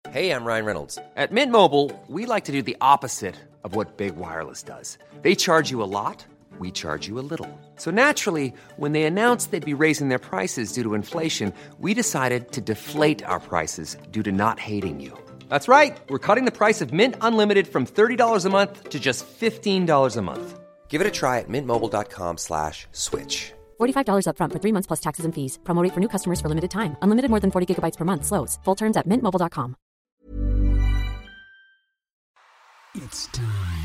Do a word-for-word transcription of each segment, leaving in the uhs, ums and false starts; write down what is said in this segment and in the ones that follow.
Hey, I'm Ryan Reynolds. At Mint Mobile, we like to do the opposite of what Big Wireless does. They charge you a lot, we charge you a little. So naturally, when they announced they'd be raising their prices due to inflation, we decided to deflate our prices due to not hating you. That's right. We're cutting the price of Mint Unlimited from thirty dollars a month to just fifteen dollars a month. Give it a try at mintmobile.com slash switch. forty-five dollars up front for three months plus taxes and fees. Promo rate for new customers for limited time. Unlimited more than forty gigabytes per month. Slows full terms at mint mobile dot com. It's time.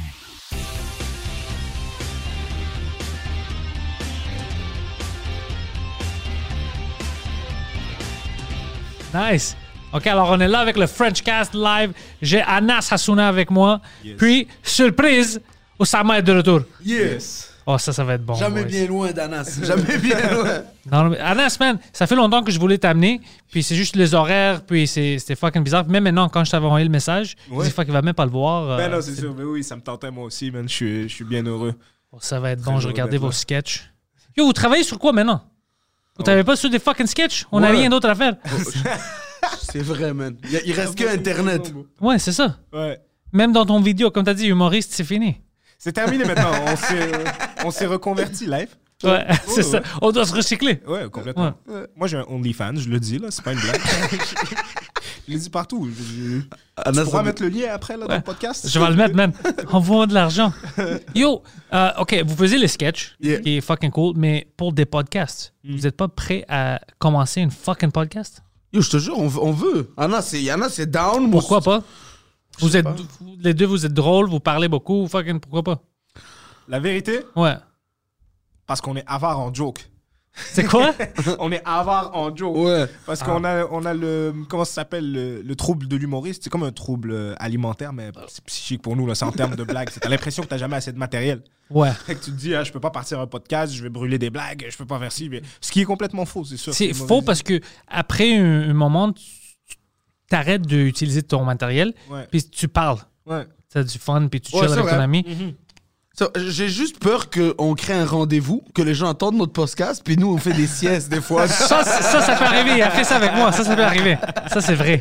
Nice. OK, alors on est là avec le Frenchcast live. J'ai Anas Hassouna avec moi. Yes. Puis, surprise, Oussama est de retour. Yes. Oh, ça, ça va être bon. Jamais boys. bien loin d'Anas. Jamais bien loin. Non, mais Anas, man, ça fait longtemps que je voulais t'amener. Puis c'est juste les horaires. Puis c'est, c'était fucking bizarre. Même maintenant, quand je t'avais envoyé le message, ouais. je dis fuck, il va même pas le voir. Ben euh, non, c'est, c'est sûr. Mais oui, ça me tentait moi aussi, man. Je suis, je suis bien heureux. Oh, ça va être Très bon. Je regardais vos sketchs. Yo, vous travaillez sur quoi maintenant? Vous oh. travaillez pas sur des fucking sketchs? On n'a ouais. rien d'autre à faire. C'est vrai, man. Il, il reste que Internet. Ouais, c'est ça. Ouais. Même dans ton vidéo, comme t'as dit, humoriste, c'est fini. C'est terminé maintenant. On s'est, on s'est reconverti live. Ouais, ouais c'est ouais. ça. On doit se recycler. Ouais, complètement. Ouais. Ouais. Moi, j'ai un OnlyFans, je le dis, là. C'est pas une blague. Je le dis partout. Je, je... Anna, tu pourras mettre le lien après, là, ouais. dans le podcast? Je vais le mettre, man. Envoie de l'argent. Yo, uh, OK, vous faisiez les sketchs, yeah. qui est fucking cool, mais pour des podcasts, mm. vous n'êtes pas prêt à commencer une fucking podcast? Yo, je te jure, on, on veut. Anna, c'est, Anna, c'est down. Pourquoi pas? Vous êtes, vous, les deux, vous êtes drôles, vous parlez beaucoup, fucking, pourquoi pas? La vérité? Ouais. Parce qu'on est avare en joke. C'est quoi? On est avare en joke. Ouais. Parce ah. qu'on a, on a le, comment ça s'appelle, le, le trouble de l'humoriste. C'est comme un trouble alimentaire, mais c'est psychique pour nous, là. C'est en termes de blagues. C'est, t'as l'impression que t'as jamais assez de matériel. Ouais. Fait que tu te dis, ah, je peux pas partir un podcast, je vais brûler des blagues, je peux pas faire ci. Mais... Ce qui est complètement faux, c'est sûr. C'est, c'est faux parce que après un, un moment, tu t'arrêtes d'utiliser ton matériel, ouais. puis tu parles. Ouais. T'as du fun, puis tu ouais, chill avec vrai. ton ami. Mm-hmm. So, j'ai juste peur qu'on crée un rendez-vous, que les gens attendent notre podcast, puis nous, on fait des siestes des fois. Ça, ça, ça peut arriver. Il a fait ça avec moi. Ça, ça peut arriver. Ça, c'est vrai.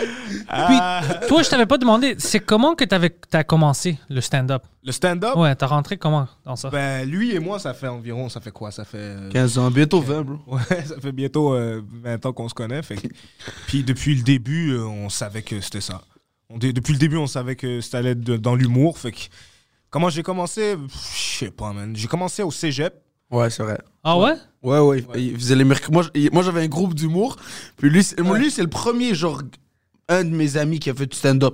Ah. Puis, toi, je t'avais pas demandé, c'est comment que t'avais, t'as commencé le stand-up? Le stand-up? Ouais, t'as rentré comment dans ça? Ben, lui et moi, ça fait environ, ça fait quoi? Ça fait... Euh, quinze ans, bientôt vingt, bro. Ouais, ça fait bientôt euh, vingt ans qu'on se connaît. Fait que... Puis depuis le début, euh, on savait que c'était ça. On, depuis le début, on savait que ça allait être de, dans l'humour. Fait que... Comment j'ai commencé? Je sais pas, man. J'ai commencé au cégep. Ouais, c'est vrai. Ah ouais? Ouais, ouais. ouais. Il faisait les mercredis. Moi, moi, j'avais un groupe d'humour. Puis lui, c'est, ouais. lui, c'est le premier, genre, un de mes amis qui a fait du stand-up.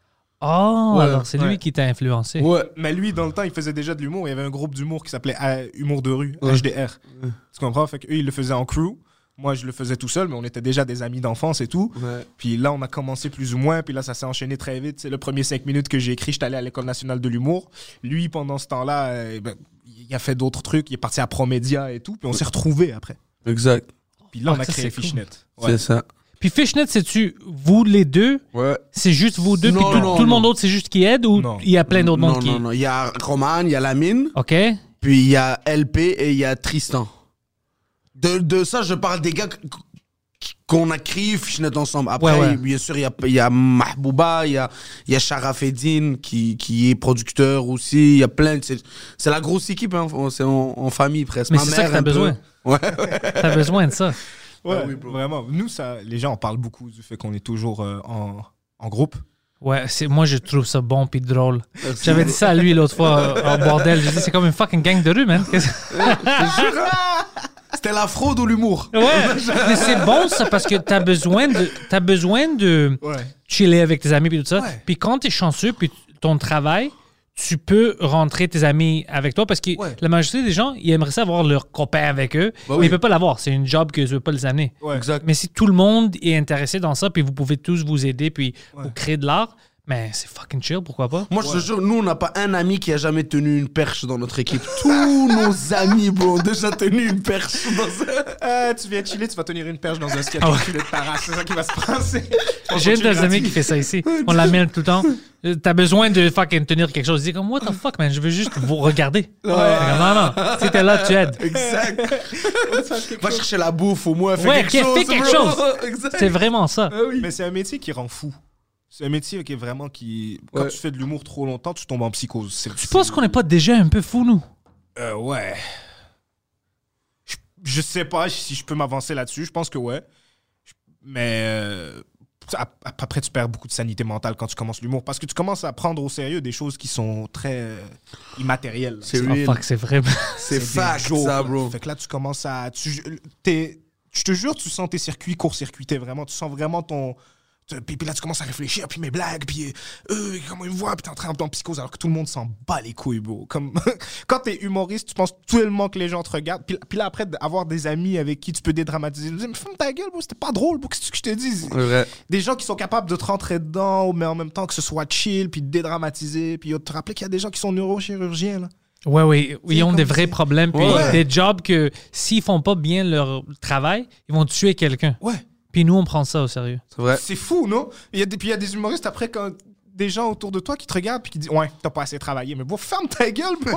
Oh, ouais, alors c'est ouais. lui qui t'a influencé. Ouais. Mais lui, dans le temps, il faisait déjà de l'humour. Il y avait un groupe d'humour qui s'appelait euh, Humour de rue, ouais. H D R. Ouais. Tu comprends? Fait qu'eux, ils le faisaient en crew. Moi, je le faisais tout seul, mais on était déjà des amis d'enfance et tout. Ouais. Puis là, on a commencé plus ou moins. Puis là, ça s'est enchaîné très vite. C'est le premier cinq minutes que j'ai écrit, j'étais allé à l'École nationale de l'humour. Lui, pendant ce temps-là, euh, ben, il a fait d'autres trucs. Il est parti à Promédia et tout. Puis on s'est retrouvés après. Exact. Puis là, on ah, a ça, créé c'est Fishnet. Cool. Ouais. C'est ça. Puis Fishnet, c'est-tu vous les deux? Ouais. C'est juste vous deux? Non, puis tout, non, tout le monde non. autre, c'est juste qui aide? Ou non. il y a plein d'autres non, monde qui... Non, non, non. Il y a Roman, il y a Lamine. OK. Puis il y a L P et il y a Tristan. De, de ça, je parle des gars qu'on a créé Fishnet ensemble. Après, ouais, ouais. bien sûr, il y a, il y a Mahbouba, il y a, il y a Sharafeddine qui, qui est producteur aussi. Il y a plein. C'est, c'est la grosse équipe, hein. C'est en, en famille presque. Mais Ma c'est mère, ça que t'as besoin. Ouais, ouais. T'as besoin de ça. Ouais, ah oui, vraiment. Nous, ça, les gens en parlent beaucoup du fait qu'on est toujours euh, en, en groupe. Ouais, c'est, moi, je trouve ça bon pis drôle. J'avais dit ça à lui l'autre fois euh, en bordel. J'ai dit, c'est comme une fucking gang de rue, man. C'était la fraude ou l'humour. Ouais, mais c'est bon ça parce que t'as besoin de, t'as besoin de ouais. chiller avec tes amis et tout ça. Ouais. Puis quand t'es chanceux, puis ton travail, tu peux rentrer tes amis avec toi parce que ouais. la majorité des gens, ils aimeraient ça avoir leur copain avec eux, bah mais oui. ils peuvent pas l'avoir. C'est une job que je veux pas les amener. Ouais. Exact. Mais si tout le monde est intéressé dans ça, puis vous pouvez tous vous aider, puis ouais. vous créer de l'art, mais c'est fucking chill, pourquoi pas? Moi, je te ouais. jure, nous, on n'a pas un ami qui a jamais tenu une perche dans notre équipe. Tous nos amis, bro, ont déjà tenu une perche dans ça. Euh, tu viens chiller, tu vas tenir une perche dans un sketch oh. de Paras. C'est ça qui va se passer. J'ai une des amis qui fait ça ici. On l'amène tout le temps. T'as besoin de fucking tenir quelque chose. Il dit comme, what the fuck, man, je veux juste vous regarder. Ouais. Comme, non, non, si t'es là, tu aides. Exact. Va chercher la bouffe au moins, fais ouais, quelque chose. Fais quelque chose. C'est vraiment ça. Ah oui. Mais c'est un métier qui rend fou. C'est un métier qui est vraiment qui... Quand Ouais. tu fais de l'humour trop longtemps, tu tombes en psychose. C'est, Tu penses qu'on n'est pas déjà un peu fou, nous? Euh, ouais. Je, je sais pas si je peux m'avancer là-dessus. Je pense que ouais. Je- Mais euh, ap- ap- après, tu perds beaucoup de sanité mentale quand tu commences l'humour. Parce que tu commences à prendre au sérieux des choses qui sont très euh, immatérielles. là. C'est Oh real. fuck, c'est vrai. C'est des fact, jokes, ça, là. bro. Fait que là, tu commences à... Tu, t'es- je te jure, tu sens tes circuits court-circuités, vraiment. Tu sens vraiment ton... tu- Puis, puis là, tu commences à réfléchir, puis mes blagues, puis eux, comment ils me voient, puis t'es en train d'entrer en psychose, alors que tout le monde s'en bat les couilles, bro. Comme... Quand t'es humoriste, tu penses tellement que les gens te regardent. Puis, puis là, après, avoir des amis avec qui tu peux dédramatiser, tu dis, mais ferme ta gueule, bro, c'était pas drôle, bro, qu'est-ce que je te dis? C'est vrai. Des gens qui sont capables de te rentrer dedans, mais en même temps que ce soit chill, puis de dédramatiser, puis te rappeler qu'il y a des gens qui sont neurochirurgiens, là. Ouais, oui, C'est ils ont comme des vrais c'est- problèmes. Puis Ouais. des jobs que s'ils font pas bien leur travail, ils vont tuer quelqu'un. Ouais. Puis nous, on prend ça au sérieux. C'est vrai. C'est fou, non? Il y a des, puis il y a des humoristes après, quand des gens autour de toi qui te regardent puis qui disent ouais, t'as pas assez travaillé. Mais bon, ferme ta gueule, bro.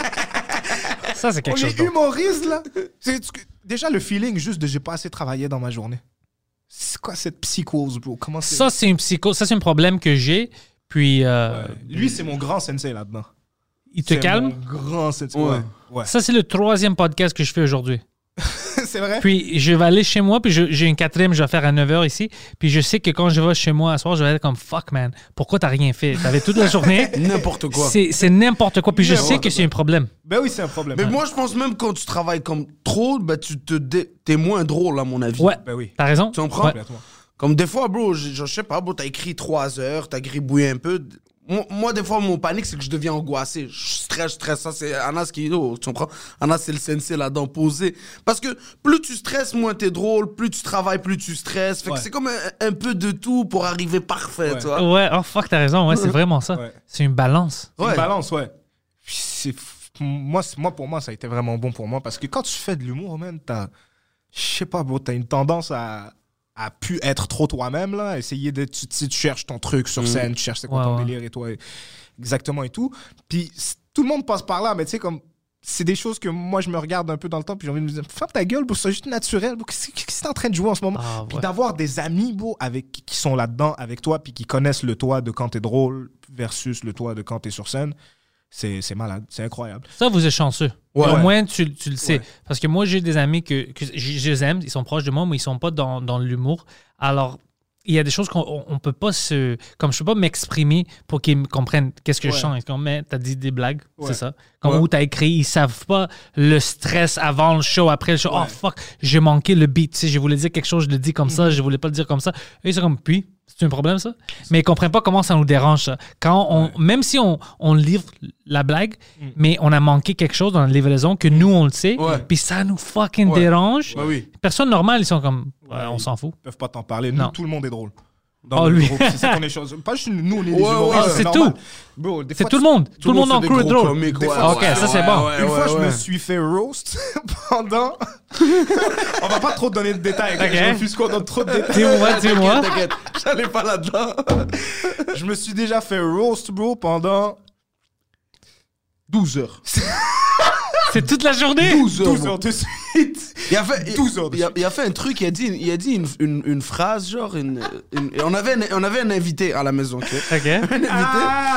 Ça, c'est quelque On chose est d'autre. humoriste, là. C'est, tu- déjà, le feeling juste de j'ai pas assez travaillé dans ma journée. C'est quoi cette psychose, bro? Comment c'est? Ça, c'est une psycho. Ça, c'est un problème que j'ai. Puis, euh, Ouais. Lui, c'est mon grand sensei là-dedans. il te C'est calme. mon grand sensei. Ouais. Ouais. Ouais. Ça, c'est le troisième podcast que je fais aujourd'hui. C'est vrai? Puis je vais aller chez moi, puis je- j'ai une quatrième, je vais faire à neuf heures ici. Puis je sais que quand je vais chez moi à soir, je vais être comme fuck, man, pourquoi t'as rien fait? T'avais toute la journée. N'importe quoi. C'est c'est n'importe quoi. Puis je N'importe sais que c'est un problème. Ben oui, c'est un problème. Mais moi, je pense même quand tu travailles comme trop, ben, tu te dé- t'es moins drôle, à mon avis. Ouais, Ben oui. t'as raison. Tu comprends? Ouais. Complètement. Comme des fois, bro, je, je sais pas, bro, t'as écrit trois heures, t'as gribouillé un peu. Moi, moi, des fois, mon panique, c'est que je deviens angoissé. Je stresse, je stresse. Ça, c'est Anas qui... Oh, tu comprends? Anas, c'est le sensei là-dedans, posé. Parce que plus tu stresses, moins t'es drôle. Plus tu travailles, plus tu stresses. Fait Ouais. que c'est comme un, un peu de tout pour arriver parfait, Ouais. tu vois? Ouais, oh fuck, t'as raison. Ouais, c'est vraiment ça. Ouais. C'est une balance. C'est Ouais. une balance, ouais. Puis c'est f- moi, c'est- moi, pour moi, ça a été vraiment bon pour moi parce que quand tu fais de l'humour, man, t'as, je sais pas, bro, t'as une tendance à, à pu être trop toi-même, là, essayer de, tu, tu sais, tu cherches ton truc sur scène, tu cherches c'est quoi Ouais, ton ouais. délire et toi, et- exactement et tout. Puis c- tout le monde passe par là, mais tu sais, comme, c'est des choses que moi, je me regarde un peu dans le temps, puis j'ai envie de me dire, ferme ta gueule, bro, c'est juste naturel, bro, qu'est-ce qu'est-ce que t'es en train de jouer en ce moment? Ah, Puis ouais. d'avoir des amis, bro, avec, qui sont là-dedans avec toi, puis qui connaissent le toi de quand t'es drôle versus le toi de quand t'es sur scène, c'est, c'est malade, c'est incroyable. Ça, vous êtes chanceux. Ouais. Au moins, tu, tu le sais. Ouais. Parce que moi, j'ai des amis que, que je, je les aime, ils sont proches de moi, mais ils sont pas dans, dans l'humour. Alors, il y a des choses qu'on on, on peut pas se... Comme je peux pas m'exprimer pour qu'ils me comprennent qu'est-ce que je Ouais. chante. Comme, mais t'as dit des blagues, Ouais. c'est ça. Comme Ouais. où t'as écrit, ils savent pas le stress avant le show, après le show. Oh fuck, j'ai manqué le beat. Tu sais, je voulais dire quelque chose, je le dis comme ça, je voulais pas le dire comme ça. Et ils sont comme, puis, c'est un problème ça? Mais ils comprennent pas comment ça nous dérange ça. Quand on, Même si on, on livre la blague, mais on a manqué quelque chose dans la livraison que nous on le sait, Ouais. puis ça nous fucking Ouais. dérange. Bah oui. Personne normale, ils sont comme, ouais, Ouais, on s'en fout. Ils peuvent pas t'en parler. Nous, Non. tout le monde est drôle. Oh, Dans le lui. groupe, c'est ça qu'on est chose. Pas juste nous, on est des Ouais, humoristes, ouais, c'est normal. tout. Bro, des C'est fois, tout le tu- monde. Tout, le monde fait en des crew est gros drôle. comiques, Des ouais, fois, ok, ouais, ça, c'est ouais, bon. ouais, Une fois, ouais, je ouais. me suis fait roast pendant. On va pas trop donner de détails. Ok. Je refuse qu'on donne trop de détails. Dis-moi, dis-moi. T'inquiète, j'allais pas là-dedans. Je me suis déjà fait roast, bro, pendant douze heures. C'est toute la journée? douze heures. douze bro. heures de suite. Il a fait, douze heures de il a, suite. il a fait un truc, il a dit, il a dit une, une, une phrase, genre, une, une- et on, avait un, on avait un invité à la maison, ok? OK. Un invité. Ah!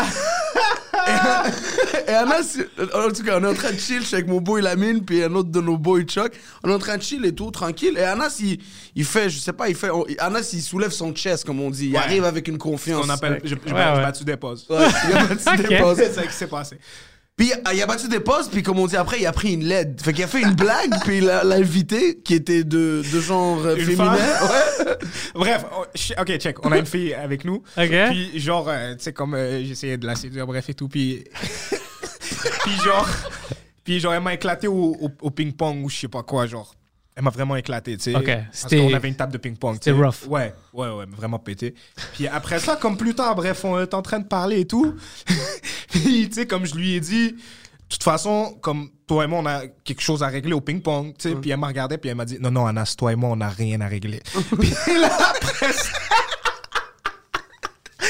Et Anas, en tout cas, on est en train de chill, je suis avec mon boy Lamine, puis un autre de nos boys Chuck. On est en train de chill et tout, tranquille. Et Anas, il, il fait, je sais pas, il fait. on- Anas, il soulève son chest, comme on dit. Il Ouais. arrive avec une confiance. On appelle. Je, je, Ouais, je ouais. battu des pauses. Ouais, il a battu des Ok. pauses. C'est ça qui s'est passé. Puis euh, il a battu des pauses, puis comme on dit après, il a pris une L E D. Fait qu'il a fait une blague, puis il a l'a invité, qui était de, de genre euh, Une féminin. femme. Ouais. Bref, oh, ch- ok, check. On a une fille avec nous. Ok. Puis, genre, euh, tu sais, comme euh, j'essayais de la séduire, bref et tout. Puis, puis genre, puis, genre, elle m'a éclaté au, au, au ping-pong ou je sais pas quoi, genre. Elle m'a vraiment éclaté, tu sais. Ok, Parce c'était- qu'on avait une table de ping-pong. tu c'était sais. rough. Ouais, ouais, ouais, vraiment pété. Puis après ça, comme plus tard, bref, on est en train de parler et tout. Puis, tu sais, comme je lui ai dit, de toute façon, comme toi et moi, on a quelque chose à régler au ping-pong, tu sais. Puis elle m'a regardé, puis elle m'a dit, non, non, Anas, toi et moi, on n'a rien à régler. Puis là, après ça...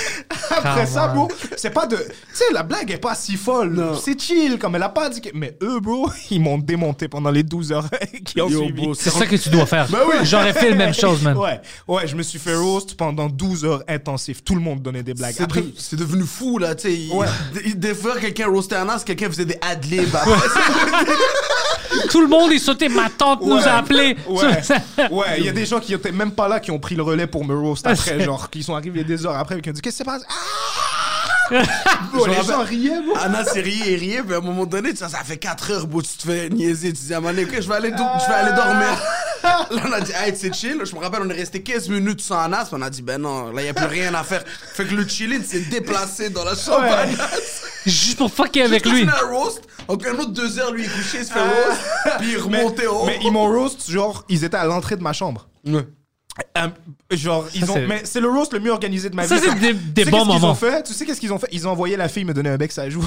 Après ça, on. bro, c'est pas de... Tu sais, la blague est pas si folle. Non. C'est chill, comme elle a pas dit que... Mais eux, bro, ils m'ont démonté pendant les douze heures qui ont Yo, suivi. bro, C'est ça que tu dois faire. Ben oui. J'aurais fait la même chose, man. Ouais, ouais, je me suis fait roast pendant douze heures intensives. Tout le monde donnait des blagues. C'est, Après, de- c'est devenu fou, là, tu sais. il- Ouais. Des, des fois, quelqu'un roastait un as, quelqu'un faisait des ad-libs. Après, Tout le monde est sauté. Ma tante nous Ouais. a appelés. Ouais, ouais, il y a des gens qui étaient même pas là qui ont pris le relais pour me roast Ah, après, c'est- genre, qui sont arrivés des heures après et qui ont dit qu'est-ce qui s'est passé? Ah! Je Bro, me les rappelle- gens riaient, bro. Anna s'est riée et riée, puis à un moment donné, ça, ça fait quatre heures, bro, tu te fais niaiser. Tu dis à Mané, ok, je vais aller, do- je vais aller dormir. Là, on a dit, hey, c'est chill. Je me rappelle, on est resté quinze minutes sans Anas, puis on a dit, ben non, là, il n'y a plus rien à faire. Fait que le chilling s'est déplacé dans la chambre Ouais. d'Anas. Juste pour fucker avec Juste lui. continuer à roast. Donc, un autre deux heures, lui, il est couché, il se fait roast. Puis il Mais, remontait au haut. mais ils m'ont roast, genre, ils étaient à l'entrée de ma chambre. Ouais. Euh, genre, ils Ça, ont. c'est- Mais c'est le roast le mieux organisé de ma Ça, vie. c'est Comme- des- tu des sais bons qu'est-ce qu'ils moments. ont fait? Tu sais qu'est-ce qu'ils ont fait? Ils ont envoyé la fille me donner un bec, ça joue.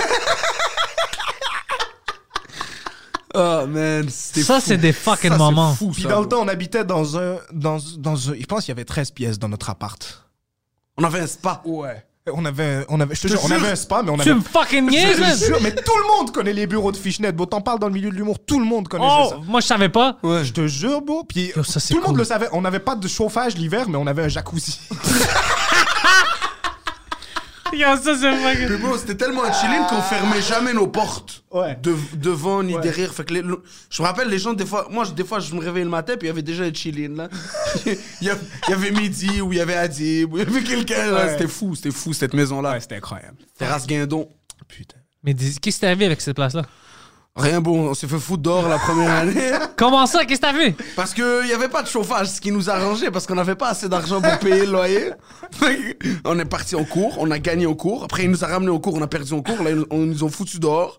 Oh, man, c'était Ça, fou. c'est des fucking Ça, c'est moments. fou, Puis ça, dans bro. le temps, on habitait dans un. Dans, dans un. Je pense qu'il y avait treize pièces dans notre appart. On avait un spa. Ouais. On avait, on avait, je te te jure, on jure. avait un spa, mais on Tu avait. me fucking Je niaises, te man. jure, mais tout le monde connaît les bureaux de Fishnet. Bon, t'en parles dans le milieu de l'humour, tout le monde connaissait Oh, ça. moi, je savais pas. Ouais. Je te jure, beau. Puis Yo, ça, c'est tout le monde cool. le savait. On n'avait pas de chauffage l'hiver, mais on avait un jacuzzi. Yo, ça, c'est fucking... Mais bro, c'était tellement un chilling qu'on fermait jamais nos portes. Ouais. De- devant ni Ouais. derrière. Fait que les- le- je me rappelle, les gens, des fois, moi, je- des fois, je me réveillais le matin, puis il y avait déjà un chilling, là. il, y avait, il y avait Midi, ou il y avait Adib, ou il y avait quelqu'un, là. Ouais. C'était fou, c'était fou, cette maison-là. Ouais, c'était incroyable. Terrasse Guindon. Putain. Mais dis- qu'est-ce que t'as vu avec cette place-là? Rien bon, on s'est fait foutre dehors la première année. Comment ça? Qu'est-ce que t'as vu? Parce qu'il n'y avait pas de chauffage, ce qui nous arrangeait, parce qu'on n'avait pas assez d'argent pour payer le loyer. Fait que on est parti en cours, on a gagné en cours. Après, ils nous ont ramenés en cours, on a perdu en cours. Là, ils nous- on nous ont foutus dehors.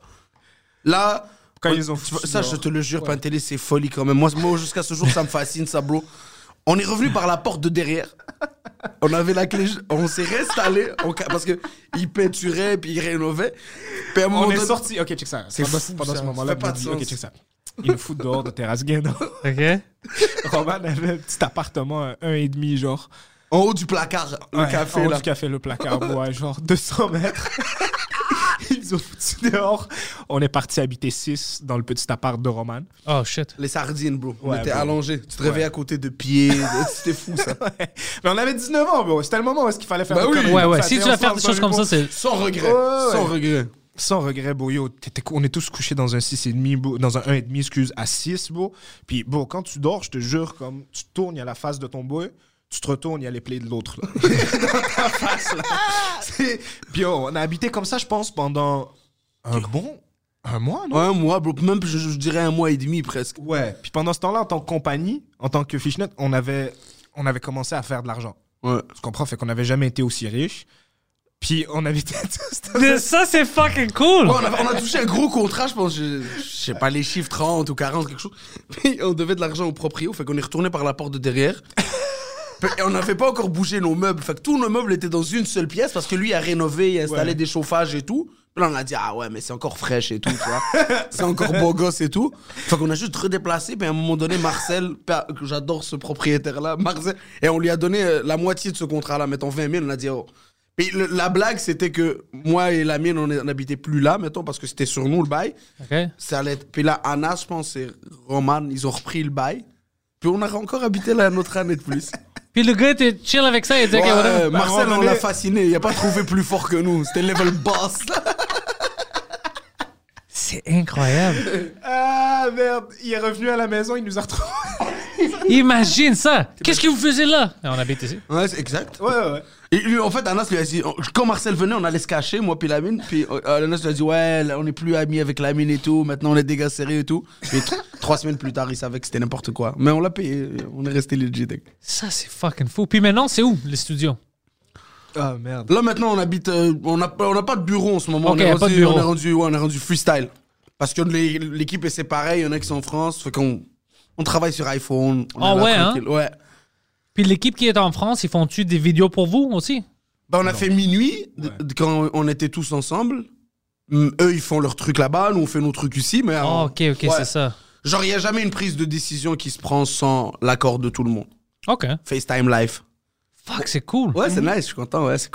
Là, Quand on- ils ont tu vois, foutu ça, dehors. je te le jure, Pantélé, c'est folie quand même. Moi, moi jusqu'à ce jour, ça me fascine, ça, bro. On est revenu par la porte de derrière. On avait la clé, on s'est réinstallé on ca- parce que ils peinturaient puis ils rénovaient. Puis à un moment On est donné- sorti. Ok, check ça. C'est pendant, fou, pendant ça. ce moment-là, Ça fait pas de Bobby, ok, sens. check ça. Ils nous foutent dehors de terrasse Guindon. OK. Roman avait un petit appartement, un un et demi, genre. en haut du placard, le Ouais, café en haut là. du café, le placard bois, genre deux cents mètres. Ils nous ont foutus dehors. On est parti habiter six dans le petit appart de Roman. Oh, shit. Les sardines, bro. On Ouais, était bro. allongés. Tu te réveillais à côté de pieds. C'était fou, ça. Ouais. Mais on avait dix-neuf ans, bro. C'était le moment où est-ce qu'il fallait faire Bah une oui. connerie Ouais, comme ouais. ça, Si t'sais, tu vas on faire se des lance choses dans comme ça, l'humour. c'est... Sans regret. Ouais, Sans ouais. regret. Sans regret, bro. Yo, t'étais- on est tous couchés dans un six et demi, bro, dans un un et demi, excuse, à six, bro. Puis, bro, quand tu dors, je te jure, comme tu tournes, il y a la face de ton boy, tu te retournes, il y a les plaies de l'autre, là. Dans ta face, là. C'est- Puis, yo, on a habité comme ça, je pense, pendant un bon... Un mois, non? Ouais, un mois, bro. Même, je, je dirais un mois et demi presque. Ouais. Puis pendant ce temps-là, en tant que compagnie, en tant que Fishnet, on avait, on avait commencé à faire de l'argent. Ouais. Tu comprends? Fait qu'on n'avait jamais été aussi riches. Puis on habitait tous dans un- Ça, c'est fucking cool! Ouais, on, a, on a touché un gros contrat, je pense, je, je sais pas les chiffres, trente ou quarante, quelque chose. Puis on devait de l'argent au proprio, fait qu'on est retourné par la porte de derrière. Et on n'avait pas encore bougé nos meubles, fait que tous nos meubles étaient dans une seule pièce parce que lui a rénové, il a installé Ouais. des chauffages et tout. Puis là, on a dit, ah ouais, mais c'est encore fraîche et tout, tu vois. C'est encore beau gosse et tout. Fait qu'on a juste redéplacé, puis à un moment donné, Marcel, pa- que j'adore ce propriétaire-là, Marcel, et on lui a donné euh, la moitié de ce contrat-là, mettons vingt mille, on a dit, oh. Puis le- la blague, c'était que moi et la mienne, on est- on n'habitait plus là, mettons, parce que c'était sur nous le bail. OK. Ça allait être... Puis là, Anna, je pense, et Roman, ils ont repris le bail. Puis on a encore habité là une autre année de plus. Puis le gars était chill avec ça, il dit, OK, Ouais, whatever. Marcel, à un moment on l'a donné- fasciné. Il a pas trouvé plus fort que nous. C'était level boss. Là. C'est incroyable. Ah merde, il est revenu à la maison, il nous a retrouvés. Imagine ça! Qu'est-ce que vous faisiez là? On habite ici. Ouais, c'est exact. Ouais, ouais. Et lui, en fait, Anas lui a dit, quand Marcel venait, on allait se cacher, moi puis Lamine. Puis euh, Anas lui a dit, ouais, là, on n'est plus amis avec Lamine et tout. Maintenant, on est des gars sérieux et tout. Et t- trois semaines plus tard, il savait que c'était n'importe quoi. Mais on l'a payé. On est resté legit. Ça, c'est fucking fou. Puis maintenant, c'est où, les studios? Ah merde. Là, maintenant, on habite. euh, on n'a on n'a pas de bureau en ce moment. Ok, on, est y a rendu, pas de bureau. on est rendu, ouais, on est rendu freestyle. Parce que les- l'équipe est séparée. Il y en a qui sont en France. Fait qu'on on travaille sur iPhone. On est Ah là, ouais, hein? tranquille. Ouais. Puis l'équipe qui est en France, ils font-tu des vidéos pour vous aussi? Bah, on a fait minuit d- Ouais. d- quand on était tous ensemble. Hum, Eux, ils font leur truc là-bas. Nous, on fait nos trucs ici. Mais Ah, on- OK, OK, ouais. c'est ça. Genre, il n'y a jamais une prise de décision qui se prend sans l'accord de tout le monde. OK. FaceTime live. Fuck, c'est cool. Ouais, c'est nice. Je suis content. Ouais, c'est cool.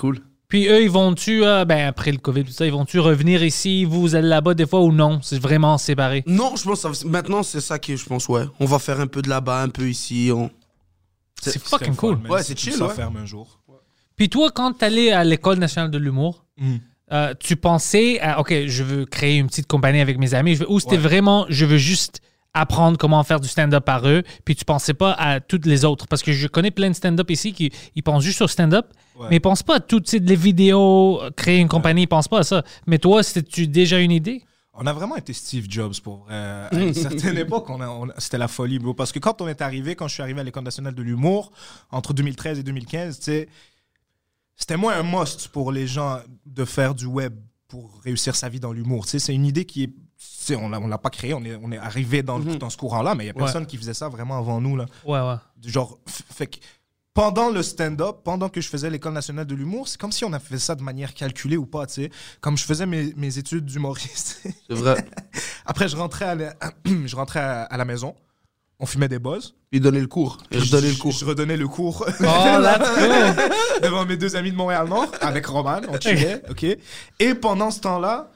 Puis eux, ils vont-tu, euh, ben après le COVID, tout ça, ils vont-tu revenir ici, vous, vous allez là-bas des fois ou non? C'est vraiment séparé? Non, je pense que ça- maintenant, c'est ça qui est, je pense, ouais. On va faire un peu de là-bas, un peu ici. On... C'est Ce fucking serait cool. fun, man, Ouais, si c'est tout chill, ça ouais. ferme un jour. Puis toi, quand t'allais à l'École nationale de l'humour, Mm. euh, tu pensais, à, OK, je veux créer une petite compagnie avec mes amis, je veux- ou c'était Ouais. vraiment, je veux juste apprendre comment faire du stand-up par eux, puis tu pensais pas à toutes les autres? Parce que je connais plein de stand-up ici qui ils pensent juste au stand-up, Ouais. mais ils pensent pas à toutes les vidéos, créer une compagnie, ils pensent pas à ça. Mais toi, c'était-tu déjà une idée? On a vraiment été Steve Jobs pour vrai. À une certaine époque, on a- on a- c'était la folie, bro. Parce que quand on est arrivé, quand je suis arrivé à l'École nationale de l'humour, entre deux mille treize et deux mille quinze, tu sais, c'était moins un must pour les gens de faire du web pour réussir sa vie dans l'humour. Tu sais, c'est une idée qui est. tu sais, on l'a, on l'a pas créée, on est, on est arrivé dans, le- dans ce courant-là, mais il y a personne qui faisait ça vraiment avant nous, là. Ouais, ouais. Genre, f- fait que pendant le stand-up, pendant que je faisais l'École nationale de l'humour, c'est comme si on avait fait ça de manière calculée ou pas, tu sais. Comme je faisais mes, mes études d'humoriste. C'est vrai. Après, je rentrais, à la, je rentrais à, à la maison, on fumait des buzz. Puis donner le cours. Et redonner le Je, cours. je redonnais le cours Oh, that's cool. devant mes deux amis de Montréal-Nord, avec Roman, on chillait, ok. Et pendant ce temps-là,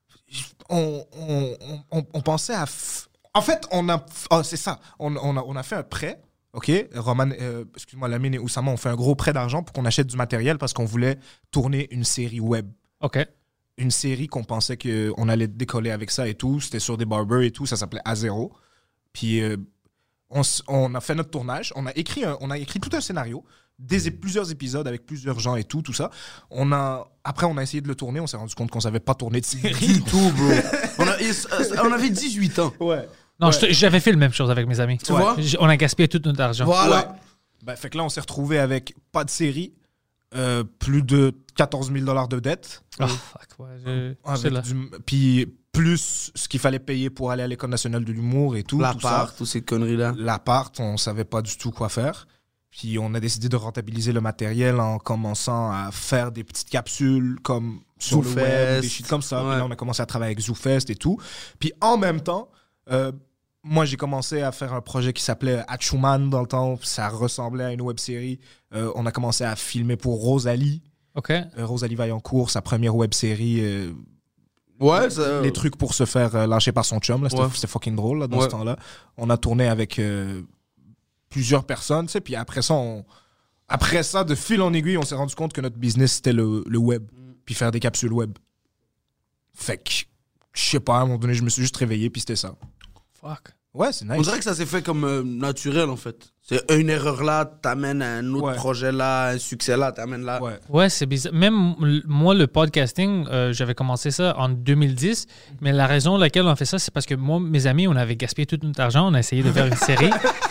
on, on, on, on pensait à... f- En fait, on a... Oh, c'est ça, on, on, a, on a fait un prêt, ok. Roman, euh, excuse-moi, Lamine et Oussama ont fait un gros prêt d'argent pour qu'on achète du matériel parce qu'on voulait tourner une série web. OK. Une série qu'on pensait qu'on allait décoller avec ça et tout. C'était sur des barbers et tout. Ça s'appelait A zéro. Puis euh, on, s- on a fait notre tournage. On a écrit, un- on a écrit tout un scénario, des, plusieurs épisodes avec plusieurs gens et tout, tout ça. On a, après, on a essayé de le tourner. On s'est rendu compte qu'on savait pas tourner de série. Du tout, bro. on, a- et- on avait dix-huit ans. Ouais. Non, Ouais. je te- j'avais fait la même chose avec mes amis. Tu vois? J- On a gaspillé tout notre argent. Voilà. Ouais. Ben, fait que là, on s'est retrouvé avec pas de série, euh, plus de quatorze mille dollars de dette. Ah, fuck, ouais. je- c'est Avec là. du- Puis plus ce qu'il fallait payer pour aller à l'École nationale de l'humour et tout. tout ça. L'appart, toutes ces conneries-là. L'appart, on savait pas du tout quoi faire. Puis on a décidé de rentabiliser le matériel en commençant à faire des petites capsules comme sur le ZooFest. web, des shit comme ça. Puis Ouais. là, on a commencé à travailler avec ZooFest et tout. Puis en même temps, euh, moi, j'ai commencé à faire un projet qui s'appelait Hachuman dans le temps. Ça ressemblait à une web-série. Euh, on a commencé à filmer pour Rosalie. OK. Euh, Rosalie Vaillancourt, sa première web-série. euh, Ouais, ça... les trucs pour se faire euh, lâcher par son chum. là. C'était Ouais. c'était fucking drôle là, dans Ouais. ce temps-là. On a tourné avec euh, plusieurs personnes, tu sais, puis après ça, on... après ça, de fil en aiguille, on s'est rendu compte que notre business, c'était le, le web, puis faire des capsules web. Fait que, je sais pas, à un moment donné, je me suis juste réveillé, puis c'était ça. Fuck. Ouais, c'est nice. On dirait que ça s'est fait comme euh, naturel, en fait. C'est une erreur là, t'amènes à un autre Ouais. projet là, un succès là, t'amènes là. Ouais. Ouais, c'est bizarre. Même l- moi, le podcasting, euh, j'avais commencé ça en deux mille dix, mais la raison laquelle on fait ça, c'est parce que moi, mes amis, on avait gaspillé tout notre argent, on a essayé de faire une série,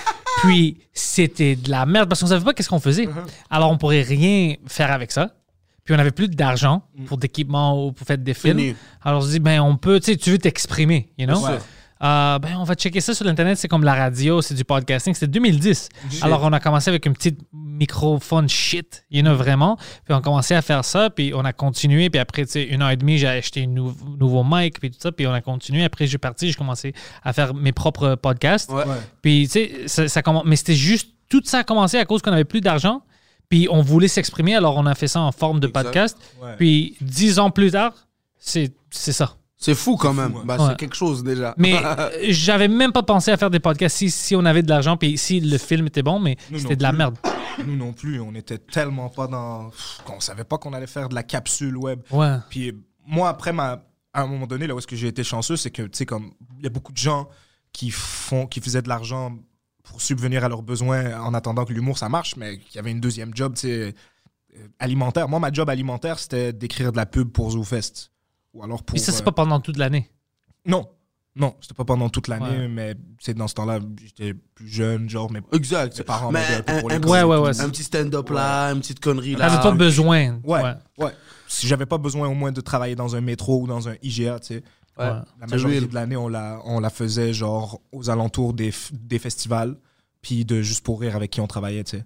puis c'était de la merde parce qu'on savait pas qu'est-ce qu'on faisait. Alors, on pourrait rien faire avec ça. Puis on avait plus d'argent pour d'équipement ou pour faire des films. Fini. Alors, on se dit, ben, on peut, tu sais, tu veux t'exprimer, you know? Ouais. Euh, ben, on va checker ça sur l'Internet. C'est comme la radio, c'est du podcasting. C'était deux mille dix. Alors, on a commencé avec une petite microphone shit, you know, vraiment. Puis, on a commencé à faire ça. Puis, on a continué. Puis, après, tu sais, une heure et demie, j'ai acheté un nou- nouveau mic. Puis, tout ça. Puis, on a continué. Après, je suis parti. J'ai commencé à faire mes propres podcasts. Ouais. Puis, tu sais, ça, ça commence. Mais c'était juste. Tout ça a commencé à cause qu'on avait plus d'argent. Puis, on voulait s'exprimer. Alors, on a fait ça en forme de Exact. podcast. Ouais. Puis, dix ans plus tard, c'est c'est ça. C'est fou quand même. fou, hein. Bah, Ouais. c'est quelque chose déjà. Mais euh, j'avais même pas pensé à faire des podcasts si, si on avait de l'argent puis si le film était bon, mais Nous c'était non de la plus. merde. Nous non plus, on était tellement pas dans... Pff, qu'on savait pas qu'on allait faire de la capsule web. Ouais. Puis moi, après, ma... à un moment donné, là où est-ce que j'ai été chanceux, c'est que, tu sais, comme, il y a beaucoup de gens qui, font... qui faisaient de l'argent pour subvenir à leurs besoins en attendant que l'humour, ça marche, mais qui avait une deuxième job, tu sais, euh, alimentaire. Moi, ma job alimentaire, c'était d'écrire de la pub pour ZooFest. Ou alors pour... Puis ça, c'est euh, pas pendant toute l'année. Non, non, c'était pas pendant toute l'année, Ouais. mais c'est dans ce temps-là, j'étais plus jeune, genre, mais Exact. mes parents Mais m'aidaient un peu un, pour un les petit- Ouais, ouais, ouais, un c'est- petit stand-up là, une petite connerie là. T'avais pas besoin. Ouais, ouais. Si j'avais pas besoin au moins de travailler dans un métro ou dans un I G A, tu sais. Ouais. Ouais. La C'est majorité real. de l'année, on la, on la faisait genre aux alentours des, f- des festivals, puis de Juste pour rire avec qui on travaillait, tu sais.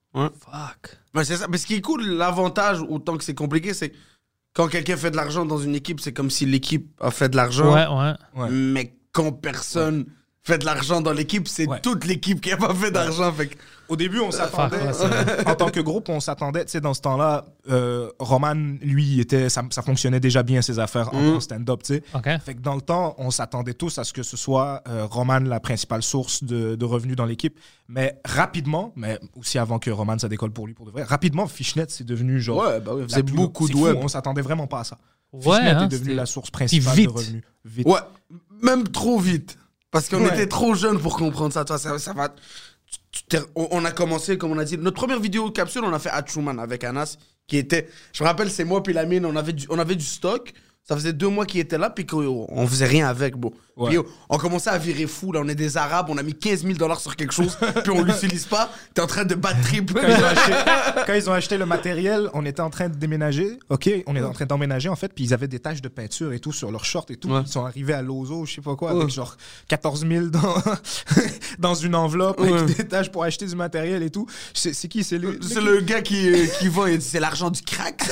Fuck. Mais c'est ça. Mais ce qui est cool, l'avantage, autant que c'est compliqué, c'est quand quelqu'un fait de l'argent dans une équipe, c'est comme si l'équipe a fait de l'argent. Ouais, ouais. Ouais. Mais quand personne fait de l'argent dans l'équipe, c'est Ouais. toute l'équipe qui a pas fait d'argent. Fait que... Au début, on s'attendait, fuck, ouais, en tant que groupe, on s'attendait, tu sais, dans ce temps-là, euh, Roman, lui, était, ça, ça fonctionnait déjà bien, ses affaires en, Mm. en stand-up, tu sais. OK. Fait que dans le temps, on s'attendait tous à ce que ce soit euh, Roman la principale source de, de revenus dans l'équipe. Mais rapidement, mais aussi avant que Roman ça décolle pour lui pour de vrai, rapidement, Fishnet, c'est devenu genre. Ouais, bah oui, la c'est plus- beaucoup c'est de fou, web. On s'attendait vraiment pas à ça. Ouais, Fishnet hein, est devenu c'était- la source principale vite. de revenus. Vite. Ouais, même trop vite. Parce qu'on Ouais. était trop jeunes pour comprendre ça. Toi, ça, ça va. tu t'es- On on a commencé, comme on a dit, notre première vidéo capsule, on a fait à Truman avec Anas, qui était. Je me rappelle, c'est moi puis Lamine, on avait du, on avait du stock. Ça faisait deux mois qu'il était là, puis qu'on on faisait rien avec, bro. Ouais. Puis on commençait à virer fou, là. On est des Arabes, on a mis quinze mille dollars sur quelque chose, puis on l'utilise pas. T'es en train de battre triple. Quand ils, ont acheté, quand ils ont acheté le matériel, on était en train de déménager. OK, on était en train d'emménager, en fait, puis ils avaient des taches de peinture et tout sur leurs shorts et tout. Ouais. Ils sont arrivés à Lozo, je sais pas quoi, Ouais. avec genre quatorze mille dans, dans une enveloppe, Ouais. avec des taches pour acheter du matériel et tout. C'est c'est qui? C'est lui? C'est le gars qui, euh, qui vend, il dit c'est l'argent du crack.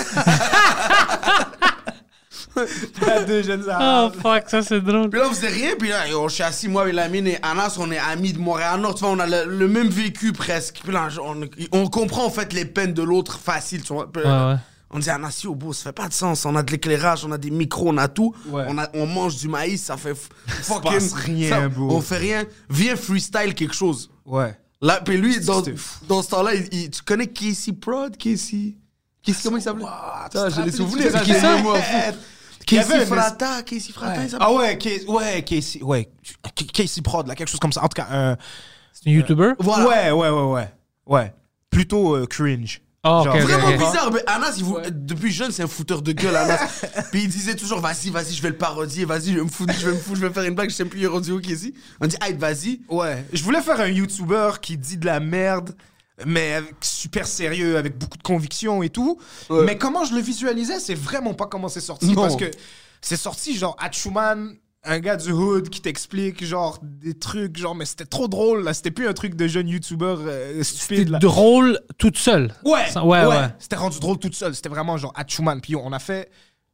à deux jeunes Oh, arabes. fuck, ça, c'est drôle. Puis là, on faisait rien. Puis là, on, je suis assis, moi et Lamine et Anas, on est amis de Montréal-Nord. Tu vois, on a le, le même vécu presque. Puis là, on, on comprend en fait les peines de l'autre facile, tu vois. Puis, Ouais, ouais. On dit, Anas, yo, beau, ça fait pas de sens. On a de l'éclairage, on a des micros, on a tout. Ouais. On, a, on mange du maïs, ça fait f- fucking... passe rien, ça- bro. On fait rien. Viens freestyle quelque chose. Ouais. Là, puis lui, dans, C'était fou. dans ce temps-là, il- il- tu connais Casey Prod, Casey... Casey, comment il s'appelait? Ça, je l'ai souvenir. rappelles, Qui tu ça, te moi, rappelles? fou. Il y avait Casey un- Frata, Casey Frata, il s'appelle. Ah ouais, Casey, ouais, Casey, ouais, Casey Prod, là, quelque chose comme ça. En tout cas, un... C'est un YouTuber? Voilà. Ouais, ouais, ouais, ouais. Ouais. Plutôt euh, cringe. Oh, Genre, ok, ok, Vraiment ok. bizarre, mais Anas, il vou- depuis jeune, c'est un fouteur de gueule, Anas. Puis il disait toujours, vas-y, vas-y, je vais le parodier, vas-y, je vais me foutre, je vais me foutre, je vais faire une blague, je sais plus, Rodeo qui est ici. On dit, aïe, vas-y. Ouais. Je voulais faire un YouTuber qui dit de la merde, mais avec- super sérieux, avec beaucoup de conviction et tout. Ouais. Mais comment je le visualisais, c'est vraiment pas comment c'est sorti. Non. Parce que c'est sorti genre Hachuman, un gars du hood qui t'explique genre des trucs, genre, mais c'était trop drôle, là. C'était plus un truc de jeune YouTuber euh, C'était stupide, là. drôle toute seule. Ouais, Ça- ouais, ouais. C'était rendu drôle toute seule. C'était vraiment genre Hachuman. Puis on a fait.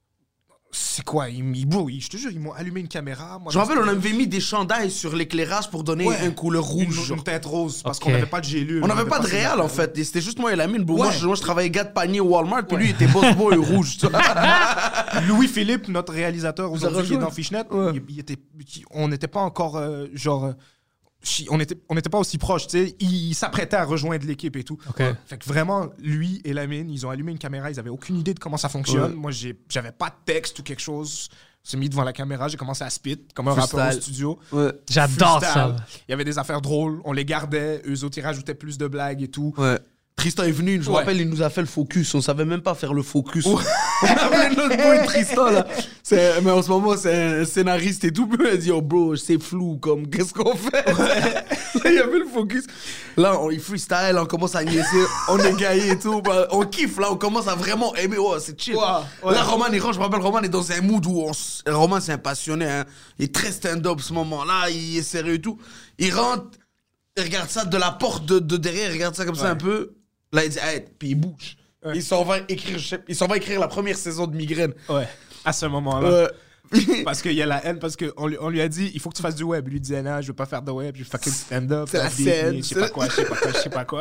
C'est quoi? Ils, ils, bro, ils- je te jure, ils m'ont allumé une caméra. Moi, Je me rappelle, on avait mis des chandails sur l'éclairage pour donner Ouais. une couleur une, rouge. genre. une teinte rose parce Ok. qu'on n'avait pas de gélule. On n'avait pas de ces réal, en affaires-là. fait. Et c'était juste moi et Lamine. Bro. Moi, Ouais. je, moi, je travaillais gars de panier au Walmart, puis lui, il était boss boy rouge. Tu vois. Louis-Philippe, notre réalisateur aujourd'hui, qui est rejoint. dans Fishnet, Ouais. il, il était, il- on n'était pas encore euh, genre. euh, chi- on n'était on n'était pas aussi proches, tu sais. Il, il s'apprêtait à rejoindre l'équipe et tout. Ok. Fait que vraiment, lui et Lamine, ils ont allumé une caméra, ils avaient aucune idée de comment ça fonctionne. Ouais. Moi, j'ai- j'avais pas de texte ou quelque chose. On s'est mis devant la caméra, j'ai commencé à spit comme un Freestyle. rappeur au studio. Ouais. J'adore Freestyle. ça. Il y avait des affaires drôles, on les gardait, eux autres, ils rajoutaient plus de blagues et tout. Ouais. Tristan est venu, je me Ouais. rappelle, il nous a fait le focus. On savait même pas faire le focus. On appelait notre boy Tristan, là. C'est- Mais en ce moment, c'est un scénariste et tout. Puis il a dit, oh bro, c'est flou, comme, qu'est-ce qu'on fait? Là, il y avait le focus. Là, on, il freestyle, on commence à niaiser, on est gaillé et tout. Bah, on kiffe, là, on commence à vraiment aimer. Oh, c'est chill. Ouais, ouais. Là, Roman, il rentre, je me rappelle, Roman est dans un mood où on s- Roman, c'est un passionné. Hein. Il est très stand-up ce moment-là, il est sérieux et tout. Il rentre, il regarde ça de la porte de, de derrière, il regarde ça comme ça Ouais. un peu. Là, il dit, hey, puis il bouge. Ouais. Il s'en va écrire, je sais- il s'en va écrire la première saison de Migraine. Ouais, à ce moment-là. Euh, Parce qu'il y a la haine, parce qu'on lui, on lui a dit, il faut que tu fasses du web. Lui disait, non, je veux pas faire de web, je veux fucking stand-up. C'est la Beat me, scène, Je sais c'est- pas quoi, je sais pas quoi, je sais pas quoi.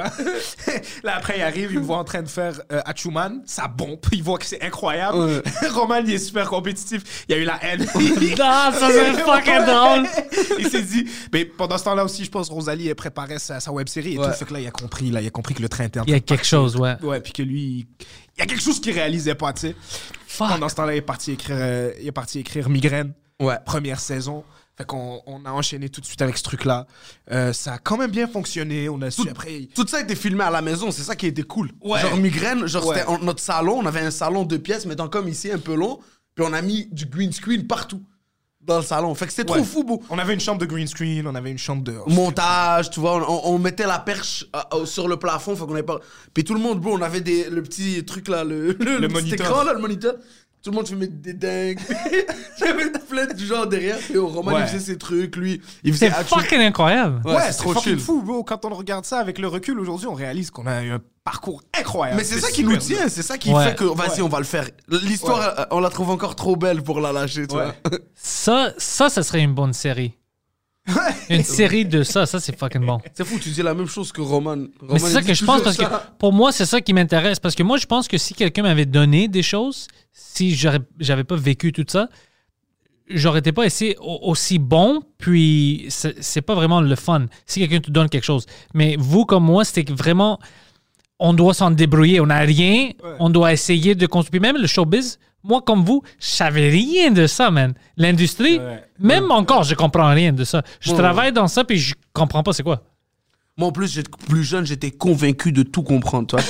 Là, après, il arrive, il me voit en train de faire euh, Hachuman, ça bombe, il voit que c'est incroyable. Ouais. Roman, il est super compétitif, il y a eu la haine. Ah, ça c'est fucking drôle. Il s'est dit, mais pendant ce temps-là aussi, je pense Rosalie elle préparait sa, sa web série et Ouais. tout. Fait que là, il a compris, là, il a compris que le train était en Il y a train de quelque partir. chose, ouais. Ouais, puis que lui, il il y a quelque chose qu'il réalisait pas, tu sais. Fuck. Pendant ce temps-là, il est parti écrire, euh, il est parti écrire Migraine. Ouais. Première saison. Fait qu'on on a enchaîné tout de suite avec ce truc-là. Euh, ça a quand même bien fonctionné. On a su Tout- après. Tout ça a été filmé à la maison, c'est ça qui était cool. Ouais. Genre Migraine, genre Ouais. c'était en- notre salon, on avait un salon de pièces, mettant comme ici, un peu long, puis on a mis du green screen partout dans le salon. Fait que c'était Ouais. trop fou, beau. On avait une chambre de green screen, on avait une chambre de. Montage, tu vois, on, on mettait la perche euh, euh, sur le plafond, fait qu'on avait pas. Puis tout le monde, bro, on avait des, le petit truc là, le, le, le petit moniteur. écran là, le moniteur. Tout le monde filmait des dingues. J'avais une flèche du genre derrière. Et au Roman, Ouais. il faisait ses trucs, lui. Il C'est faisait Hachu- fucking incroyable. Ouais, Ouais, c'est c'est trop fucking chill. fou, bro. Quand on regarde ça avec le recul aujourd'hui, on réalise qu'on a eu un parcours incroyable. Mais c'est ça qui nous super tient, dur. c'est ça qui Ouais. fait que vas-y, Ouais. on va le faire. L'histoire, Ouais. euh, on la trouve encore trop belle pour la lâcher, tu Ouais. vois. Ça, ça, ça serait une bonne série. Une série de ça, ça, c'est fucking bon. C'est fou, tu dis la même chose que Roman. Roman Mais c'est ça il que dit je pense, toujours parce que ça. pour moi, c'est ça qui m'intéresse. Parce que moi, je pense que si quelqu'un m'avait donné des choses, si j'aurais, j'avais pas vécu tout ça, j'aurais été pas essayé aussi bon, puis c'est, c'est pas vraiment le fun si quelqu'un te donne quelque chose. Mais vous, comme moi, c'était vraiment... On doit s'en débrouiller. On n'a rien. Ouais. On doit essayer de construire. Même le showbiz, moi, comme vous, je savais rien de ça, man. L'industrie, Ouais. même encore, je comprends rien de ça. Je Ouais. travaille dans ça, puis je comprends pas c'est quoi. Moi, en plus, j'étais plus jeune, j'étais convaincu de tout comprendre, toi.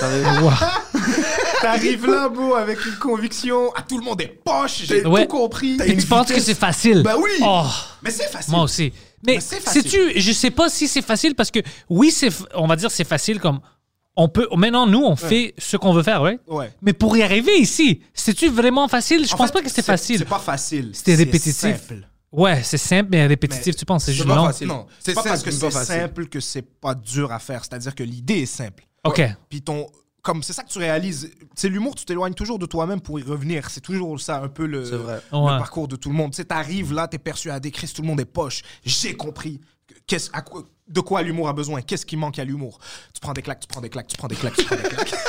T'arrives là, bro, avec une conviction. Ah, tout le monde est poche. J'ai Ouais. tout compris. T'as Et une tu penses que vitesse. c'est facile? Ben oui. Oh, Mais c'est facile. moi aussi. Mais, Mais c'est facile. sais-tu, je sais pas si c'est facile parce que, oui, c'est, f- on va dire c'est facile comme... On peut, maintenant, nous, on fait ce qu'on veut faire, ouais? Ouais. Mais pour y arriver ici, c'est-tu vraiment facile? Je En pense fait, pas que c'était c'est- facile. C'est pas facile. C'était C'est répétitif. simple. Ouais, c'est simple, mais répétitif, Mais tu penses, c'est c'est juste pas long. facile. Non, C'est c'est pas parce simple, que mais pas c'est facile. simple que c'est pas dur à faire. C'est-à-dire que l'idée est simple. OK. Puis ton, comme c'est ça que tu réalises. C'est l'humour, tu t'éloignes toujours de toi-même pour y revenir. C'est toujours ça un peu le, C'est vrai. le Ouais. parcours de tout le monde. Tu sais, t'arrives là, t'es persuadé, Chris, tout le monde est poche. J'ai compris. Qu'est-ce, à quoi, de quoi l'humour a besoin? Qu'est-ce qui manque à l'humour? Tu prends des claques, tu prends des claques, tu prends des claques, tu prends des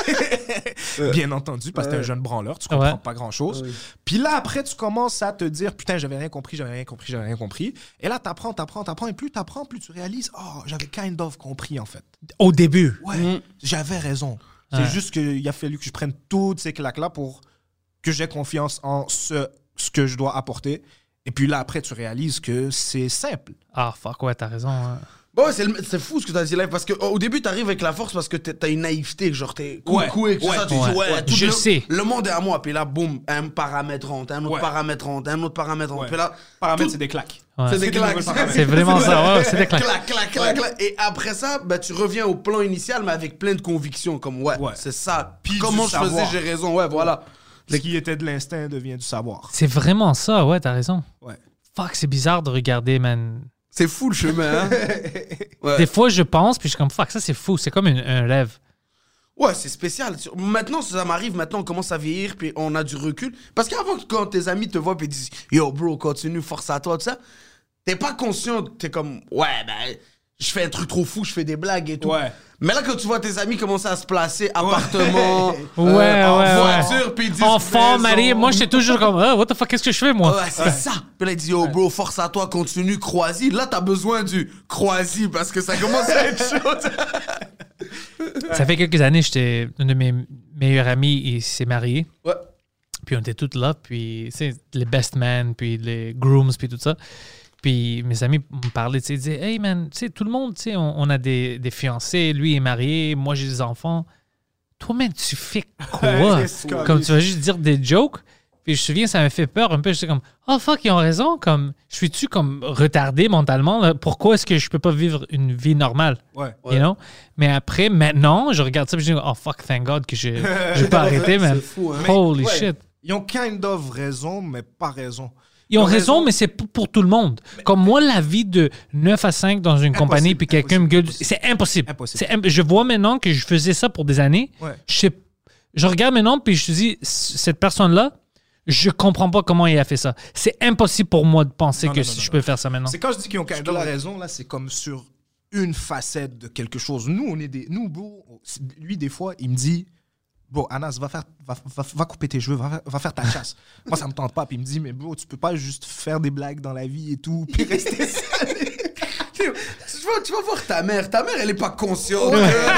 claques. Bien entendu, parce que t'es un jeune branleur, tu comprends Ouais. pas grand-chose. Puis là, après, tu commences à te dire, putain, j'avais rien compris, j'avais rien compris, j'avais rien compris. Et là, t'apprends, t'apprends, t'apprends. Et plus t'apprends, plus tu réalises, oh, j'avais kind of compris, en fait. Au début. Ouais, j'avais raison. C'est Ouais. juste qu'il a fallu que je prenne toutes ces claques-là pour que j'aie confiance en ce, ce que je dois apporter. Et puis là, après, tu réalises que c'est simple. Ah, fuck, ouais, t'as raison. hein. Bon, ouais, c'est, le- c'est fou ce que t'as dit là, parce qu'au début, t'arrives avec la force parce que t'es- t'as une naïveté, genre t'es Ouais. coucou et tout Ouais. ça, tu Ouais. dis ouais, Ouais. tout Je le, sais. le monde est à moi, puis là, boum, un paramètre rentre, un autre Ouais. paramètre rentre, un autre paramètre rentre, Ouais. puis là, Paramètres, tout- c'est des claques. Ouais. c'est des C'est des claques. nouveaux paramètres. C'est vraiment ça, ouais, c'est des claques. Clac, clac, clac, clac. Et après ça, ben, tu reviens au plan initial, mais avec plein de convictions, comme ouais, Ouais. c'est ça. Puis Comment du je faisais, savoir. j'ai raison, ouais, voilà. Ce qui était de l'instinct devient du savoir. C'est vraiment ça, ouais, t'as raison. Ouais. Fuck, c'est bizarre de regarder, man. C'est fou le chemin, hein. Ouais. Des fois, je pense, puis je suis comme, fuck, ça, c'est fou. C'est comme une- un rêve. Ouais, c'est spécial. Maintenant, ça m'arrive, maintenant, on commence à vieillir, puis on a du recul. Parce qu'avant, quand tes amis te voient, puis ils disent yo, bro, continue, force à toi, tout ça, t'es pas conscient, t'es comme, ouais, ben, je fais un truc trop fou, je fais des blagues et tout. Ouais. Mais là, quand tu vois tes amis commencer à se placer, appartement, Ouais, en ouais, voiture, puis ils disent. Enfant, maison. marié, moi, j'étais toujours comme, ah, what the fuck, qu'est-ce que je fais, moi? Ouais, c'est ça. Puis là, il dit, yo, bro, force à toi, continue, croisi. Là, t'as besoin du croisi parce que ça commence à être chaud. Ça fait quelques années, j'étais un de mes meilleurs amis, il s'est marié. Ouais. Puis on était tous là, puis tu sais, les best men, puis les grooms, puis tout ça. Puis mes amis me parlaient, tu sais, ils disaient, hey man, tu sais, tout le monde, tu sais, on, on a des, des fiancés, lui est marié, moi j'ai des enfants. Toi, man, tu fais quoi? Qu'est-ce que- Comme tu vas juste dire des jokes. Puis je me souviens, ça m'a fait peur un peu. J'étais comme, oh fuck, ils ont raison. Comme, je suis-tu comme retardé mentalement? Là? Pourquoi est-ce que je peux pas vivre une vie normale? Ouais. You know? Mais après, maintenant, je regarde ça et je dis, oh fuck, thank God que j'ai j'ai pas arrêté, man. C'est fou, hein. Holy Ouais. shit. Ils ont kind of raison, mais pas raison. Ils ont Ils ont raison, raison. mais c'est pour, pour tout le monde. Comme moi, la vie de neuf à cinq dans une compagnie, puis quelqu'un me gueule, impossible. c'est impossible. Impossible. C'est imp- je vois maintenant que je faisais ça pour des années. Ouais. Je, sais- je regarde maintenant, puis je me dis, c- cette personne-là, je comprends pas comment il a fait ça. C'est impossible pour moi de penser Non, que non, si non, je non. peux faire ça maintenant. C'est quand je dis qu'ils ont kind of raison, là, c'est comme sur une facette de quelque chose. Nous, on est des. Nous, bro, lui, des fois, il me dit Bro, Anas, va, faire, va, va, va couper tes cheveux, va, va faire ta chasse. Moi, ça me tente pas. Puis il me dit Mais bro, tu peux pas juste faire des blagues dans la vie et tout, puis rester sale. Tu vas, tu vas voir ta mère. Ta mère, elle est pas consciente.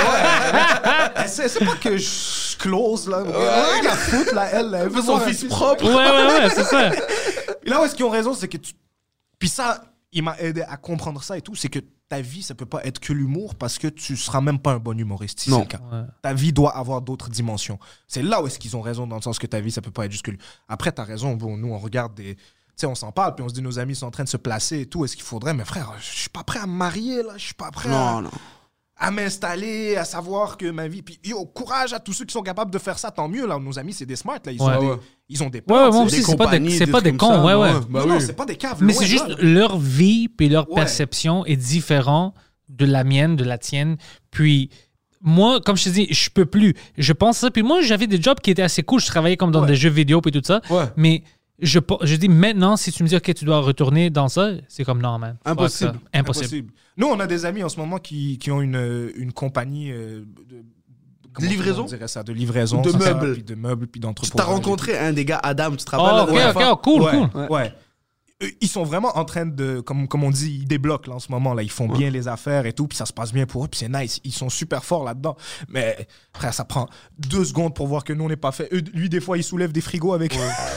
C'est c'est pas que je close, là. Ouais, la foot, là, elle, elle veut Son voir un fils propre. Ouais, ouais, ouais, c'est ça. Puis là où est-ce qu'ils ont raison, c'est que tu. Puis ça, il m'a aidé à comprendre ça et tout, c'est que ta vie, ça peut pas être que l'humour parce que tu seras même pas un bon humoriste si Non. c'est le cas. Ta vie doit avoir d'autres dimensions. C'est là où est-ce qu'ils ont raison, dans le sens que ta vie, ça peut pas être juste que. Après, t'as raison, bon, nous, on regarde des. Tu sais, on s'en parle, puis on se dit, nos amis sont en train de se placer et tout. Est-ce qu'il faudrait. Mais frère, je suis pas prêt à me marier, là. Je suis pas prêt à, Non, non. à m'installer, à savoir que ma vie. Puis, yo, courage à tous ceux qui sont capables de faire ça, tant mieux, là. Nos amis, c'est des smart, là. Ils, Ouais. ont, des, Ouais. ils ont des Ouais, plans, ouais, moi tu sais. aussi, c'est pas des, compagnies, c'est des pas des trucs cons, comme ça, ouais, ouais. ouais. Bah non, non, oui. c'est pas des caves. Mais loin c'est de juste là, là. leur vie puis leur Ouais. perception est différente de la mienne, de la tienne. Puis moi, comme je te dis, je peux plus. Je pense ça. Puis moi, j'avais des jobs qui étaient assez cool. Je travaillais comme dans Ouais. des jeux vidéo puis tout ça. Ouais. Mais je, je dis maintenant, si tu me dis, OK, tu dois retourner dans ça, c'est comme non, man. Impossible. Fuck ça. Impossible. Impossible. Nous, on a des amis en ce moment qui, qui ont une, une compagnie euh, de, De livraison? on dirait ça, de livraison. De ça, meubles. Puis de meubles, puis d'entrepôt. Tu as rencontré un des gars, Adam, tu te Oh, rappelles? OK, la OK, dernière oh, cool, ouais, cool. ouais. Eux, ils sont vraiment en train de, comme, comme on dit, ils débloquent là, en ce moment. Là. Ils font Ouais. bien les affaires et tout, puis ça se passe bien pour eux, puis c'est nice. Ils sont super forts là-dedans. Mais frère, ça prend deux secondes pour voir que nous, on n'est pas fait. Eux, lui, des fois, il soulève des frigos avec...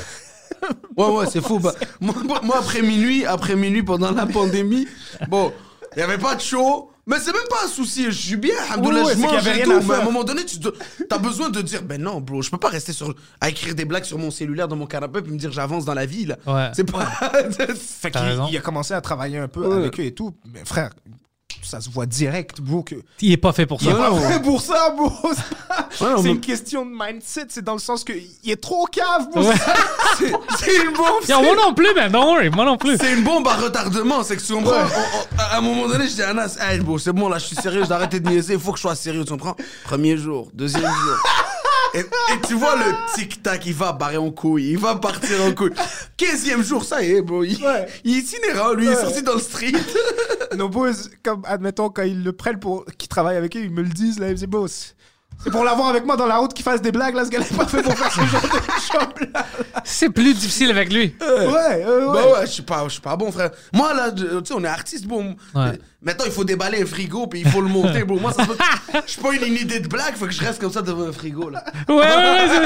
Ouais, ouais, c'est fou. Bah, moi, moi, après minuit, après minuit, pendant la pandémie, bon, il n'y avait pas de show. Mais c'est même pas un souci, je suis bien, alhamdoulilah, Ouais, ouais, je c'est qu'il y mange avait et rien à tout, mais à un faire. moment donné, tu as besoin de dire, ben non, bro, je peux pas rester sur, à écrire des blagues sur mon cellulaire dans mon canapé puis me dire j'avance dans la vie, là. Ouais. C'est pas... Fait T'as qu'il raison. il a commencé à travailler un peu Ouais. avec eux et tout. Mais frère, ça se voit direct, bro, que... Il est pas fait pour Il est ça. pas non. fait pour ça, bro. C'est pas- Ouais, non, c'est mais- une question de mindset. C'est dans le sens qu'il est trop cave, bro. Ouais. C'est c'est une bombe. Yo, moi non plus, man. Don't worry, moi non plus. C'est une bombe à retardement, c'est que tu comprends. on- on- à un moment donné, je dis à Anas, hey, bro, c'est bon, là, je suis sérieux, je dois arrêter de niaiser, il faut que je sois sérieux, tu comprends? Premier jour, deuxième jour. Et, et tu vois le tic-tac, il va barrer en couille, il va partir en couille. quinzième jour, ça y est, bro, il, Ouais. il est itinérant, lui, il est Ouais. sorti dans le street. Nos boys, comme admettons, quand ils le prennent pour qu'ils travaillent avec eux, ils me le disent, là, ils me disent, boss, c'est pour l'avoir avec moi dans la route qu'il fasse des blagues, là, ce gars-là est pas fait pour faire ce genre de job, là. C'est plus difficile avec lui. Ouais, euh, ouais. Bah ouais, je suis pas, je suis pas bon, frère. Moi, là, je- tu sais, on est artiste, bon. Ouais. Maintenant, il faut déballer un frigo, puis il faut le monter, bon. Moi, ça se peut... Je suis pas une idée de blague, faut que je reste comme ça devant un frigo, là. Ouais, ouais, ouais.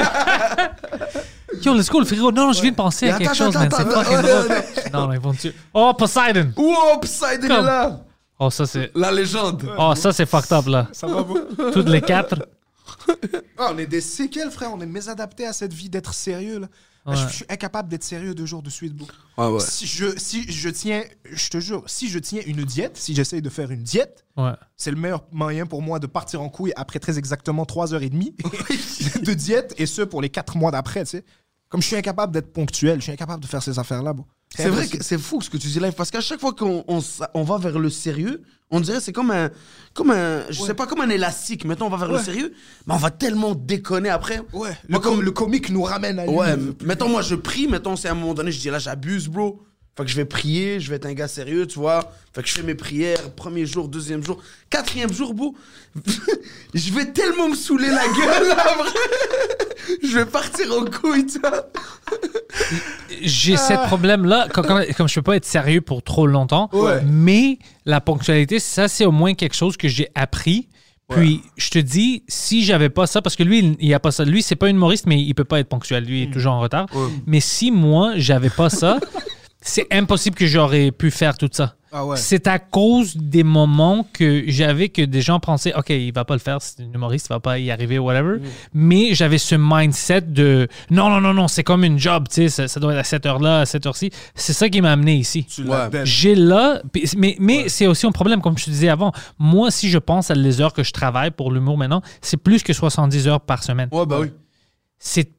c'est- Yo, let's go, le frigo. Non, non, je viens de penser à Attends, quelque chose, attends, man. C'est attends, fucking attends, drôle. Non, non, ils vont tuer. Oh, Poseidon. Wow, Poseidon est Comme- là. Oh, ça, c'est. La légende. Oh, ça, c'est fucked up, là. Ça va, bro. Toutes les quatre. Ah, on est des séquelles, frère. On est mésadaptés à cette vie d'être sérieux, là. Ouais. Je, je suis incapable d'être sérieux deux jours de suite, bro. Ouais, ouais. Si je, si je tiens, je te jure, si je tiens une diète, si j'essaye de faire une diète, Ouais. c'est le meilleur moyen pour moi de partir en couille après très exactement trois heures et demie de diète, et ce pour les quatre mois d'après, tu sais. Comme je suis incapable d'être ponctuel, je suis incapable de faire ces affaires-là, bro. C'est vrai que c'est fou ce que tu dis live, parce qu'à chaque fois qu'on on, s- on va vers le sérieux, on dirait c'est comme un, comme un, je sais pas, comme un élastique. Maintenant, on va vers le Ouais. sérieux, mais on va tellement déconner après. Ouais, le, Moi, com- comme- le comique nous ramène à lui. Ouais, mettons, moi, je prie. Mettons, c'est à un moment donné, je dis là, j'abuse, bro. Fait que je vais prier, je vais être un gars sérieux, tu vois. Fait que je fais mes prières, premier jour, deuxième jour, quatrième jour, bro. Je vais tellement me saouler la gueule, là, vrai. Je vais partir en couille, tu vois. J'ai ce problème-là, quand- quand- comme je peux pas être sérieux pour trop longtemps, Ouais. mais la ponctualité, ça, c'est au moins quelque chose que j'ai appris. Puis, je te dis, si j'avais pas ça, parce que lui, il, il a pas ça. Lui, c'est pas une humoriste, mais il peut pas être ponctuel. Lui, il est toujours en retard. Mais si moi, j'avais pas ça, c'est impossible que j'aurais pu faire tout ça. Ah ouais. C'est à cause des moments que j'avais que des gens pensaient, OK, il va pas le faire, c'est un humoriste, il va pas y arriver, whatever. Mais j'avais ce mindset de non, non, non, non, c'est comme une job, tu sais, ça, ça doit être à cette heure-là, à cette heure-ci. C'est ça qui m'a amené ici. Tu l'as Ouais. dead. J'ai là, puis- mais, mais c'est aussi un problème, comme je te disais avant. Moi, si je pense à les heures que je travaille pour l'humour maintenant, c'est plus que soixante-dix heures par semaine. Ouais, bah oui. C'est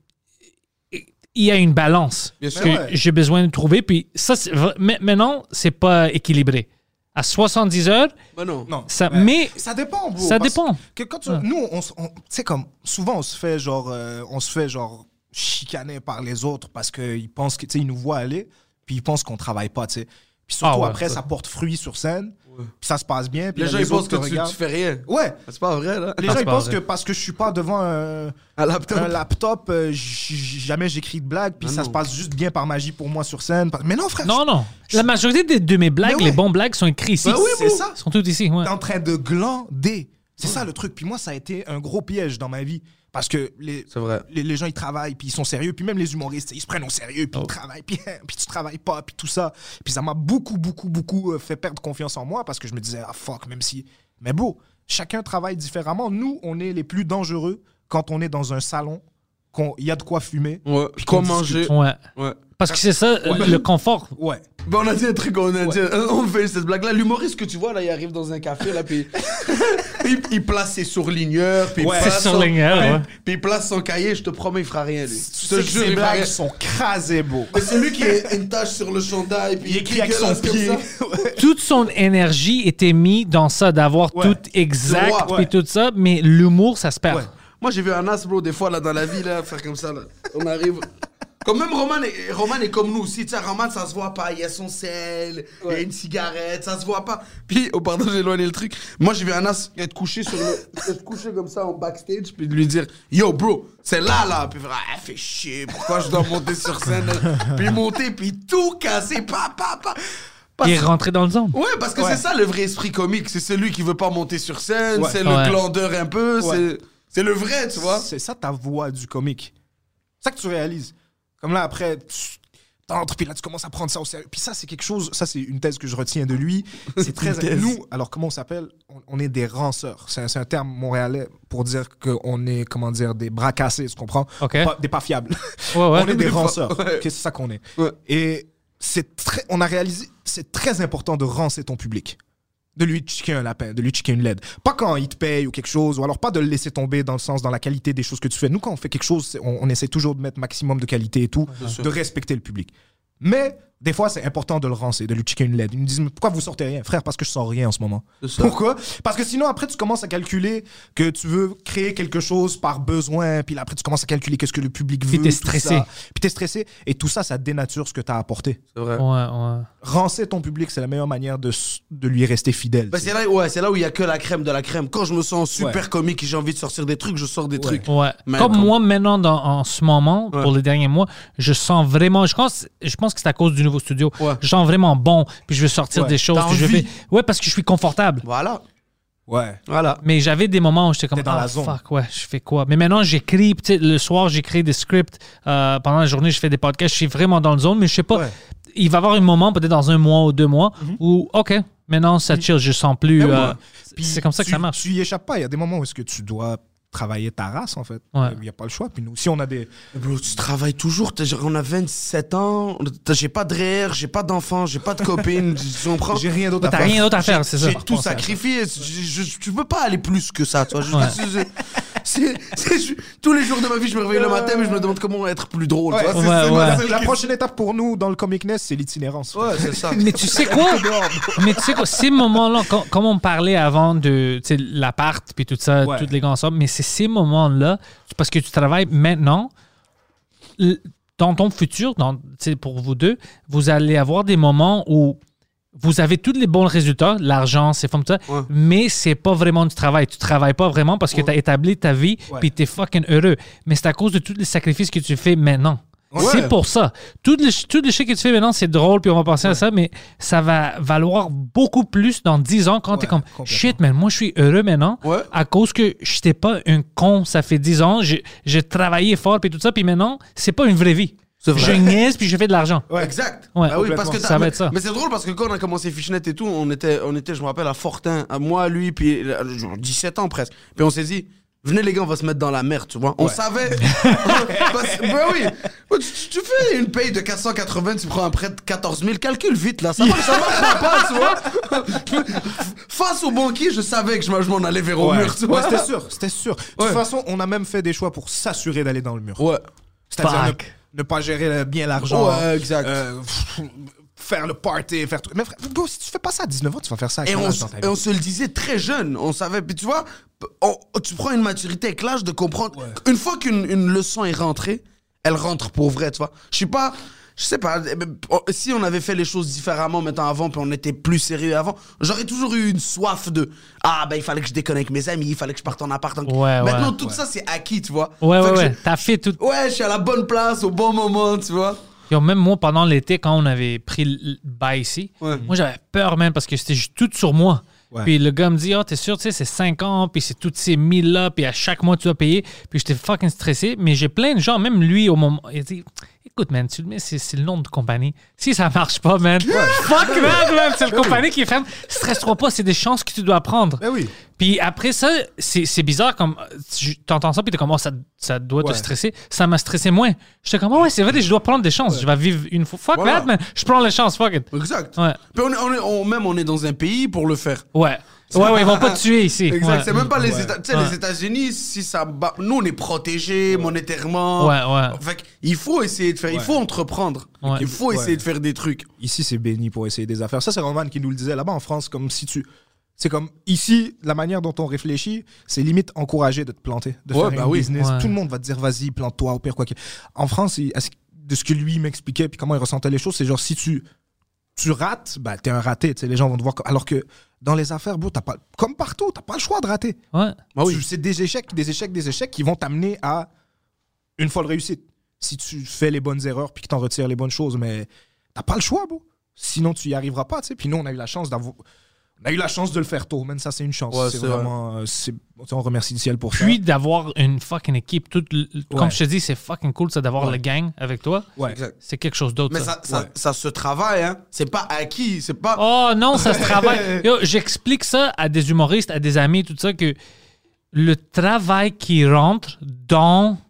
il y a une balance Bien sûr. que Ouais. j'ai besoin de trouver. Puis ça, c'est vra- mais maintenant, c'est pas équilibré. À soixante-dix heures, Bah non. Non. ça, Ouais. mais Ça dépend, bro. ça parce dépend. Que quand tu- Ouais. Nous, on, s- on- tu sais, comme souvent, on se fait genre, euh, on se fait genre chicaner par les autres parce qu'ils pensent que, tu sais, ils nous voient aller, puis ils pensent qu'on travaille pas, tu sais. Puis surtout Ah ouais, après, ça. ça. porte fruit sur scène, puis ça se passe bien. Puis Les là, gens, ils pensent autres que te tu, regardent. tu fais rien. Ouais. C'est pas vrai, là. Les Ah, gens, c'est ils pas pensent vrai. que parce que je suis pas devant un, Un laptop. un laptop, euh, j- jamais j'écris de blagues, puis Ah ça non. se passe juste bien par magie pour moi sur scène. Mais non, frère. Non, non. La majorité de, de mes blagues, Mais ouais. les bons blagues, sont écrits ici. Bah oui, c'est ça. Ils sont tous ici. Ouais. T'es en train de glander. C'est ça le truc. Puis moi, ça a été un gros piège dans ma vie. Parce que les, C'est vrai. les, les gens, ils travaillent, puis ils sont sérieux. Puis même les humoristes, ils se prennent au sérieux, puis Oh. ils travaillent, puis, puis tu travailles pas, puis tout ça. Puis ça m'a beaucoup, beaucoup, beaucoup euh, fait perdre confiance en moi parce que je me disais, ah fuck, même si. Mais bro, chacun travaille différemment. Nous, on est les plus dangereux quand on est dans un salon, qu'il y a de quoi fumer. Ouais. Puis Quoi qu'on manger. Ouais. Ouais. Parce que c'est ça, le confort. Ouais. Ben, on a dit un truc, on a dit, euh, on fait cette blague-là. L'humoriste que tu vois, là, il arrive dans un café, là, puis il, il place ses surligneurs, puis il Ouais. place Ses son- surligneurs, puis- ouais. puis il place son cahier, je te promets, il fera rien, lui. Tu Je sais te que jure, ces il fera rien. blagues sont crasées, bro. Mais c'est lui qui a une tache sur le chandail, puis Il écrit avec son dégueulasse comme pied. ça. Toute son énergie était mise dans ça, d'avoir Ouais. tout exact, Droit, puis ouais. tout ça, mais l'humour, ça se perd. Ouais. Moi, j'ai vu un as, bro, des fois, là, dans la vie, là, faire comme ça, là. On arrive. Comme même Roman est, Roman est comme nous aussi. Tu sais, Roman, ça se voit pas. Il y a son sel, il ouais. y a une cigarette, ça se voit pas. Puis, oh pardon, j'ai éloigné le truc. Moi, j'ai vu Anas être couché sur le... être couché comme ça en backstage, puis lui dire « Yo, bro, c'est là, là. » Puis il fait « Ah, fait chier, pourquoi je dois monter sur scène? » Puis monter, puis tout casser, pa, pa, pa. Parce... Il est rentré dans le zone. Ouais, parce que ouais. c'est ça le vrai esprit comique. C'est celui qui veut pas monter sur scène, ouais. c'est ouais. le glandeur un peu, ouais. c'est... c'est le vrai, tu vois. C'est ça ta voix du comique. C'est ça que tu réalises. Comme là, après, tu t'entres, puis là, tu commences à prendre ça au sérieux. Puis ça, c'est quelque chose, ça, c'est une thèse que je retiens de lui. C'est très... Nous, alors, comment on s'appelle? On, on est des ranceurs. C'est un, c'est un terme montréalais pour dire qu'on est, comment dire, des bras cassés, tu comprends? Okay. Pas, des pas fiables. Ouais, ouais. On est des, des ranceurs. Ouais. Okay, c'est ça qu'on est. Ouais. Et c'est très... On a réalisé, c'est très important de rancer ton public. De lui checker un lapin, de lui checker une L E D. Pas quand il te paye ou quelque chose, ou alors pas de le laisser tomber dans le sens, dans la qualité des choses que tu fais. Nous, quand on fait quelque chose, on, on essaie toujours de mettre maximum de qualité et tout, ouais, de respecter le public. Mais des fois, c'est important de le rancer, de lui checker une L E D. Ils me disent, mais pourquoi vous sortez rien? Frère, parce que je sors rien en ce moment. Pourquoi? Parce que sinon, après, tu commences à calculer que tu veux créer quelque chose par besoin, puis là, après, tu commences à calculer qu'est-ce que le public veut. Puis t'es stressé. Puis t'es stressé, et tout ça, ça dénature ce que t'as apporté. C'est vrai. Ouais, ouais. Rancer ton public, c'est la meilleure manière de, de lui rester fidèle. Bah c'est là, ouais, c'est là où il y a que la crème de la crème. Quand je me sens super ouais. comique et j'ai envie de sortir des trucs, je sors des ouais. trucs. Ouais. Mais comme, comme moi, maintenant, dans, en ce moment, ouais. pour les derniers mois, je sens vraiment... Je pense, je pense que c'est à cause du nouveau studio. Ouais. Je sens vraiment bon, puis je veux sortir ouais. des choses. T'as Puis je envie. vais... Ouais, parce que je suis confortable. Voilà. Ouais. Voilà. Mais j'avais des moments où j'étais comme, T'es dans ah, la zone. fuck, ouais, je fais quoi? Mais maintenant, j'écris, tu sais, le soir, j'écris des scripts. Euh, pendant la journée, je fais des podcasts. Je suis vraiment dans le zone, mais je sais pas. Ouais. Il va y avoir un moment, peut-être dans un mois ou deux mois, Mm-hmm. où, OK, maintenant, ça chill, je sens plus. Mais euh, ouais. Puis c'est comme ça que tu, ça marche. Tu y échappes pas. Il y a des moments où est-ce que tu dois travailler ta race, en fait. Ouais. Il n'y a pas le choix. Puis nous, si on a des... Bro, tu travailles toujours. T'as- On a vingt-sept ans. t'as- J'ai pas de R E E R, j'ai pas d'enfants, j'ai pas de copine. Tu comprends? J'ai rien d'autre Mais à t'as faire. rien d'autre à faire, c'est ça. J'ai par tout contre, ça. sacrifié. Je, je, tu peux pas aller plus que ça, toi. Je- Ouais. je- c'est- c'est- je- tous les jours de ma vie, je me réveille le matin, mais je me demande comment être plus drôle. Ouais, tu vois, c'est- c'est- c'est- ouais. la- La prochaine étape pour nous dans le Comicness, c'est l'itinérance. Ouais, c'est ça. Mais tu sais quoi? Mais tu sais quoi? Ces moments-là, com- comme on parlait avant de tu sais, l'appart puis tout ça, Ouais. toutes les grands sommes, mais c'est ces moments-là, parce que tu travailles maintenant, l- dans ton futur, dans, tu sais, pour vous deux, vous allez avoir des moments où vous avez tous les bons résultats, l'argent, c'est comme ça, Ouais. mais c'est pas vraiment du travail. Tu travailles pas vraiment parce que Ouais. tu as établi ta vie Ouais. puis tu es fucking heureux. Mais c'est à cause de tous les sacrifices que tu fais maintenant. Ouais. C'est pour ça. Tout le, tout le shit que tu fais maintenant, c'est drôle, puis on va penser à ça, mais ça va valoir beaucoup plus dans dix ans quand Ouais, t'es comme complètement. shit, man, moi je suis heureux maintenant Ouais. à cause que j'étais pas un con, ça fait dix ans, j'ai, j'ai travaillé fort, puis tout ça, puis maintenant, c'est pas une vraie vie. C'est vrai. Je niaise, puis je fais de l'argent. Ouais. Exact. Ouais. Bah oui, parce que Ça t'as- va mais, être ça. mais c'est drôle parce que quand on a commencé Fishnet et tout, on était, on était, je me rappelle, à Fortin, à moi, lui, puis euh, genre dix-sept ans presque. Puis on s'est dit, venez les gars, on va se mettre dans la merde, tu vois. On Ouais. savait. Parce- bah oui. Tu, tu fais une paye de quatre cent quatre-vingts, tu prends un prêt de quatorze mille, calcule vite là, ça marche, ça marchera pas, tu vois. Face au banquier, je savais que je m'en- je m'en allais vers au Ouais. mur, tu Ouais, vois. c'était sûr, c'était sûr. De Ouais. toute façon, on a même fait des choix pour s'assurer d'aller dans le mur. Ouais. C'est-à-dire ne, Fuck. ne pas gérer euh, bien l'argent. Ouais, exact. euh, pff, faire le party, faire tout. Mais frère, bro, si tu fais pas ça à dix-neuf ans, tu vas faire ça à Et quel on, âge s- dans ta et vie? on se le disait très jeune, on savait. Puis tu vois, on- tu prends une maturité avec l'âge de comprendre. Ouais. Une fois qu'une une leçon est rentrée, elle rentre pour vrai, tu vois. Je suis pas. Je sais pas, eh ben, oh, si on avait fait les choses différemment maintenant avant, puis on était plus sérieux avant, j'aurais toujours eu une soif de ah ben il fallait que je déconne avec mes amis, il fallait que je parte en appart. Ouais, Maintenant ouais. tout ça c'est acquis, tu vois. Ouais, Fait ouais, que ouais. je- T'as fait tout. Ouais, je suis à la bonne place au bon moment, tu vois. Yo, même moi, pendant l'été, quand on avait pris le bail ici, Ouais. moi, j'avais peur, man, parce que c'était juste tout sur moi. Ouais. Puis le gars me dit, ah, t'es sûr, tu sais, c'est cinq ans, puis c'est toutes ces mille-là, puis à chaque mois, tu dois payer. Puis j'étais fucking stressé. Mais j'ai plein de gens, même lui, au moment, il dit, écoute, man, tu le mets, c'est, c'est le nom de compagnie. Si ça marche pas, man, fuck, man, man, c'est le compagnie qui est ferme. Stresse-toi pas, c'est des chances que tu dois prendre. Ben oui. Puis après ça, c'est, c'est bizarre, comme tu entends ça, puis t'es comme, oh, ça, ça doit te Ouais. stresser. Ça m'a stressé moins. J'étais comme, oh, ouais, c'est vrai, je dois prendre des chances. Je vais vivre une fois. Fuck Voilà. that, man. Je prends les chances, fuck it. Exact. Ouais. Puis on est, on est- on- même on est dans un pays pour le faire. Ouais. Ouais, ouais, ils vont pas te tuer ici. Exact, Ouais. c'est même pas les Ouais. États. Tu sais, Ouais. les États-Unis, si ça bat. Nous, on est protégés monétairement. Ouais, ouais. Fait qu'il faut essayer de faire. Il Ouais. faut entreprendre. Ouais. Il faut Ouais. essayer de faire des trucs. Ici, c'est béni pour essayer des affaires. Ça, c'est Roman qui nous le disait là-bas en France, comme si tu. C'est comme ici, la manière dont on réfléchit, c'est limite encouragé de te planter, de Ouais, faire bah une oui. business. Ouais. Tout le monde va te dire vas-y, plante-toi, au pire quoi que. En France, il- est-ce- de ce que lui m'expliquait, puis comment il ressentait les choses, c'est genre si tu, tu rates, ben, t'es un raté. Les gens vont te voir. Comme... Alors que dans les affaires, bro, t'as pas, comme partout, t'as pas le choix de rater. Ouais. Ah oui. Tu- C'est des échecs, des échecs, des échecs qui vont t'amener à une folle réussite. Si tu fais les bonnes erreurs puis que t'en retires les bonnes choses, mais t'as pas le choix, bro. Sinon, tu y arriveras pas, tu sais. Puis nous, on a eu la chance d'avoir... On a eu la chance de le faire tôt, man. Ça, c'est une chance. Ouais, c'est c'est vraiment... euh, c'est- on remercie le ciel pour ça. Puis d'avoir une fucking équipe. Toute, l- Comme Ouais. je te dis, c'est fucking cool ça, d'avoir Ouais. le gang avec toi. Ouais. Exact. C'est quelque chose d'autre. Mais ça. ça, ça, Ouais. ça se travaille, hein. C'est pas acquis, c'est pas... Oh non, ça se travaille. Yo, j'explique ça à des humoristes, à des amis, tout ça, que le travail qui rentre dans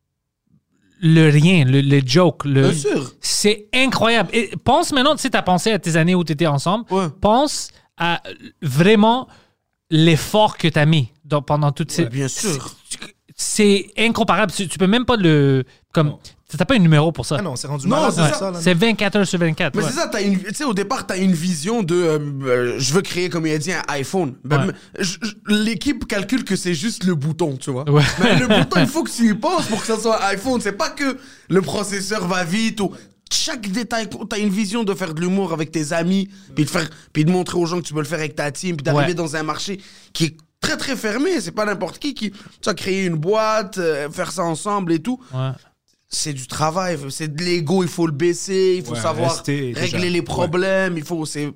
le rien, le, le joke, le, Bien sûr. c'est incroyable. Et pense maintenant, tu sais, t'as pensé à tes années où t'étais ensemble. Ouais. Pense à vraiment l'effort que t'as mis dans- pendant toutes ces... Ouais, bien sûr. C'est incomparable. Tu, tu peux même pas le... Comme, t'as pas un numéro pour ça. Ah non, c'est rendu Non, malade, c'est ouais. ça. ça, là. C'est vingt-quatre heures sur vingt-quatre. Mais ouais. c'est ça, t'as une, tu sais, au départ, t'as une vision de euh, euh, je veux créer, comme il a dit, un iPhone. Ben, Ouais. je- je- l'équipe calcule que c'est juste le bouton, tu vois. Ouais. Mais le bouton, il faut que tu y penses pour que ça soit un iPhone. C'est pas que le processeur va vite ou. Chaque détail, compte. T'as une vision de faire de l'humour avec tes amis, puis de, faire, puis de montrer aux gens que tu peux le faire avec ta team, puis d'arriver Ouais. dans un marché qui est très très fermé. C'est pas n'importe qui qui. Tu vas créer une boîte, euh, faire ça ensemble et tout. Ouais. C'est du travail, c'est de l'ego, il faut le baisser, il faut Ouais, savoir rester déjà. régler les problèmes, il faut... c'est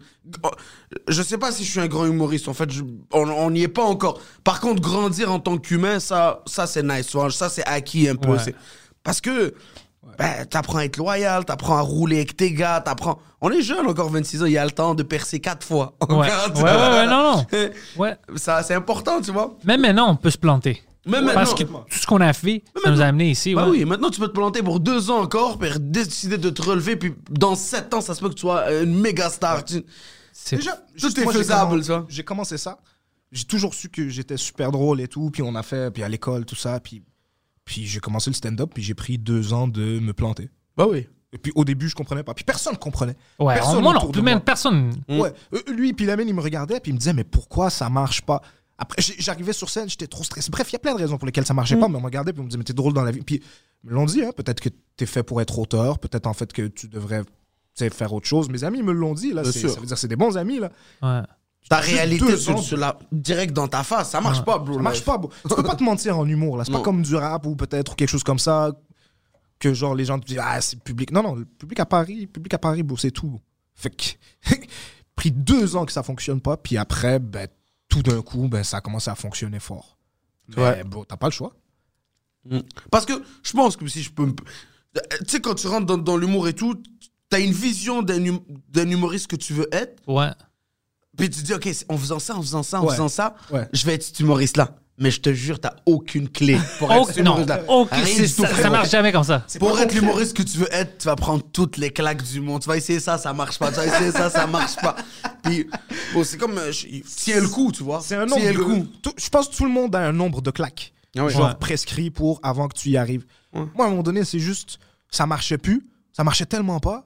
Je sais pas si je suis un grand humoriste, en fait, je- on n'y est pas encore. Par contre, grandir en tant qu'humain, ça, ça c'est nice, tu vois, ça c'est acquis un peu. Ouais. c'est- Parce que ben, t'apprends à être loyal, t'apprends à rouler avec tes gars, t'apprends... On est jeune encore, vingt-six ans, il y a le temps de percer quatre fois. Ouais. ouais, ouais, ouais, non, non. Ouais. Ça, c'est important, tu vois. Même maintenant, on peut se planter. Même Parce maintenant. que tout ce qu'on a fait, ça nous a amené ici. Bah ouais. oui, maintenant tu peux te planter pour deux ans encore, puis décider de te relever, puis dans sept ans, ça se peut que tu sois une méga star. Tu- C'est- Déjà, Tout juste est moi, j'ai faisable, commen- ça. J'ai commencé ça. J'ai toujours su que j'étais super drôle et tout. Puis on a fait, puis à l'école, tout ça. Puis, puis j'ai commencé le stand-up. Puis j'ai pris deux ans de me planter. Bah oui. Et puis au début, je comprenais pas. Puis personne comprenait. Ouais, Personne moi non, autour de plus même moi. personne. Ouais. Euh, lui, puis Lamine, il me regardait. Puis il me disait, mais pourquoi ça marche pas? Après, j'ai- j'arrivais sur scène, j'étais trop stressé. Bref, il y a plein de raisons pour lesquelles ça marchait pas. Mais on me regardait. Puis on me disait, mais t'es drôle dans la vie. Puis ils me l'ont dit, hein, peut-être que t'es fait pour être auteur. Peut-être en fait que tu devrais tu sais, faire autre chose. Mes amis me l'ont dit. Là, Bien c'est- sûr. ça veut dire que c'est des bons amis. Là. Ouais. Ta Juste réalité, deux sur, ans. sur la, direct dans ta face, ça marche pas, bro. Ça marche pas, bro. Tu peux pas te mentir en humour, là. C'est pas Non. comme du rap ou peut-être quelque chose comme ça que genre les gens te disent ah c'est le public. Non non, le public à Paris, le public à Paris, bro, c'est tout. Fait que pris deux ans que ça fonctionne pas, puis après ben tout d'un coup ben ça a commencé à fonctionner fort. Mais Ouais. bro, t'as pas le choix. Parce que je pense que si je peux me... Tu sais, quand tu rentres dans, dans l'humour et tout, t'as une vision d'un hum- d'un humoriste que tu veux être, Ouais. puis tu te dis, OK, c'est- en faisant ça, en faisant ça, en Ouais. faisant ça, Ouais. je vais être cet humoriste-là. Mais je te jure, t'as aucune clé pour être Oh, cet non, humoriste-là. ok, Rien c'est- du tout, ça, ça frérot. marche jamais comme ça. Pour être l'humoriste que tu veux être, tu vas prendre toutes les claques du monde. Tu vas essayer ça, ça marche pas. Tu vas essayer ça, ça marche pas. Puis, bon, c'est comme. euh, je- tiens le coup, tu vois. C'est un nombre Tiens de... le coup. tout- Je pense que tout le monde a un nombre de claques. Ah ouais. Genre Ouais. prescrit pour avant que tu y arrives. Ouais. Moi à un moment donné, c'est juste ça marchait plus, ça marchait tellement pas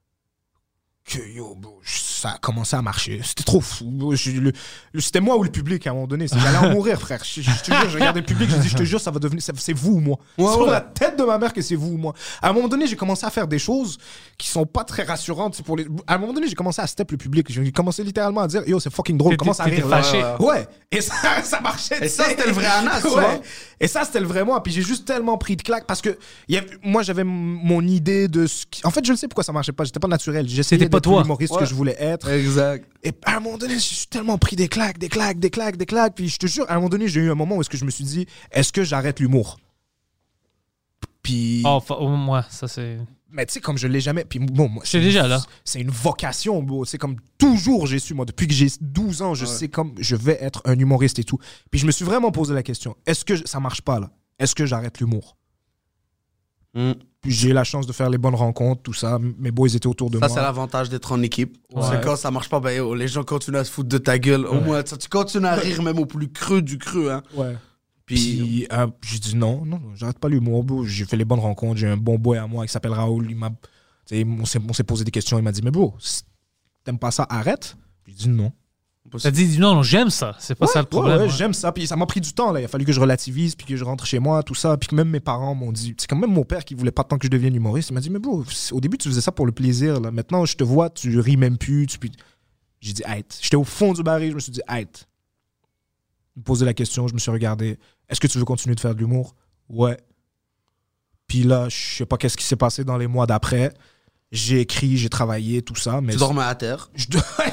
que yo, bro, ça a commencé à marcher. C'était trop fou. bro. Je- le- le- C'était moi ou le public à un moment donné. C'est- J'allais en mourir, frère. Je, je te jure, je regardais le public, je dis, je te jure, ça va devenir, ça- c'est vous ou moi. Ouais, Sur ouais. la tête de ma mère que c'est vous ou moi. À un moment donné, j'ai commencé à faire des choses qui sont pas très rassurantes. C'est pour les... À un moment donné, j'ai commencé à step le public. J'ai commencé littéralement à dire, yo, c'est fucking drôle. T'étais- Commence à t'étais rire. là. fâché. Ouais. Et ça, ça marchait. Et ça, tu sais. c'était le vrai Anas, tu Ouais. vois. Et ça, c'était le vrai moi. Puis j'ai juste tellement pris de claques parce que il y a- moi, j'avais m- mon idée de ce qui... En fait, je ne sais pourquoi ça marchait pas. J'étais pas naturel. J'essayais C'était pas d'être toi. l'humoriste Ouais. que je voulais être. Exact. Et à un moment donné, j'ai tellement pris des claques, des claques, des claques, des claques. Puis je te jure, à un moment donné, j'ai eu un moment où est-ce que je me suis dit, est-ce que j'arrête l'humour? Puis... Oh, fa- oh, moi, ça c'est. Mais tu sais, comme je l'ai jamais. Puis bon, moi. J'étais c'est- déjà là. C'est une vocation, bro. C'est comme toujours, j'ai su, moi, depuis que j'ai douze ans, je sais comme je vais être un humoriste et tout. Puis je me suis vraiment posé la question est-ce que ça marche pas, là? Est-ce que j'arrête l'humour? Mm. Puis j'ai eu la chance de faire les bonnes rencontres, tout ça. Mes boys étaient autour de Ça, moi. c'est l'avantage d'être en équipe. Ouais. C'est quand ça marche pas, ben, yo, les gens continuent à se foutre de ta gueule. Au moins, ça, tu continues à rire même au plus creux du creux. Hein. Ouais. Puis, Puis euh, j'ai dit non, non, non, j'arrête pas l'humour, bro. J'ai fait les bonnes rencontres. J'ai un bon boy à moi qui s'appelle Raoul. Il m'a, tu sais, on s'est on s'est posé des questions. Il m'a dit, mais bro, si t'aimes pas ça, arrête. J'ai dit non. T'as dit non, non, j'aime ça. C'est pas Ouais, ça le problème. ouais, ouais, ouais. j'aime ça. Puis ça m'a pris du temps. Là. Il a fallu que je relativise, puis que je rentre chez moi, tout ça. Puis que même mes parents m'ont dit. C'est quand même mon père qui voulait pas tant que je devienne humoriste. Il m'a dit, mais bro, au début, tu faisais ça pour le plaisir. Là. Maintenant, je te vois, tu ris même plus. Tu... J'ai dit, aïe. J'étais au fond du baril, je me suis dit, aïe. Je me posais la question, je me suis regardé. Est-ce que tu veux continuer de faire de l'humour? Ouais. Puis là, je sais pas qu'est-ce qui s'est passé dans les mois d'après. J'ai écrit, j'ai travaillé, tout ça. Mais Tu dormais à terre. Je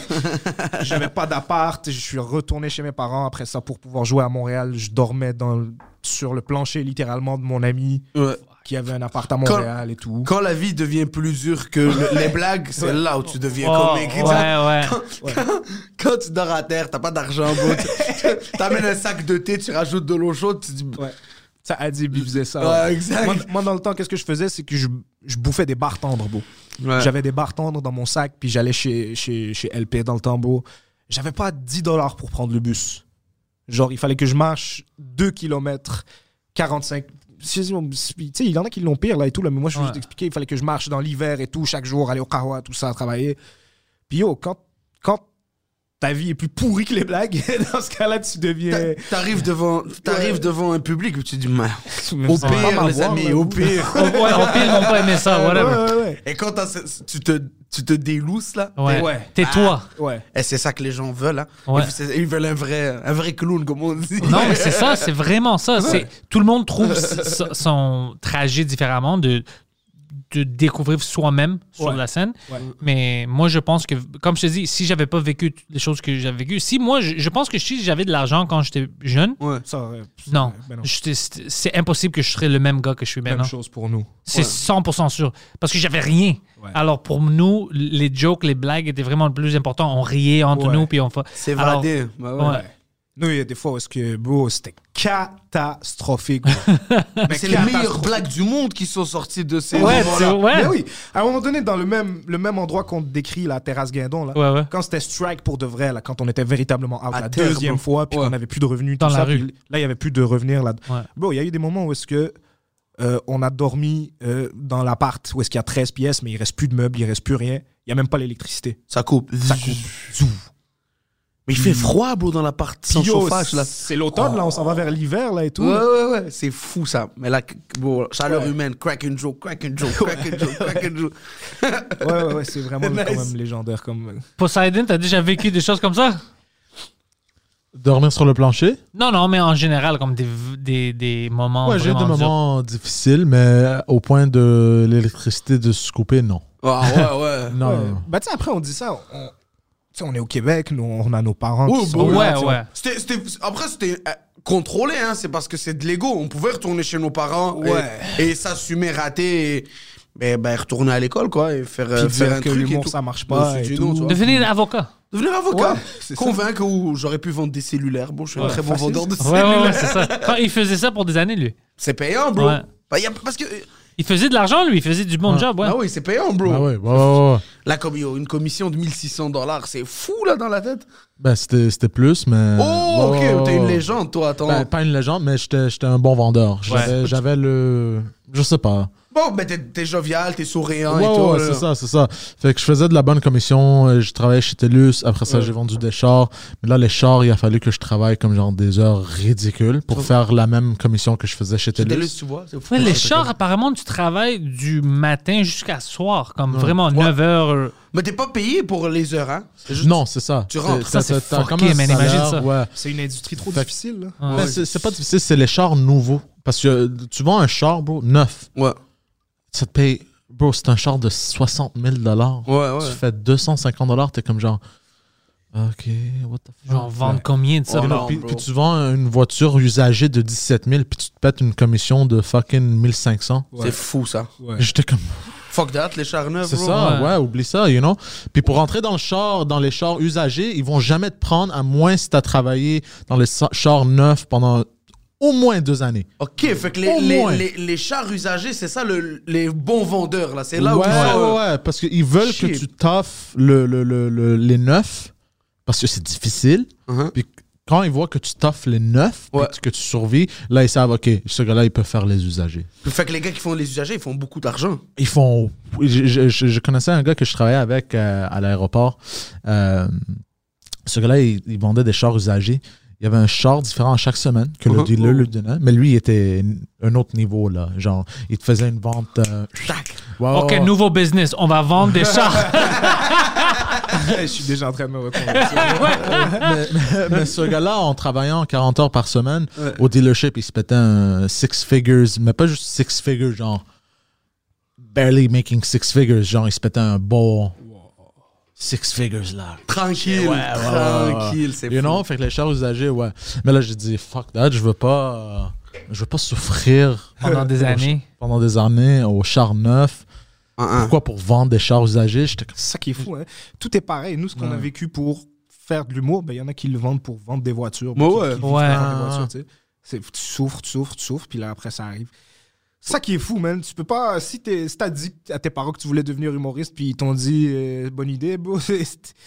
J'avais pas d'appart. Je suis retourné chez mes parents après ça pour pouvoir jouer à Montréal. Je dormais dans le- sur le plancher littéralement de mon ami Ouais. qui avait un appart à Montréal et tout. Quand la vie devient plus dure que le- les blagues, c'est là où tu deviens Oh, comique. ouais, ouais. Quand, quand tu dors à terre, t'as pas d'argent, bro. Tu- T'amènes un sac de thé, tu rajoutes de l'eau chaude, tu dis. Ouais. Ça a dit, il faisait ça. Ouais, ouais. exact. Moi, moi, dans le temps, qu'est-ce que je faisais? C'est que je, je bouffais des barres tendres, bro. Ouais. J'avais des barres tendres dans mon sac, puis j'allais chez, chez, chez L P dans le temps, bro. J'avais pas dix dollars pour prendre le bus. Genre, il fallait que je marche deux kilomètres, quarante-cinq. Tu sais, il y en a qui l'ont pire, là, et tout, là, mais moi, je vais Ouais. juste expliquer. Il fallait que je marche dans l'hiver et tout, chaque jour, aller au Kawa, tout ça, travailler. Puis yo, quand, quand ta vie est plus pourrie que les blagues, dans ce cas-là, tu deviens... T'a- T'arrives devant, t'arrives Ouais. devant un public où tu dis, mais, Mais au ça va pas pire, les m'avoir, amis, là. au pire. Ouais, au pire, ils vont pas aimer ça, whatever. Ouais, ouais, ouais. Et quand t'as ce- tu te, tu te délousses, là, Ouais. Ouais. Tais-toi. Ouais. et c'est ça que les gens veulent. Hein. Ouais. Ils, c'est- ils veulent un vrai, un vrai clown, comme on dit. Non, mais c'est ça, c'est vraiment ça. C'est, tout le monde trouve s- s- son trajet différemment de, de découvrir soi-même sur Ouais. la scène. Ouais. Mais moi, je pense que, comme je te dis, si j'avais pas vécu toutes les choses que j'avais vécues, si moi, je, je pense que si j'avais de l'argent quand j'étais jeune, Ouais. Ça aurait- non, ben non. j'étais- c'est c'est impossible que je serais le même gars que je suis Même maintenant. chose pour nous. C'est cent pour cent sûr. Parce que j'avais rien. Ouais. Alors pour nous, les jokes, les blagues étaient vraiment le plus important. On riait entre Ouais. nous, puis on fait. C'est Alors, vadé. Bah ouais. ouais. Nous, il y a des fois où est-ce que, bro, c'était catastrophique. bro. Mais C'est les meilleures catastrophique. blagues du monde qui sont sorties de ces Ouais, moments-là. c'est- ouais. Mais oui, à un moment donné, dans le même, le même endroit qu'on décrit, la terrasse Guindon, là, Ouais, ouais. quand c'était strike pour de vrai, là, quand on était véritablement out À la terre, deuxième bro. fois, puis Ouais. qu'on n'avait plus de revenus, Dans tout la ça, rue. puis là, il n'y avait plus de revenir. Là. Ouais. Bro, il y a eu des moments où est-ce que euh, on a dormi euh, dans l'appart, où est-ce qu'il y a treize pièces, mais il reste plus de meubles, il reste plus rien. Il n'y a même pas l'électricité. Ça coupe. Ça coupe. Zou. Mais il fait froid, bro, dans l'appart sans Puis yo, chauffage, là. c'est l'automne, là, on s'en va vers l'hiver, là, et tout. Ouais, ouais, ouais. C'est fou, ça. Mais là, bon, chaleur Ouais. humaine, crack and joke, crack and joke, crack and joke, crack and joke. Ouais, ouais, ouais, c'est vraiment Nice. quand même légendaire. Comme... Poseidon, t'as déjà vécu des choses comme ça? Dormir sur le plancher? Non, non, mais en général, comme des, des, des moments. Ouais, j'ai des vraiment durs. moments difficiles, mais au point de l'électricité de se couper, non. Ah, ouais, ouais. Non, Ouais. non, non. Bah, tu sais, après, on dit ça. On, tu sais, on est au Québec, nous, on a nos parents. Ouais, qui sont bah là, Ouais, tu sais, ouais. C'était, c'était- après, c'était euh, contrôlé, hein. C'est parce que c'est de l'ego. On pouvait retourner chez nos parents et- Ouais. et, s'assumer raté et ben, ben, retourner à l'école, quoi, et faire, euh, Puis faire dire un que truc et l'humour, tout. ça marche Non, pas c'est et du tout. non, tu vois. Devenir avocat. Devenir avocat. Ouais, c'est ça. Convaincre où j'aurais pu vendre des cellulaires. Bon, je suis un Ouais, très bon facile. vendeur de Ouais, cellulaires. ouais, ouais, c'est ça. Quand il faisait ça pour des années, lui. C'est payant, bro. Ouais. Bah, y a, parce que. Il faisait de l'argent, lui. Il faisait du bon Ouais. job, ouais. Ah oui, c'est payant, bro. Ah ouais, ouais, ouais, ouais. La commi- une commission de mille six cents dollars, c'est fou, là, dans la tête. Ben, c'était c'était plus, mais... Oh, ok, Ouais, ouais, t'es une ouais. légende, toi, attends. Ben, pas une légende, mais j'étais j'étais un bon vendeur. J'avais Ouais. j'avais le... Je sais pas. Bon, ben, t'es, t'es jovial, t'es souriant Ouais, et tout. ouais, là. c'est ça, c'est ça. Fait que je faisais de la bonne commission, euh, je travaillais chez TELUS, après ça, Ouais. j'ai vendu des chars. Mais là, les chars, il a fallu que je travaille comme genre des heures ridicules pour faire la même commission que je faisais chez Chez TELUS. TELUS, tu vois, c'est fou. Ouais, les chars, apparemment, tu travailles du matin jusqu'à soir, comme vraiment Ouais. neuf heures. Mais t'es pas payé pour les heures, hein. C'est juste- Non, c'est ça. Tu rentres. Ça, c'est t'as fucké, man, imagine ça. Ouais. C'est une industrie trop Fait- difficile. Là. Ouais. Ben, c'est c'est pas difficile, c'est les chars nouveaux. Parce que euh, tu vends un char, bro, neuf. Ouais. Ça te paye... Bro, c'est un char de soixante mille dollars. Ouais, ouais. Tu fais deux cent cinquante dollars, t'es comme genre... OK, what the fuck? Genre, vendre combien de ça? Oh, You know, non, puis, bro. puis tu vends une voiture usagée de dix-sept mille, puis tu te pètes une commission de fucking mille cinq cents. C'est fou, ça. Ouais. J'étais comme... Fuck that, les chars neufs, C'est bro. ça, Ouais. ouais. oublie ça, you know. Puis pour rentrer dans le char, dans les chars usagés, ils vont jamais te prendre, à moins si tu as travaillé dans les sa- chars neufs pendant au moins deux années. Ok, fait que les, Au les, moins. les, les chars usagés, c'est ça le, les bons vendeurs, là. C'est là ouais, où ils sont, ouais, euh, ouais, parce qu'ils veulent shit. que tu t'offres le, le, le, le- les neufs, parce que c'est difficile. uh-huh. Puis quand ils voient que tu t'offres les neufs, puis Ouais. que tu survis, là, ils savent, OK, ce gars-là, il peut faire les usagés. Fait que les gars qui font les usagers, ils font beaucoup d'argent. Ils font. Je, je- je- je connaissais un gars que je travaillais avec euh, à l'aéroport. Euh, Ce gars-là, il, il vendait des chars usagés. Il y avait un char différent chaque semaine que le Uh-huh. dealer lui donnait. Mais lui, il était un autre niveau, là. Genre, il te faisait une vente... Euh, ouais, OK, ouais, ouais. nouveau business. On va vendre des chars. Je suis déjà en train de me reconvertir. mais, mais- mais ce gars-là, en travaillant quarante heures par semaine, Ouais. au dealership, il se pétait un six figures, mais pas juste six figures, genre barely making six figures, genre il se pétait un beau six figures là. Tranquille, Ouais, ouais, ouais, ouais. tranquille, c'est You fou. know, fait que les chars usagés, ouais. Mais là, j'ai dit, fuck that, je veux pas, euh, je veux pas souffrir Pendant des années. pendant des années au char neuf. Un, un. Pourquoi pour vendre des chars usagés? J'étais comme, C'est ça qui est fou, hein. Tout est pareil. Nous, ce qu'on a vécu pour faire de l'humour, ben, il y en a qui le vendent pour vendre des voitures. Bah qui- ouais. qui vivent Ouais. pour vendre des voitures, tu sais. C'est- Tu souffres, tu souffres, tu souffres, puis là, après, ça arrive. C'est ça qui est fou, man. Tu peux pas... Si t'es- si t'as dit à tes parents que tu voulais devenir humoriste, puis ils t'ont dit euh, bonne idée, bro, c'est-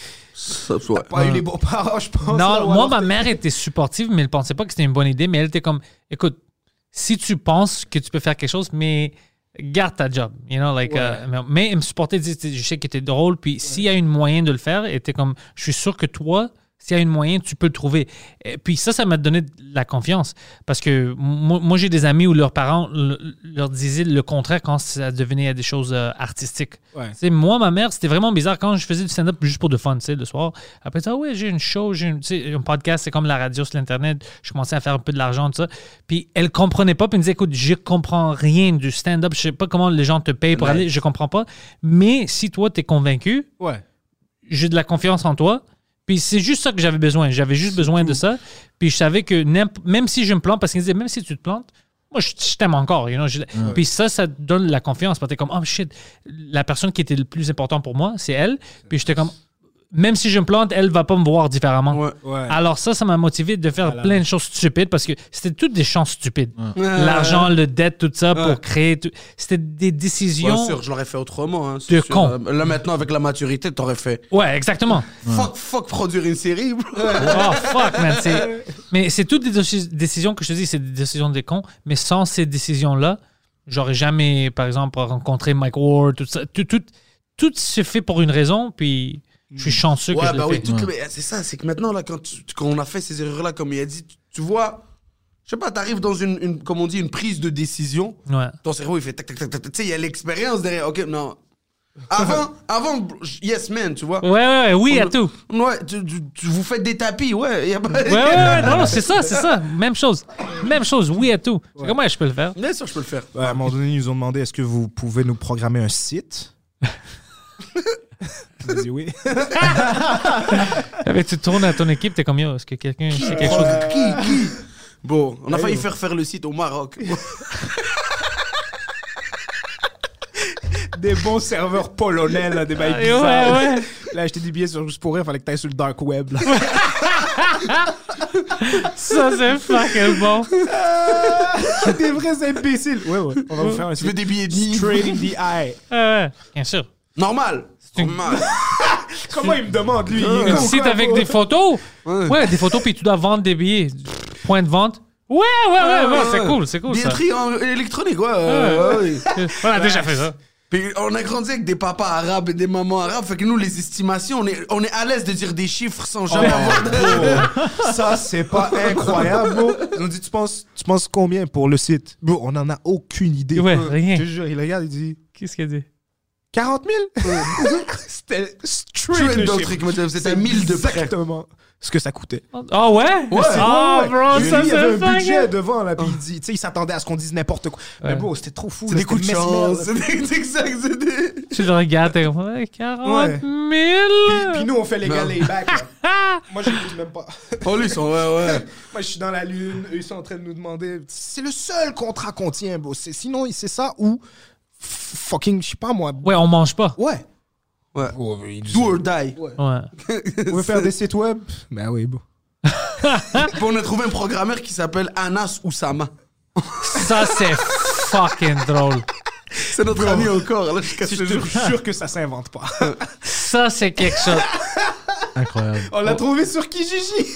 Ça, t'as ouais. pas eu les bons parents, je pense. là, Non, ou moi, alors ma t'es- mère était supportive, mais elle pensait pas que c'était une bonne idée. Mais elle était comme, écoute, si tu penses que tu peux faire quelque chose, mais garde ta job, you know, like, Ouais. euh, mais, mais elle me supportait, elle disait, je sais que t'es drôle, puis s'il y a une moyen de le faire, elle était comme, je suis sûr que toi, s'il y a une moyen, tu peux le trouver. Et puis ça, ça m'a donné de la confiance. Parce que moi, moi, j'ai des amis où leurs parents le- leur disaient le contraire quand ça devenait des choses euh, artistiques. Ouais. Tu sais, moi, ma mère, c'était vraiment bizarre quand je faisais du stand-up juste pour de fun, tu sais, le soir. Après ça, ouais, j'ai une show, j'ai une, tu sais, un podcast, c'est comme la radio sur l'Internet. Je commençais à faire un peu de l'argent, tout ça. Puis elle comprenait pas, puis elle me disait, écoute, je comprends rien du stand-up. Je sais pas comment les gens te payent pour Ouais. aller, je comprends pas. Mais si toi, t'es convaincu, Ouais. j'ai de la confiance en toi. Puis c'est juste ça que j'avais besoin. J'avais juste besoin de ça. Puis je savais que n'imp- même si je me plante, parce qu'ils disaient, même si tu te plantes, moi, je, je t'aime encore. You know? Je- Puis ça, ça te donne la confiance. Parce que t'es comme, oh shit, la personne qui était le plus important pour moi, c'est elle. Puis j'étais comme, même si je me plante, elle va pas me voir différemment. Ouais. Ouais. Alors ça, ça m'a motivé de faire Voilà. plein de choses stupides parce que c'était toutes des chances stupides. Ouais. L'argent, le dette, tout ça Ouais. pour créer... tout- C'était des décisions... Bien sûr, je l'aurais fait autrement. Hein, c'est De sûr. con. Euh, Là, maintenant, avec la maturité, t'aurais fait Ouais, exactement. fuck, fuck, produire une série, bro. Oh fuck, man. c'est- Mais c'est toutes des doci- décisions que je te dis, c'est des décisions des cons. Mais sans ces décisions-là, j'aurais jamais, par exemple, rencontré Mike Ward, tout ça. Tout, tout, tout se fait pour une raison, puis je suis chanceux que Ouais, je l'ai bah oui, fait. tout- mais c'est ça, c'est que maintenant, là, quand, tu- quand on a fait ces erreurs-là, comme il a dit, tu, tu vois, je sais pas, t'arrives dans une, une, comme on dit, une prise de décision, Ouais. ton cerveau, il fait tac, tac, tac, tac, tac. Tu sais, il y a l'expérience derrière. Ok, non. Avant, avant, yes, man, tu vois. Ouais, ouais, ouais, oui à tout. Ouais, tu, tu- tu vous faites des tapis, ouais. Y a pas... Ouais, ouais, ouais, non, non, c'est ça, c'est ça. Même chose. Même chose, oui à tout. C'est Comment je peux le faire? Bien sûr, je peux le faire. Ouais, à un moment donné, ils nous ont demandé est-ce que vous pouvez nous programmer un site. On a dit oui. Avec, tu tournes à ton équipe, t'es comme, yo, est-ce que quelqu'un sait quelque chose? de- Qui, qui Bon, on a Hey, failli oh. faire faire le site au Maroc. Des bons serveurs polonais, là, des bails Ouais, bizarres. ouais. Là, acheter des billets sur Juste pour rire, fallait que t'ailles sur le dark web. Là. Ça, c'est fucking bon. Des vrais imbéciles. Ouais, ouais. On va vous faire un Tu veux site des billets de livres straight in the eye. Ouais, ouais, bien sûr. Normal. une- Normal. Comment il me demande, lui? Un il est Un con, site quoi, avec bro? des photos. Ouais. Ouais, des photos, puis tu dois vendre des billets. Point de vente. Ouais, ouais, ouais, ouais, c'est cool, c'est cool ça. Billetterie en électronique, ouais. euh, ouais, ouais. On a déjà fait ça. Puis on a grandi avec des papas arabes et des mamans arabes, fait que nous, les estimations, on est, on est à l'aise de dire des chiffres sans jamais avoir de... Bro, ça, c'est pas incroyable, bro. Ils ont dit, tu penses, tu penses combien pour le site? Bro, on en a aucune idée. Ouais, Je rien. te jure, il regarde, il dit Qu'est-ce qu'elle dit? quarante mille? C'était straight Straight le dans le chiffre. truc, moi, c'était C'est mille de près. Exactement ce que ça coûtait. Ah ouais? Ouais. Ah, Ouais, bro, lui, ça il y avait c'est un budget fucking... devant, là, puis il dit, tu sais, il s'attendait à ce qu'on dise n'importe quoi. Ouais. Mais bro, c'était trop fou. C'est là, des coups de c'était chance. mesmer, là. C'est des- exact, c'est des... Tu le regardes, t'es comme, ouais, quarante Ouais. mille. Puis nous, on fait les gars Non. layback. là. Moi, j'écoute même pas. Oh, lui, ils sont... Ouais, ouais. Moi, je suis dans la lune. Eux, ils sont en train de nous demander. C'est le seul contrat qu'on tient, bro. C'est- Sinon, c'est ça ou f- fucking, je sais pas moi. Ouais, on mange pas. Ouais. Ouais. Oh, ils Do or die. Ouais. Vous pouvez faire des sites web? Ben oui, bon. Puis on a trouvé un programmeur qui s'appelle Anas Oussama. Ça, c'est fucking drôle. C'est notre ami encore, là, jusqu'à ce Je te jour. jure que ça s'invente pas. Ça, c'est quelque chose. incroyable. On l'a trouvé sur Kijiji.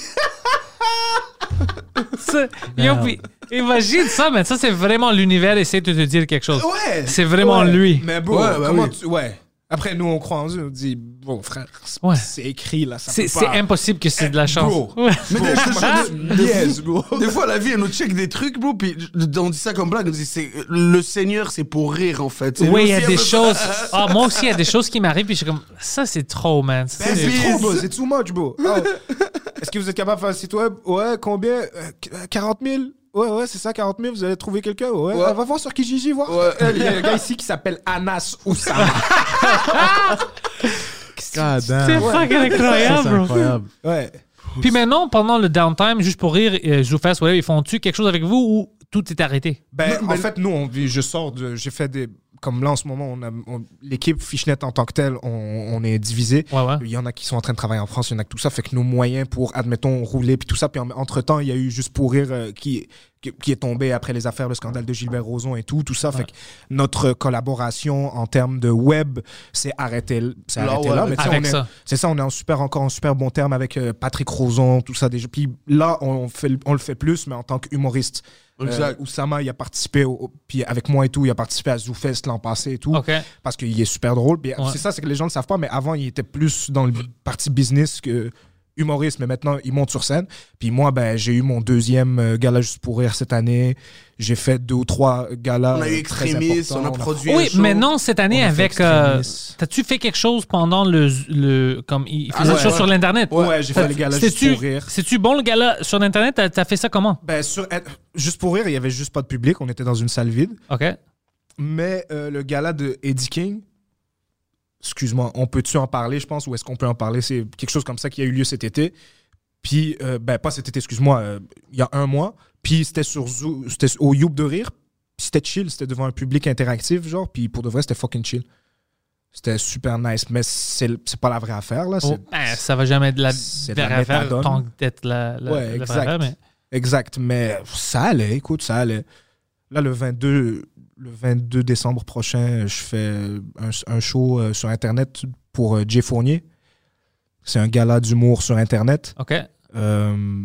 Ça- Yo, puis, imagine ça, mais ça, c'est vraiment l'univers essaie de te dire quelque chose. Ouais. C'est vraiment Ouais. lui. Mais bon, Ouais, bah comment oui. tu. Ouais. Après, nous, on croit en Dieu. On dit, bon, frère, c'est, Ouais. c'est écrit, là. Ça C'est, peut c'est pas... impossible que c'est de la chance. Bro. Ouais. Mais des, des- Yes, bro. des fois, la vie, elle nous check des trucs, bro, puis on dit ça comme blague. On dit, c'est, le Seigneur, c'est pour rire, en fait. C'est Oui, lui il y a aussi, des un peu- choses. Ah, moi aussi, il y a des choses qui m'arrivent, puis je suis comme, ça, c'est trop, man. Ça, Ben, c'est c'est puis- trop, bro. C'est too much, bro. Oh. Est-ce que vous êtes capable de faire un site web? Ouais, combien? Euh, quarante mille? Ouais, ouais, c'est ça, quarante mille. Vous allez trouver quelqu'un? Ouais. Ouais. Ah, va voir sur Kijiji, voir. Ouais. Euh, Il y a un gars ici qui s'appelle Anas Oussama. God damn. C'est fucking Ça, incroyable, c'est bro. incroyable. Ouais. Puis maintenant, pendant le downtime, juste pour rire, euh, ZooFest, whatever, ils font-tu quelque chose avec vous ou tout est arrêté? Ben, Non, en mais- fait, nous, on vit, je sors de. J'ai fait des. Comme là, en ce moment, on a, on- l'équipe Fishnet en tant que telle, on, on est divisé. Ouais, ouais. Il y en a qui sont en train de travailler en France, il y en a que tout ça. Fait que nos moyens pour, admettons, rouler puis tout ça. Puis en- entre-temps, il y a eu Juste pour rire euh, qui, qui, qui est tombé après les affaires, le scandale de Gilbert Rozon et tout, tout ça. Fait que notre collaboration en termes de web s'est arrêtée, s'est Là, arrêtée ouais, là. avec Mais tu sais, Avec on est- ça. c'est ça, on est en super, encore en super bon terme avec euh, Patrick Rozon, tout ça. Déjà. Puis là, on, fait, le- on le fait plus, mais en tant qu'humoriste. Exact. Euh, Oussama, il a participé, au, au- puis avec moi et tout, il a participé à ZooFest l'an passé et tout, OK. parce qu'il est super drôle. Puis Ouais. c'est ça, c'est que les gens ne le savent pas, mais avant, il était plus dans le parti business que humoriste, mais maintenant, il monte sur scène. Puis moi, ben, j'ai eu mon deuxième euh, gala Juste pour rire cette année. J'ai fait deux ou trois galas. On a eu euh, très Extrémiste, importants. on a produit un Oui, show. maintenant, cette année, On a fait avec. euh, Extrémiste. T'as-tu fait quelque chose pendant le. le comme il faisait Ah, des ouais, choses ouais. sur l'Internet? Ouais, j'ai fait T'as- les galas Juste c'est-tu- pour rire. C'est-tu bon le gala sur l'Internet? T'as, t'as fait ça comment? Ben, sur, euh, Juste pour rire, il y avait juste pas de public. On était dans une salle vide. OK. Mais euh, le gala de Eddie King, excuse-moi, on peut-tu en parler, je pense, ou est-ce qu'on peut en parler? C'est quelque chose comme ça qui a eu lieu cet été. Puis, euh, ben, pas cet été, excuse-moi, euh, il y a un mois. Puis, c'était sur Zoo, c'était au Youp de Rire. Puis, c'était chill, c'était devant un public interactif, genre. Puis, pour de vrai, c'était fucking chill. C'était super nice. Mais c'est c'est pas la vraie affaire, là. Oh, C'est- ben, ça va jamais être de la c'est de la vraie affaire méthadone. tant que d'être la, la, Ouais, la vraie exact. affaire, mais. Exact. Mais ça allait, écoute, ça allait. Là, le vingt-deux, le vingt-deux décembre prochain, je fais un, un show euh, sur Internet pour euh, Jay Fournier. C'est un gala d'humour sur Internet. OK. Euh,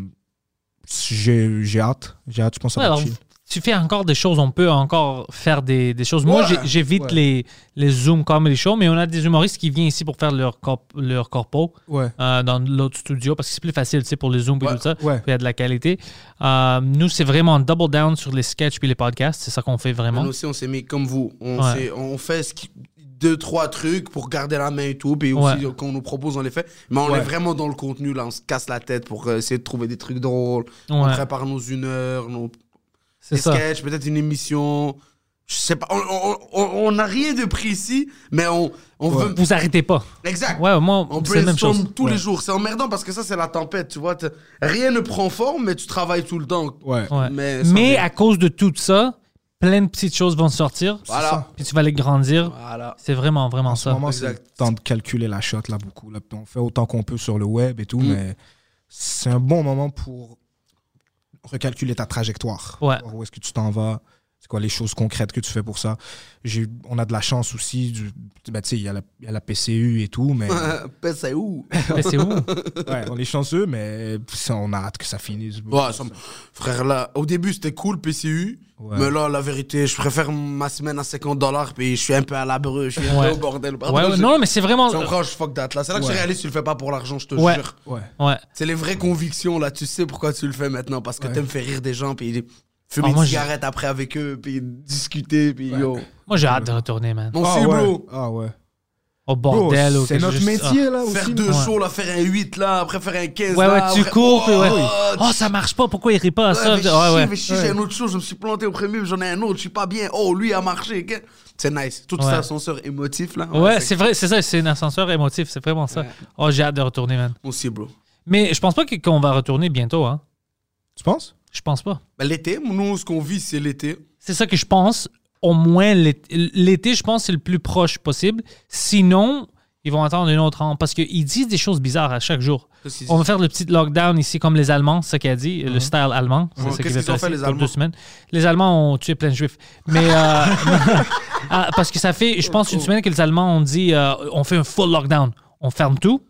j'ai j'ai hâte. J'ai hâte, je pense que Ouais, ça va alors, être chill. tu fais encore des choses, on peut encore faire des, des choses. Moi, Ouais, j'ai- j'évite ouais. les, les Zoom comedy shows, mais on a des humoristes qui viennent ici pour faire leur, corp, leur corpo Ouais. euh, dans l'autre studio parce que c'est plus facile, tu sais, pour les Zooms et Ouais, tout ça. ouais. Puis il y a de la qualité. Euh, nous, c'est vraiment double down sur les sketchs puis les podcasts. C'est ça qu'on fait vraiment. Nous aussi, on s'est mis comme vous. On, Ouais. s'est- on fait ce qui- deux, trois trucs pour garder la main et tout. Puis aussi, Ouais. qu'on nous propose, on les fait. Mais on Ouais. est vraiment dans le contenu. Là, on se casse la tête pour euh, essayer de trouver des trucs drôles. On Ouais, prépare nos une heure, nos c'est des ça. sketchs, peut-être une émission. Je sais pas. On- On on- on n'a rien de précis, mais on, on Ouais. veut. Vous arrêtez pas. Exact. Ouais, moi, On c'est la même chose. brainstorm tous Ouais. les jours. C'est emmerdant parce que ça, c'est la tempête. Tu vois, T'as- rien ne prend forme, mais tu travailles tout le temps. Ouais. Ouais. Mais ça Mais vient. à cause de tout ça, plein de petites choses vont sortir. Voilà. Puis tu vas les grandir. Voilà. C'est vraiment, vraiment En ce ça. moment, c'est le Exact. temps de calculer la shot, là, beaucoup. Là. On fait autant qu'on peut sur le web et tout, Mm. mais c'est un bon moment pour recalculer ta trajectoire. Ouais. Voir où est-ce que tu t'en vas? C'est quoi les choses concrètes que tu fais pour ça? J'ai- On a de la chance aussi. Du, ben, tu sais, il y, a la- il y a la P C U et tout, mais Pèse, c'est où? Mais c'est où? ouais, on est chanceux, mais ça, on a hâte que ça finisse. Ouais, ça me- Frère, là, au début, c'était cool, P C U. Ouais. Mais là, la vérité, je préfère ma semaine à cinquante dollars, puis je suis un peu à la breu, je suis un Ouais. peu au bordel. Pardon, Ouais, ouais, je- non, mais c'est vraiment. Tu comprends, je fuck that. Là, c'est là que Ouais. tu réalises, tu le fais pas pour l'argent, je te Ouais. jure. Ouais. Ouais. C'est les vraies convictions, là. Tu sais pourquoi tu le fais maintenant, parce que Ouais. t'aimes faire rire des gens, puis fumer Ah, moi, une j'ai- cigarette après avec eux, puis discuter, puis yo. Moi, j'ai hâte de retourner, man. Mon Ah si, ouais. bro. Ah ouais. Au Bro, bordel. ou c'est quelque notre chose- métier, là, Faire aussi. deux Ouais. shows, là, faire un huit, là, après faire un quinze, Ouais, ouais, là. tu après- cours, puis ouais. Oh, Oh, ça marche pas. Pourquoi il rit pas à Ouais, ça? mais chier, Ouais, ouais. mais chier, j'ai un autre chose, je me suis planté au premier, j'en ai un autre, je suis pas bien. Oh, lui a marché. que- C'est nice. Tout Ouais. cet ascenseur émotif, là. Ouais, c'est vrai, c'est ça, c'est un ascenseur émotif, c'est vraiment ça. Ouais. Oh, j'ai hâte de retourner, man. Moi aussi, bro. Mais je pense pas que- qu'on va retourner bientôt, hein. Tu penses? Je pense pas. Ben, l'été, nous, ce qu'on vit, c'est l'été. C'est ça que je pense. Au moins, l'été, l'été, je pense, c'est le plus proche possible. Sinon, ils vont attendre une autre an. Parce qu'ils disent des choses bizarres à chaque jour. Qu'est-ce qu'ils On va faire le petit lockdown ici, comme les Allemands, c'est ça qu'il a dit, le style allemand. C'est Ouais, ça qu'est-ce qu'il va qu'ils ont faire fait, ici les pour deux Allemands? semaines. Les Allemands ont tué plein de Juifs. Mais euh, ah, parce que ça fait, je pense, une semaine que les Allemands ont dit, euh, on fait un full lockdown. On ferme tout.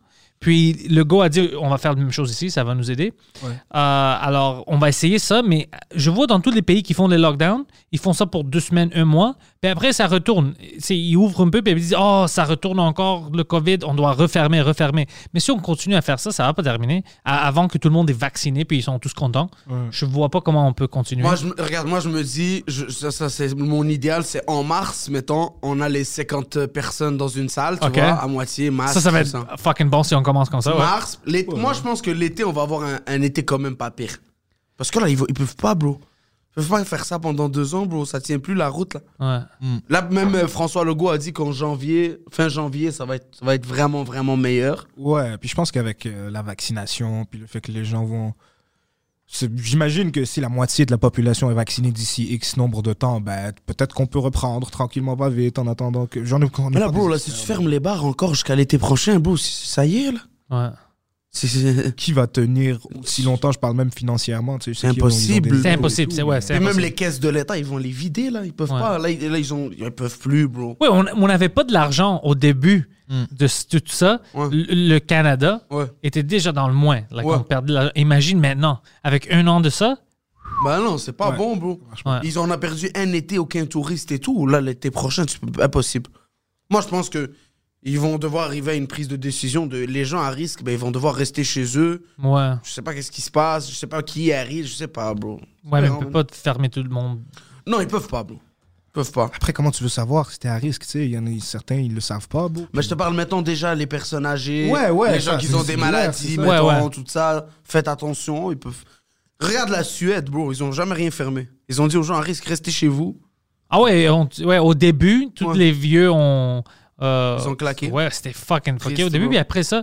Puis le go a dit, on va faire la même chose ici, ça va nous aider. Ouais. Euh, alors, on va essayer ça, mais je vois dans tous les pays qui font les lockdowns, ils font ça pour deux semaines, un mois, puis après, ça retourne. C'est, ils ouvrent un peu, puis ils disent, oh, ça retourne encore, le COVID, on doit refermer, refermer. Mais si on continue à faire ça, ça va pas terminer. À- avant que tout le monde est vacciné, puis ils sont tous contents, Ouais. je vois pas comment on peut continuer. Moi, je, me- regarde, moi, je me dis, je- ça, ça, c'est mon idéal, c'est en mars, mettons, on a les cinquante personnes dans une salle, tu Ok. vois, à moitié, masque. ça, ça va tout être fucking bon si on commence comme ça. Ouais. Mars, l'été- moi, je pense que l'été, on va avoir un, un été quand même pas pire. Parce que là, ils, vont- ils peuvent pas, bro. Ils peuvent pas faire ça pendant deux ans, bro. Ça tient plus la route, là. Ouais. Là, même euh, François Legault a dit qu'en janvier, fin janvier, ça va être, ça va être vraiment, vraiment meilleur. Ouais, puis je pense qu'avec euh, la vaccination, puis le fait que les gens vont... c'est- J'imagine que si la moitié de la population est vaccinée d'ici X nombre de temps, ben, peut-être qu'on peut reprendre tranquillement, pas vite, en attendant que... J'en ai, on est Mais là, pas bro, là, des si tu experts, fermes les bars encore jusqu'à l'été prochain, bro, c- ça y est, là. Ouais. C'est- C'est Qui va tenir aussi longtemps, je parle même financièrement. Tu sais, C'est ceux qui ont- ils ont impossible. des C'est lots et impossible, tout, c'est- ouais, mais- c'est Et même impossible. les caisses de l'État, ils vont les vider, là. Ils peuvent Ouais. pas. Là, ils, là, ils, ont, ils peuvent plus, bro. Oui, on n'avait pas de l'argent au début de c- tout ça. Ouais. Le, le Canada Ouais. était déjà dans le moins. Là, Ouais. qu'on perdait de l'argent. Imagine maintenant, avec un an de ça. Bah non, c'est pas Ouais. bon, bro. Ouais. Ils en ont perdu un été, aucun touriste et tout. Là, l'été prochain, c'est impossible. Moi, je pense que ils vont devoir arriver à une prise de décision de les gens à risque, ben, ils vont devoir rester chez eux. Ouais, Je sais pas qu'est-ce qui se passe, je sais pas qui arrive, je sais pas, bro. ouais mais on Non, peut pas fermer tout le monde. Non, ils peuvent pas, bro. Ils peuvent pas. Après, comment tu veux savoir si t'es à risque? Tu sais, il y en a certains, ils le savent pas. Bro. Mais je te parle, mettons déjà les personnes âgées, Ouais, ouais, les ça, gens qui c'est ont des similaire, maladies, c'est ça. mettons, Ouais, ouais. tout ça. Faites attention, ils peuvent. Regarde la Suède, bro, ils ont jamais rien fermé. Ils ont dit aux gens à risque, restez chez vous. Ah ouais, on- ouais au début, tous Ouais. les vieux ont. euh, Ils ont claqué. Ouais, c'était fucking fucké Triste, au début. bro. Puis après ça,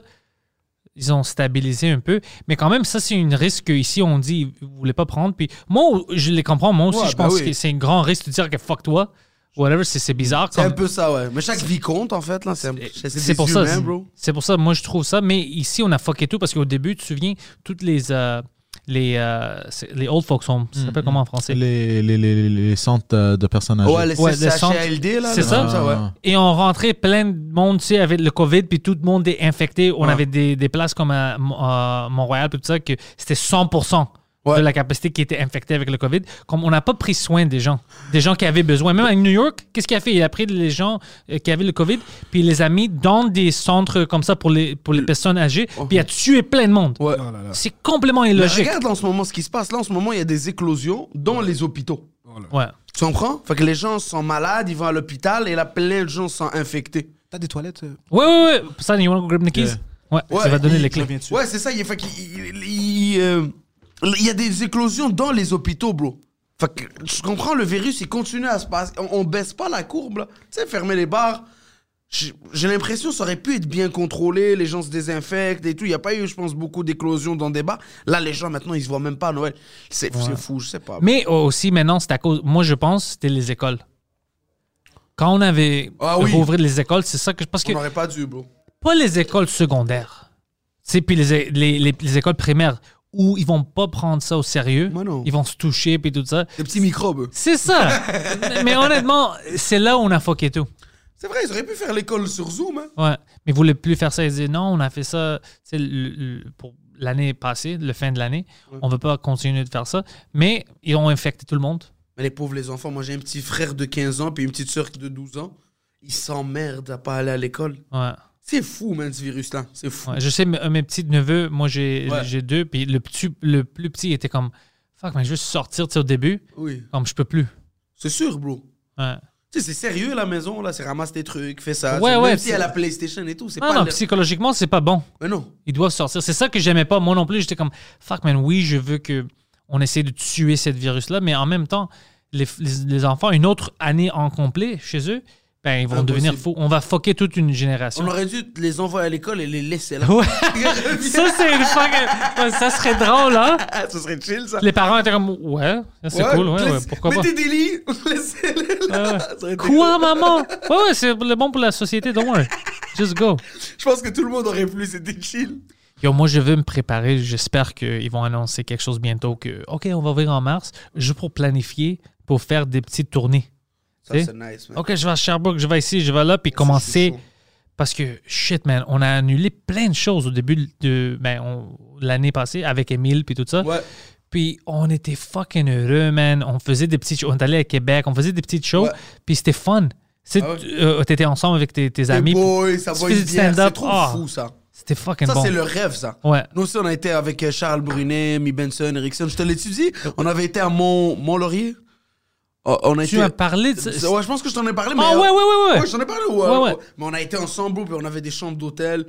ils ont stabilisé un peu. Mais quand même, ça, c'est une risque qu'ici, on dit, vous voulez pas prendre. Puis moi, je les comprends. Moi aussi, Ouais, je bah pense oui. que c'est un grand risque de dire que fuck toi. Whatever, c'est c'est bizarre. C'est un comme- peu ça, ouais. Mais chaque vie compte, en fait, là. C'est c'est- c'est C'est des pour ça. humains, c'est- bro. C'est pour ça, moi, je trouve ça. Mais ici, on a fucké tout parce qu'au début, tu te souviens, toutes les. euh, les, euh, c'est- les old folks home, ça s'appelle comment en français? Les, les, les, les centres euh, de personnes âgées. Ouais, les Ouais, des C H L D, là. C'est là, ça? comme ça, ouais. Ah. Et on rentrait plein de monde, tu sais, avec le COVID, puis tout le monde est infecté. On Ouais. avait des, des places comme à, Mo- à Montréal, puis tout ça, que c'était cent pour cent Ouais. de la capacité qui était infectée avec le COVID. Comme on n'a pas pris soin des gens, des gens qui avaient besoin. Même à New York, qu'est-ce qu'il a fait? Il a pris les gens euh, qui avaient le COVID, puis il les a mis dans des centres comme ça pour les, pour les personnes âgées, puis il a tué plein de monde. Ouais. Oh là là. C'est complètement Mais illogique. regarde en ce moment ce qui se passe. Là, en ce moment, il y a des éclosions dans les hôpitaux. Ouais. Tu comprends? Fait que les gens sont malades, ils vont à l'hôpital et là, plein de gens sont infectés. T'as des toilettes? euh? Ouais, ouais, ouais. Ça, you want to grab the keys? Ouais, Ouais, tu vas donner il- les Je clés. reviens dessus. Ouais, c'est ça. Il, fait qu'il- il, il- il, euh, il y a des éclosions dans les hôpitaux, bro. Fait que, tu comprends, le virus, il continue à se passer. On, on baisse pas la courbe, là. Tu sais, fermer les bars. J'ai j'ai l'impression que ça aurait pu être bien contrôlé. Les gens se désinfectent et tout. Il n'y a pas eu, je pense, beaucoup d'éclosions dans des bars. Là, les gens, maintenant, ils se voient même pas à Noël. C'est c'est fou, je sais pas. Mais aussi, maintenant, c'est à cause. Moi, je pense c'était les écoles. Quand on avait Ah oui. rouvert les écoles, c'est ça que. Parce que On n'aurait pas dû, bro. pas les écoles secondaires. Tu sais, puis les, les, les, les écoles primaires où ils vont pas prendre ça au sérieux. Mais non. Ils vont se toucher, puis tout ça. Des petits microbes. C'est ça. Mais honnêtement, c'est là où on a fucké tout. C'est vrai, ils auraient pu faire l'école sur Zoom, hein. Ouais. Mais ils voulaient plus faire ça. Ils disaient non, on a fait ça tu sais, le- le- pour l'année passée, le fin de l'année. On veut pas continuer de faire ça. Mais ils ont infecté tout le monde. Mais les pauvres, les enfants, moi j'ai un petit frère de quinze ans puis une petite soeur de douze ans. Ils s'emmerdent à pas aller à l'école. Ouais. C'est fou, man, ce virus-là. C'est fou. Ouais, je sais, mes, mes petits neveux, moi j'ai Ouais. j'ai deux, puis le, petit, le plus petit était comme fuck, mais je veux sortir tu sais, au début, Oui. comme je peux plus. C'est sûr, bro. Ouais, Tu sais, c'est sérieux la maison, là. C'est ramasse tes trucs, fais ça. Ouais, Tu sais, ouais, Même si c'est- elle a la PlayStation et tout, c'est non, pas. non, le- psychologiquement, c'est pas bon. Mais non. Ils doivent sortir. C'est ça que j'aimais pas. Moi non plus, j'étais comme fuck, man, oui, je veux que on essaie de tuer cette virus-là, mais en même temps, les, les, les enfants, une autre année en complet chez eux, ben, ils vont Impossible. devenir fous. On va fucker toute une génération. On aurait dû les envoyer à l'école et les laisser là. Ouais. Ça, c'est une fucking. Ouais, ça serait drôle, hein? Ça serait chill, ça. Les parents étaient comme ouais, ça, c'est cool, ouais, ouais, laisse- pourquoi pas. Mettez des lits, laissez-les là. Ouais, ouais. Ça aurait été Quoi, cool. maman? Ouais, ouais, c'est le bon pour la société, don't worry. Just go. Je pense que tout le monde aurait plu, c'était chill. Yo, moi, je veux me préparer. J'espère qu'ils vont annoncer quelque chose bientôt que, OK, on va ouvrir en mars, juste pour planifier, pour faire des petites tournées. Ça, Tu sais? c'est nice, man. OK, je vais à Sherbrooke, je vais ici, je vais là, puis commencer. chaud. Parce que, shit, man, on a annulé plein de choses au début de ben, on- l'année passée avec Émile puis tout ça. Ouais. Puis on était fucking heureux, man. On faisait des petites shows. On est allé à Québec, on faisait des petites shows. Ouais. Puis c'était fun. C'est, Ah ouais. euh, t'étais ensemble avec tes, tes Les amis. boys, ça tu boit faisais une du bière, stand-up. c'est trop Ah, fou, ça. C'était fucking Ça, bon. c'est le rêve, ça. Ouais. Nous aussi, on a été avec Charles Brunet, Mi Benson, Erickson. Je te l'ai dit. On avait été à Mont- Mont-Laurier. Oh, on a Tu été... m'as parlé de ça. C'est- Ouais, je pense que je t'en ai parlé, mais... Ah ouais, ouais, ouais, ouais. Ouais, je t'en ai parlé, ouais. Ouais, ouais. Mais on a été ensemble, bro, puis on avait des chambres d'hôtel.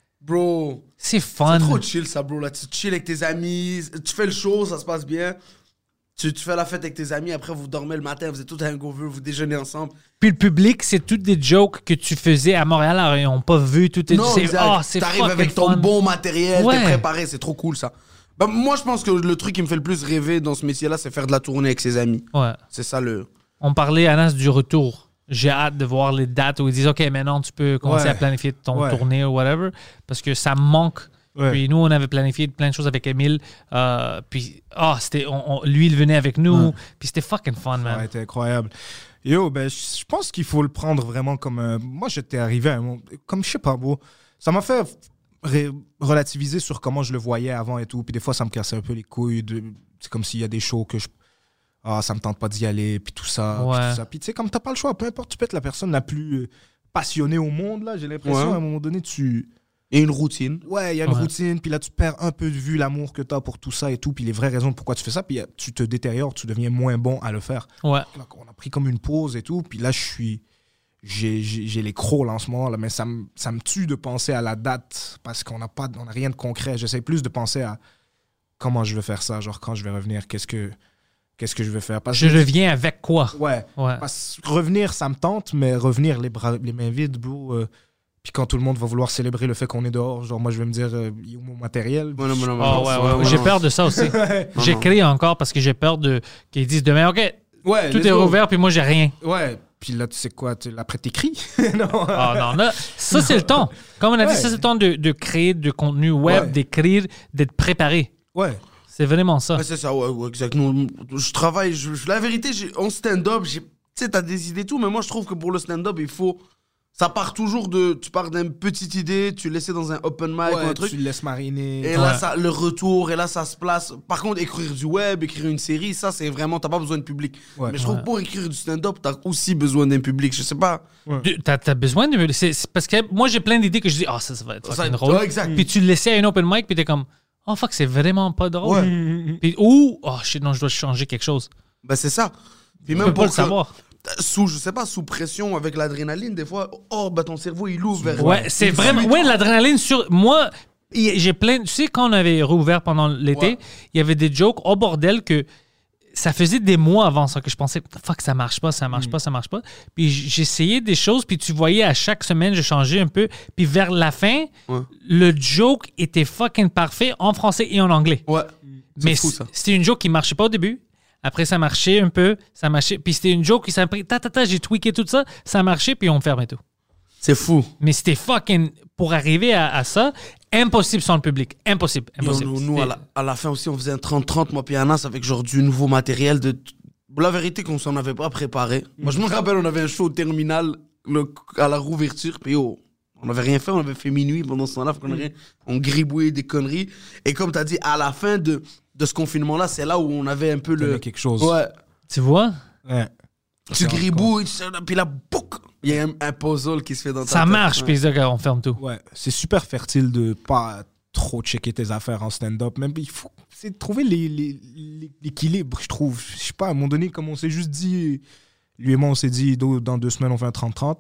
Bro, C'est fun. c'est trop chill, ça, bro. Là, tu chill avec tes amis, tu fais le show, ça se passe bien. Tu, tu fais la fête avec tes amis, après, vous dormez le matin, vous êtes tout hangover, vous déjeunez ensemble. Puis le public, c'est toutes des jokes que tu faisais à Montréal, alors ils n'ont pas vu. Tout est, Non, c'est, exact. ah, c'est T'arrives fucking avec ton fun. bon matériel, Ouais. t'es préparé, c'est trop cool, ça. Bah, moi, je pense que le truc qui me fait le plus rêver dans ce métier-là, c'est faire de la tournée avec ses amis. Ouais. C'est ça le... On parlait, Anas, du retour. J'ai hâte de voir les dates où ils disent OK, maintenant tu peux commencer Ouais. à planifier ton Ouais. tournée ou whatever. Parce que ça me manque. Ouais. Puis nous, on avait planifié plein de choses avec Émile. Euh, puis, ah, c'était, on- on- lui, il venait avec nous. Puis c'était fucking fun, Ça man. aurait été incroyable. Yo, ben, je je pense qu'il faut le prendre vraiment comme. un- Moi, j'étais arrivé à un moment- Comme, je sais pas, bro. Ça m'a fait ré- relativiser sur comment je le voyais avant et tout. Puis des fois, ça me cassait un peu les couilles. De... C'est comme s'il y a des shows que je. Ah, ça me tente pas d'y aller, puis tout ça. Puis Ouais. tout ça. Puis tu sais, comme t'as pas le choix, peu importe, tu peux être la personne la plus euh, passionnée au monde, là. J'ai l'impression, Ouais. à un moment donné, tu. Et une routine. Ouais, il y a une Ouais. routine, puis là, tu perds un peu de vue l'amour que t'as pour tout ça et tout, puis les vraies raisons de pourquoi tu fais ça, puis euh, tu te détériores, tu deviens moins bon à le faire. Ouais. Là, on a pris comme une pause et tout, puis là, je suis. J'ai, j'ai, j'ai les crocs là, en ce moment, là, mais ça me, ça me tue de penser à la date parce qu'on n'a pas, on n'a rien de concret. J'essaie plus de penser à comment je vais faire ça, genre quand je vais revenir, qu'est-ce que, qu'est-ce que je vais faire. Parce Je que- reviens avec quoi? Ouais. Ouais. Parce que revenir, ça me tente, mais revenir les, bras, les mains vides, bro. euh, puis quand tout le monde va vouloir célébrer le fait qu'on est dehors, genre moi je vais me dire, euh, il y a mon matériel. Ouais, non, mais non, mais Ah non, ouais, ça, ouais, ouais, ouais. J'ai non. peur de ça aussi. J'écris encore parce que j'ai peur de qu'ils disent demain, OK, Ouais, tout let's est go. rouvert, puis moi, j'ai rien. Ouais. Puis là, tu sais quoi, tu- après t'écris. non. Ah non, là, ça, c'est le temps. Comme on a dit, Ouais. ça, c'est le temps de, de créer du contenu web, Ouais. d'écrire, d'être préparé. Ouais. C'est vraiment ça. Ouais, c'est ça, ouais, ouais, exact. Nous, je travaille, je, je- la vérité, j'ai- en stand-up, j'ai- tu sais, t'as des idées et tout, mais moi, je trouve que pour le stand-up, il faut. Ça part toujours de. Tu pars d'une petite idée, tu laisses dans un open mic ou Ouais, un truc. tu le laisses mariner. Et là, ça, le retour, et là, ça se place. Par contre, écrire du web, écrire une série, ça, c'est vraiment. T'as pas besoin de public. Ouais. Mais je trouve Ouais. que pour écrire du stand-up, t'as aussi besoin d'un public. Je sais pas. Tu- T'as as besoin de. c'est- c'est parce que moi, j'ai plein d'idées que je dis, ah, ça, ça va être Ça, fucking drôle. ouais, exact. Puis tu le laissais à un open mic, puis t'es comme, oh fuck, c'est vraiment pas drôle. Puis, ou, oh shit, non, je dois changer quelque chose. Ben, c'est ça. Puis Tu même peux pas pour le que- savoir. Sous, je sais pas, sous pression avec l'adrénaline, des fois, oh, bah ton cerveau, il ouvre vers. Ouais, c'est il vraiment. suit. Ouais, l'adrénaline sur. Moi, y- j'ai plein. Tu sais, quand on avait rouvert pendant l'été, Ouais. il y avait des jokes au bordel que ça faisait des mois avant ça que je pensais, fuck, ça marche pas, ça marche pas, ça marche pas. Puis j- j'essayais des choses, puis tu voyais à chaque semaine, je changeais un peu. Puis vers la fin, Ouais. le joke était fucking parfait en français et en anglais. Ouais. Mais fou, c- ça. c'était une joke qui marchait pas au début. Après, ça marchait un peu, ça marchait. Puis c'était une joke qui s'est pris, ta, ta, ta, j'ai tweaké tout ça, ça marchait, puis on fermait tout. C'est fou. Mais c'était fucking. Pour arriver à, à ça, impossible sans le public. Impossible. Yo, Impossible. nous, nous, à, la, à la fin aussi, on faisait un trente trente, moi, puis Anas, avec genre du nouveau matériel. De... La vérité, qu'on s'en avait pas préparé. Moi, je me rappelle, on avait un show au terminal le- à la rouverture, puis yo, on n'avait rien fait, on avait fait minuit pendant ce temps-là, fait qu'on a rien- on gribouillait des conneries. Et comme tu as dit, à la fin de, de ce confinement-là, c'est là où on avait un peu le. Donner quelque chose. Ouais. Tu vois? Ouais. Tu gribouilles, tu- puis là, bouc, il y a un, un puzzle qui se fait dans ta Ça tête. marche, Ouais. puis là, on ferme tout. Ouais, c'est super fertile de pas trop checker tes affaires en stand-up. Même il faut c'est de trouver les- les- les- l'équilibre, je trouve. Je sais pas, à un moment donné, comme on s'est juste dit, lui et moi, on s'est dit, Do- dans deux semaines, on fait un trente trente.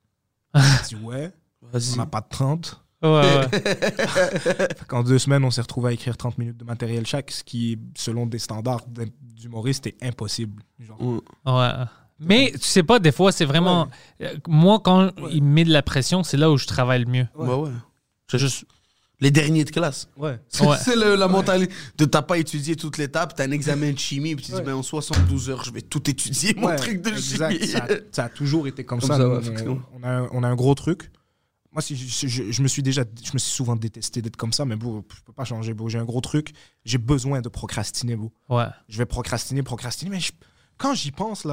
On a dit, ouais, Vas-y. on n'a pas de trente. Ouais, ouais. Fait qu'en deux semaines, on s'est retrouvé à écrire trente minutes de matériel chaque, ce qui, selon des standards d'un- d'humoriste, est impossible. Genre. Ouais. Ouais. Mais tu sais pas, des fois, c'est vraiment. euh, Moi, quand il me met de la pression, c'est là où je travaille le mieux. Bah ouais. Je juste. Les derniers de classe. Ouais. C'est Ouais. c'est le- la mentalité de t'as pas étudié toutes les étapes, t'as un examen de chimie, puis tu dis, ben en soixante-douze heures, je vais tout étudier, mon Ouais, truc de exact. chimie. Ça, ça a toujours été comme, Comme ça. ça, Nous, ouais, on, effectivement. on a, un- on a un gros truc. Moi, si je, je- je me suis déjà, je me suis souvent détesté d'être comme ça, mais bon, je peux pas changer. Bon, j'ai un gros truc. J'ai besoin de procrastiner, bon. Ouais. Je vais procrastiner, procrastiner, mais je- quand j'y pense là,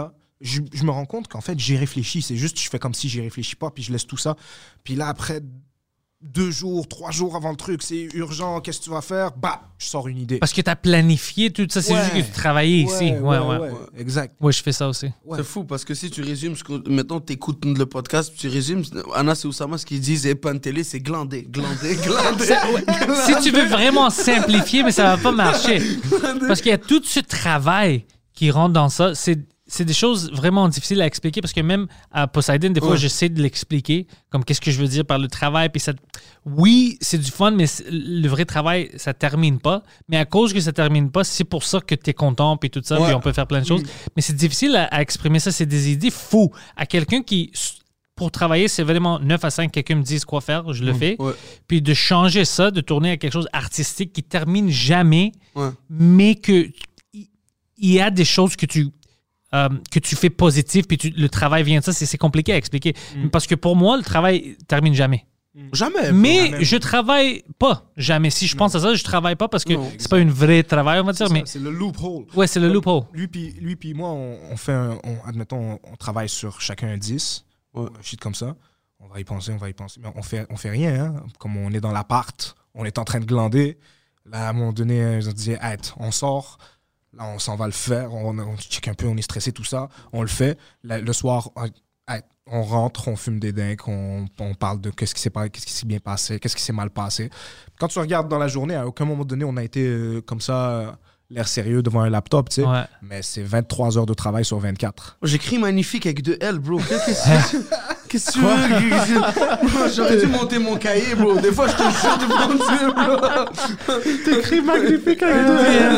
je, je me rends compte qu'en fait, j'y réfléchis. C'est juste, je fais comme si j'y réfléchis pas, puis je laisse tout ça. Puis là, après deux jours, trois jours avant le truc, c'est urgent, qu'est-ce que tu vas faire? Bah, je sors une idée. Parce que tu as planifié tout ça, c'est Ouais. juste que tu travaillais Ouais, ici. Ouais, ouais. ouais, exact. Ouais, je fais ça aussi. Ouais. C'est fou parce que si tu résumes, ce que, maintenant tu écoutes le podcast, tu résumes, Anas et Oussama, ce qu'ils disent, et pas télé, c'est glandé, glandé, glandé. Si tu veux vraiment simplifier, mais ça va pas marcher. Parce qu'il y a tout ce travail qui rentre dans ça. C'est, c'est des choses vraiment difficiles à expliquer parce que même à Poseidon, des fois, Ouais. j'essaie de l'expliquer, comme qu'est-ce que je veux dire par le travail. Puis ça, oui, c'est du fun, mais c'est- le vrai travail, ça termine pas. Mais à cause que ça termine pas, c'est pour ça que tu es content, puis tout ça, Ouais. puis on peut faire plein de choses. Mais c'est difficile à, à exprimer ça. C'est des idées fous. À quelqu'un qui, pour travailler, c'est vraiment neuf à cinq, quelqu'un me dise quoi faire, je le fais. Ouais. Puis de changer ça, de tourner à quelque chose d'artistique qui termine jamais, Ouais. mais que il y a des choses que tu euh, que tu fais positives, puis tu- le travail vient de ça. C'est, c'est compliqué à expliquer. Parce que pour moi, le travail termine jamais. Jamais. Mais jamais. je travaille pas jamais. Si je pense à ça, je travaille pas parce que Non, c'est pas une vraie travail, on va dire. C'est Mais ça, c'est le loophole. ouais, c'est le loophole. Lui puis lui puis moi, on, on fait un, on, admettons, on, on travaille sur chacun un dix, Ouais. un shit comme ça. On va y penser, on va y penser, mais on fait, on fait rien. Hein. Comme on est dans l'appart, on est en train de glander. Là, à un moment donné, je disais, hey, on sort. Là, on s'en va le faire. On, on check un peu, on est stressé, tout ça. On le fait. Là, le soir, hey, on rentre, on fume des dingues, on, on parle de qu'est-ce qui s'est pas- qu'est-ce qui s'est bien passé, qu'est-ce qui s'est mal passé. Quand tu regardes dans la journée, à aucun moment donné, on a été euh, comme ça, euh, l'air sérieux devant un laptop, tu sais. Ouais. Mais c'est vingt-trois heures de travail sur vingt-quatre. J'écris magnifique avec deux L, bro. Qu'est-ce que Qu'est-ce que tu veux? Bro, j'aurais dû monter mon cahier, bro. Des fois, je te jure de mentir, bro. T'écris magnifique avec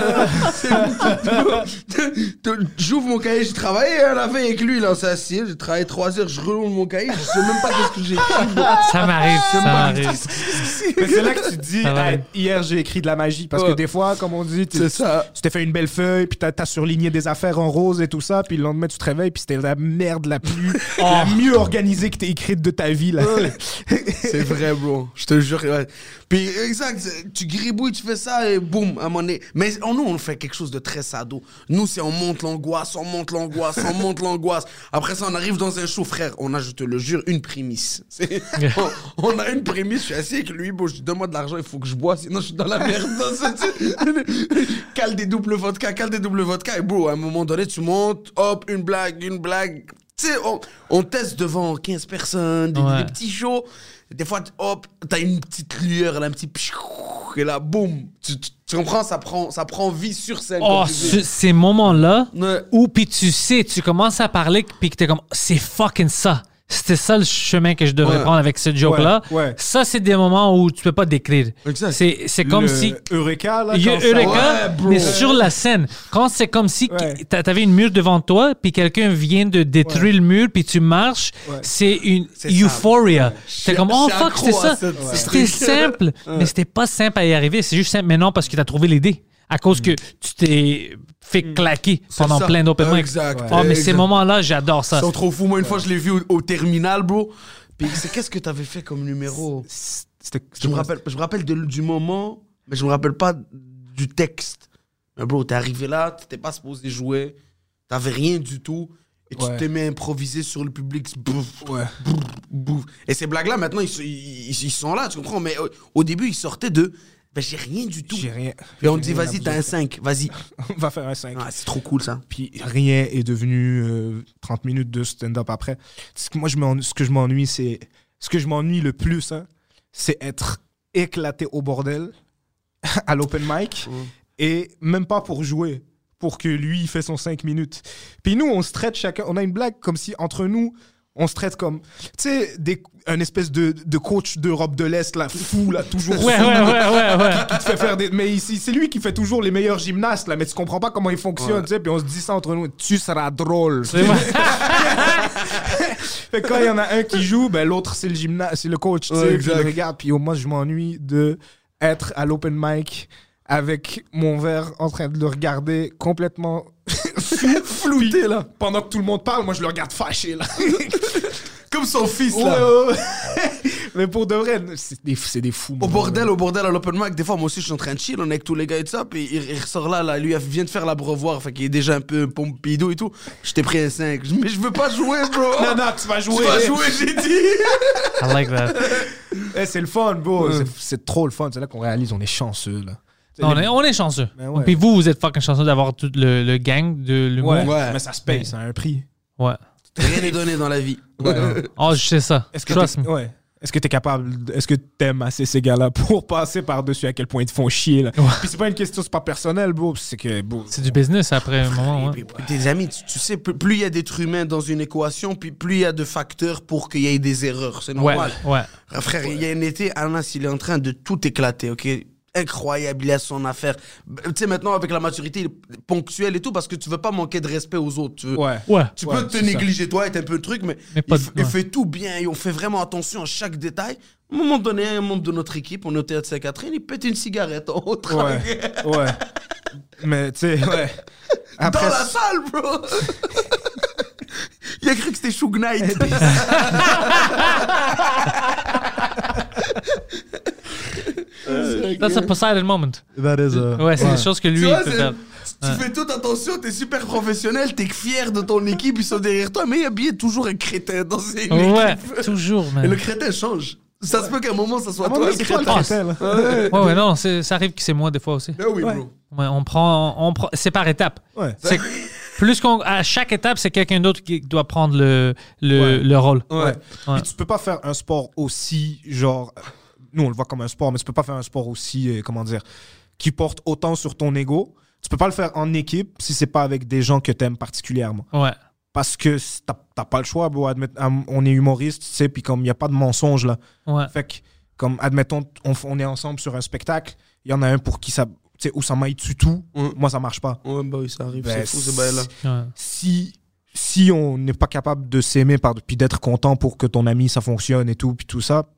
deux L. J'ouvre mon cahier, j'ai travaillé hein, la veille avec lui, là, on s'est assis. J'ai travaillé trois heures, je relouvre mon cahier, je sais même pas qu'est-ce que j'ai écrit, bro. Ça m'arrive, ça m'arrive. Mais c'est là que tu te dis, Ça va. hey, hier j'ai écrit de la magie. Parce Ouais. que des fois, comme on dit, tu C'est ça. tu t'es fait une belle feuille, puis t'as, t'as surligné des affaires en rose et tout ça, puis le lendemain tu te réveilles, puis c'était la merde la plus, la mieux organisée que t'aies écrite de ta vie. Là. Ouais. C'est vrai, bro. Je te jure. Ouais. Puis, exact, tu gribouilles, tu fais ça et boum, à un moment donné. Mais oh, nous, on fait quelque chose de très sado. Nous, c'est on monte l'angoisse, on monte l'angoisse, on monte l'angoisse. Après ça, on arrive dans un show, frère. On a, je te le jure, une prémisse. C'est- on, on a une prémisse. Je suis assis avec lui, bon, je dis, donne-moi de l'argent, il faut que je bois, sinon je suis dans la merde. Cale des doubles vodka, cale des doubles vodka. Et bro, à un moment donné, tu montes, hop, une blague, une blague. Tu sais, on, on teste devant quinze personnes, des, Ouais. des petits shows. Des fois, t- hop, t'as une petite lueur, là, un petit pshhh, et là, boum. Tu, tu, tu comprends, ça prend, ça prend vie sur scène. Oh, comme tu dis. ce- ces moments-là Ouais. où puis tu sais, tu commences à parler puis que t'es comme, c'est fucking ça. C'était ça le chemin que je devrais Ouais. prendre avec ce joke-là. Ouais, ouais. Ça, c'est des moments où tu peux pas décrire. Exact. C'est, c'est comme Le si... Eureka, là. Il y a quand ça- Eureka, Ouais, bro. mais sur la scène. Quand c'est comme si Ouais. t'a- t'avais une mur devant toi, puis quelqu'un vient de détruire le mur, puis tu marches, Ouais. c'est une C'est ça. euphoria. C'est comme, oh je suis fuck, accro c'était à ça. cette- Ouais. C'était simple, mais c'était pas simple à y arriver. C'est juste simple maintenant parce que t'as trouvé l'idée. À cause que tu t'es fait claquer pendant ça. plein d'open mic. Exact. Oh, mais Ouais. ces Exact. moments-là, j'adore ça. Ils sont trop fous. Moi, une fois, je l'ai vu au, au terminal, bro. Puis c'est qu'est-ce que t'avais fait comme numéro? C'était, Je me rappelle, je me rappelle de- du moment, mais je me rappelle pas du texte. Mais bro, t'es arrivé là, t'étais pas supposé jouer, t'avais rien du tout, et tu Ouais. t'es mis à improviser sur le public. Bouf, Ouais. bouf, bouf. Et ces blagues-là, maintenant, ils, sont- ils, ils- ils sont là, tu comprends? Mais au, au début, ils sortaient de, ben j'ai rien du tout. J'ai rien. Et on j'ai te dit, rien vas-y, à t'as un vous- cinq, vas-y. On va faire un cinq. Ah, c'est trop cool, ça. Puis rien est devenu euh, trente minutes de stand-up après. Ce que moi, je m'ennuie- ce que je m'ennuie, c'est. Ce que je m'ennuie le plus, hein, c'est être éclaté au bordel à l'open mic et même pas pour jouer, pour que lui, il fait son cinq minutes. Puis nous, on se traite chacun. On a une blague comme si entre nous, on se traite comme. Tu sais, des- un espèce de, de coach d'Europe de l'Est, là, fou, là, toujours. Ouais, fou, ouais, ouais, ouais, ouais. qui te fait faire des. Mais ici, c'est lui qui fait toujours les meilleurs gymnastes, là, mais tu comprends pas comment il fonctionne, tu sais, puis on se dit ça entre nous, tu seras drôle. C'est vrai. Fait que quand il y en a un qui joue, ben l'autre c'est le gymnase, c'est le coach, tu sais, Ouais, puis exact. il regarde, puis au moins je m'ennuie de être à l'open mic avec mon verre en train de le regarder complètement flouté là. Pendant que tout le monde parle, moi je le regarde fâché là. Comme son fils, Ouais, là. ouais, ouais. Mais pour de vrai, c'est des, c'est des fous. Au bordel, au bordel, à l'open mic, des fois, moi aussi, je suis en train de chill, on est avec tous les gars et tout ça, puis il, il ressort là, là, lui, il vient de faire l'abreuvoir, fait qu'il est déjà un peu pompidou et tout. Je t'ai pris un cinq, mais je veux pas jouer, bro. Non, non, tu vas jouer. Tu vas jouer, j'ai dit. I like that. Eh, c'est le fun, bro. C'est, c'est trop le fun. C'est là qu'on réalise, on est chanceux, là. Non, on, est, on est chanceux. Ben ouais. Puis vous, vous êtes fucking chanceux d'avoir tout le, le gang de l'humour. Ouais, Ouais. mais ça se paye, Mais- ça a un prix. Ouais. Rien n'est donné dans la vie. Oh, je sais ça. Est-ce que Trust t'es, me. ouais. Est-ce que t'es capable, de- est-ce que t'aimes assez ces gars-là pour passer par-dessus à quel point ils te font chier, là? Puis c'est pas une question, c'est pas personnel, bro. C'est que, bro. C'est du business après un moment. Et Ouais. puis, Tes amis, tu, tu sais, plus plus il y a d'êtres humains dans une équation, puis plus il y a de facteurs pour qu'il y ait des erreurs. C'est Ouais, normal. ouais. Ah, frère, il y a un été, Anas, il est en train de tout éclater, ok? Incroyable, il a son affaire. Tu sais, maintenant, avec la maturité, il est ponctuel et tout, parce que tu veux pas manquer de respect aux autres. Tu veux. Ouais. Ouais. Tu Ouais, peux te c'est ça. négliger, toi, être un peu le truc, mais, Mais pas il, de- f- il ouais. fait tout bien et on fait vraiment attention à chaque détail. À un moment donné, un membre de notre équipe, on est au théâtre Sainte-Catherine, il pète une cigarette en haut. Ouais. Ouais. Mais, tu sais, ouais. Après, Dans la salle, bro! Il a cru que c'était Shug Knight. That's a Poseidon moment. That is a- Ouais, c'est des choses que lui, Tu il vois, peut c'est- faire. tu fais toute attention, t'es super professionnel, t'es fier de ton équipe, ils sont derrière toi, mais il y a bien toujours un crétin dans une Ouais, équipe. toujours, Et man. le crétin change. Ça se peut qu'à un moment, ça soit à un toi moment, le c'est toi le crétin. crétin, là. Ouais, ouais, non, c'est- ça arrive que c'est moi des fois aussi. Ben oui, Ouais. bro. Ouais, on prend, on prend, c'est par étapes. Ouais. C'est plus qu'on, à chaque étape, c'est quelqu'un d'autre qui doit prendre le, le, Ouais. le rôle. Ouais. Ouais. Puis tu peux pas faire un sport aussi, genre. euh, Nous, on le voit comme un sport, mais tu peux pas faire un sport aussi, euh, comment dire, qui porte autant sur ton ego. Tu peux pas le faire en équipe si c'est pas avec des gens que t'aimes particulièrement. Ouais. Parce que c- t'as t'as pas le choix, bro. Admet- am- on est humoriste, tu sais, puis comme il n'y a pas de mensonge, là. Ouais. Fait que, comme, admettons, on, f- on est ensemble sur un spectacle, il y en a un pour qui ça. Tu sais, Oussama, il tue tout. Ouais. Moi, ça marche pas. Ouais, bah oui, ça arrive, Ben, c'est fou, ce bail-là. Ouais. Si, si on n'est pas capable de s'aimer par, puis d'être content pour que ton ami, ça fonctionne et tout, puis tout ça,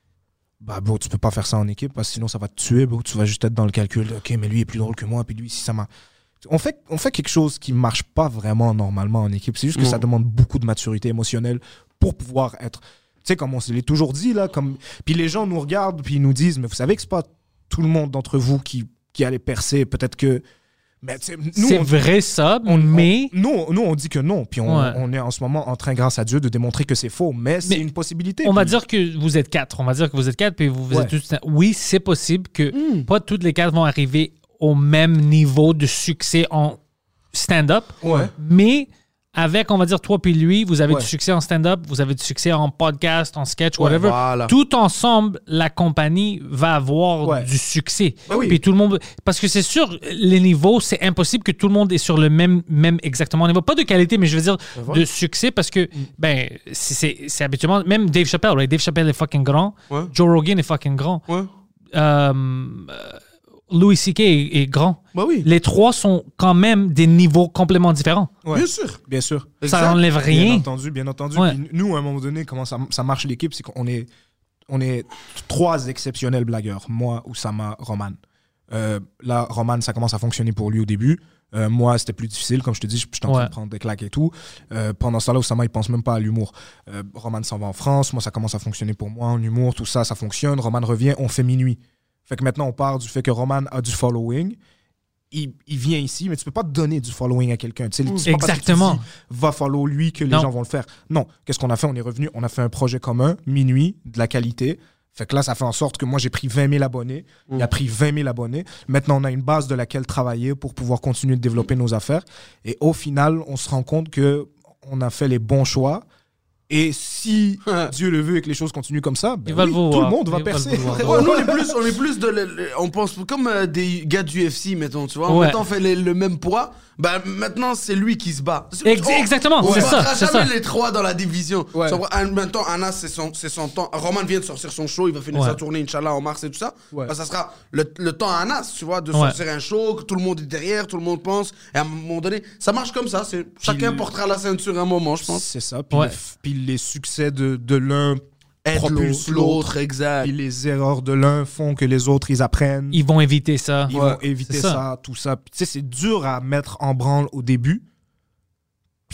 bah, bro, tu peux pas faire ça en équipe, parce que sinon, ça va te tuer, bro. Tu vas juste être dans le calcul. de, OK, mais lui est plus drôle que moi, puis lui, si ça m'a. On fait, on fait quelque chose qui marche pas vraiment normalement en équipe. C'est juste que Non. ça demande beaucoup de maturité émotionnelle pour pouvoir être. Tu sais, comme on se l'est toujours dit, là. Comme... Puis les gens nous regardent, puis ils nous disent, mais vous savez que c'est pas tout le monde d'entre vous qui, qui allait percer. Peut-être que. Mais, tu sais, nous, C'est on- vrai ça, on- mais on- nous, nous, on dit que non. Puis on, Ouais. on est en ce moment en train, grâce à Dieu, de démontrer que c'est faux. Mais c'est Mais une possibilité. on va Puis- dire que vous êtes quatre. On va dire que vous êtes quatre, puis vous, vous Ouais. êtes tous. Oui, c'est possible que Hmm. pas toutes les quatre vont arriver au même niveau de succès en stand-up. Ouais. Mais avec, on va dire, toi puis lui, vous avez Ouais. du succès en stand-up, vous avez du succès en podcast, en sketch, Ouais, whatever. voilà. Tout ensemble, la compagnie va avoir Ouais. du succès. Ben oui. Puis tout le monde. Parce que c'est sûr, les niveaux, c'est impossible que tout le monde est sur le même, même exactement niveau. Pas de qualité, mais je veux dire de succès parce que, ben, c'est- c'est c'est habituellement. Même Dave Chappelle, right? Dave Chappelle est fucking grand. Ouais. Joe Rogan est fucking grand. Ouais. Euh, euh, Louis C K est, est grand. Bah oui. Les trois sont quand même des niveaux complètement différents. Ouais. Bien sûr. Bien sûr. Exact. Ça n'enlève Bien rien. entendu, bien entendu. Ouais. Puis nous, à un moment donné, comment ça, ça marche l'équipe, c'est qu'on est, on est trois exceptionnels blagueurs. Moi, Oussama, Roman. Euh, là, Roman, ça commence à fonctionner pour lui au début. Euh, moi, c'était plus difficile. Comme je te dis, j'étais en train Ouais. de prendre des claques et tout. Euh, pendant ce temps-là, Oussama, il pense même pas à l'humour. Euh, Roman s'en va en France. Moi, ça commence à fonctionner pour moi en humour. Tout ça, ça fonctionne. Roman revient, on fait minuit. Fait que maintenant, on part du fait que Roman a du following. Il, il vient ici, mais tu peux pas donner du following à quelqu'un. Tu sais, c'est pas parce que tu Exactement. dis, va follow lui que les Non. gens vont le faire. Non. Qu'est-ce qu'on a fait? On est revenu, on a fait un projet commun, minuit, de la qualité. Fait que là, ça fait en sorte que moi, j'ai pris vingt mille abonnés. Il a pris vingt mille abonnés. Maintenant, on a une base de laquelle travailler pour pouvoir continuer de développer nos affaires. Et au final, on se rend compte que on a fait les bons choix. Et si Dieu le veut et que les choses continuent comme ça, ben Il va oui, le tout vouloir. le monde va Il va le percer. vouloir. Ouais, nous, on est plus, on est plus de. le- le- on pense comme euh, des gars du U F C, mettons, tu vois. Ouais. Maintenant, on fait les- le même poids. Ben, maintenant, c'est lui qui se bat. Ex- On- exactement, on c'est battra ça, c'est jamais ça. les trois dans la division. Ouais. Tu vois, un- maintenant, Anas, c'est son, c'est son temps. Roman vient de sortir son show, il va finir Ouais. sa tournée, Inch'Allah, en mars et tout ça. Ouais. Ben, ça sera le, le temps à Anas, tu vois, de Ouais. sortir un show, que tout le monde est derrière, tout le monde pense. Et à un moment donné, ça marche comme ça. C'est, chacun le- portera la ceinture à un moment, je pense. C'est ça. Puis, Ouais. le f- puis les succès de, de l'un Aide propulsent l'autre, l'autre. exact. Puis les erreurs de l'un font que les autres, ils apprennent. Ils vont éviter ça. Ils Ouais, vont éviter c'est ça. ça. tout ça. Puis, tu sais, c'est dur à mettre en branle au début. C'est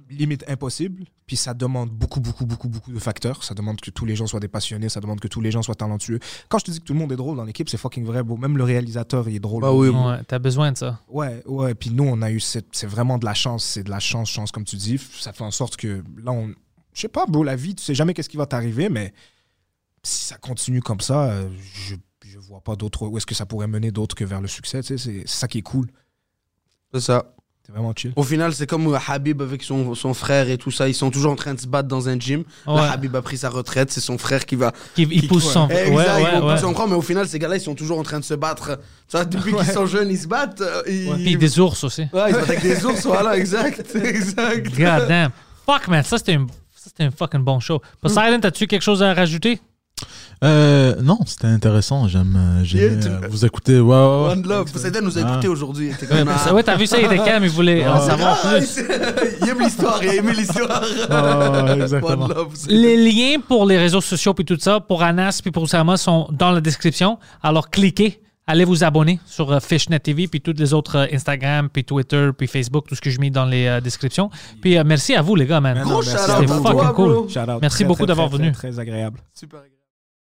limite impossible. Puis ça demande beaucoup, beaucoup, beaucoup, beaucoup de facteurs. Ça demande que tous les gens soient des passionnés. Ça demande que tous les gens soient talentueux. Quand je te dis que tout le monde est drôle dans l'équipe, c'est fucking vrai, bro. Même le réalisateur, il est drôle. Bah oui, Ouais, t'as besoin de ça. Ouais, ouais. Puis nous, on a eu cette... C'est vraiment de la chance. C'est de la chance, chance, comme tu dis. Ça fait en sorte que là, on... Je sais pas, bro, la vie, tu sais jamais qu'est-ce qui va t'arriver, mais si ça continue comme ça, euh, je, je vois pas d'autre... Où est-ce que ça pourrait mener d'autre que vers le succès, tu sais. C'est, c'est ça qui est cool. C'est ça. C'est vraiment chill. Au final, c'est comme euh, Habib avec son, son frère et tout ça. Ils sont toujours en train de se battre dans un gym. Ouais. Là, Habib a pris sa retraite. C'est son frère qui va. Qui, il qui- pousse son. Exact, Ouais, ouais, ils vont ouais. pousser encore, mais au final, ces gars-là, ils sont toujours en train de se battre. Tu vois, depuis qu'ils sont jeunes, ils se battent. euh, ils... Puis des ours aussi. Ouais, ils se battent avec des ours, voilà, exact. exact. God damn. Fuck, man, ça c'était un, ça, c'était un fucking bon show. Poseidon, t'as-tu quelque chose à rajouter? Euh, non, c'était intéressant. J'aime euh, j'ai Yeah, aimé, tu- euh, vous écouter. Ouais, ouais, ouais. One Love. Poseidon nous a Ah. écoutés aujourd'hui. Il était Ouais, comme, ah, ouais, t'as vu ça, il était calme, il voulait en savoir ah, plus. il aime l'histoire, il a aimé l'histoire. Ouais, ouais, exactement. One Love. c'est- Les liens pour les réseaux sociaux puis tout ça, pour Anas puis pour Oussama, sont dans la description. Alors cliquez, allez vous abonner sur euh, Fishnet T V puis toutes les autres euh, Instagram puis Twitter puis Facebook, tout ce que je mets dans les euh, descriptions. Puis euh, merci à vous les gars, man. Man, non, Gros merci shout-out à C'était vous. à toi, fucking bro. cool. Shout out. Merci Très, beaucoup très, d'avoir très, venu. Très, très agréable. Super agréable.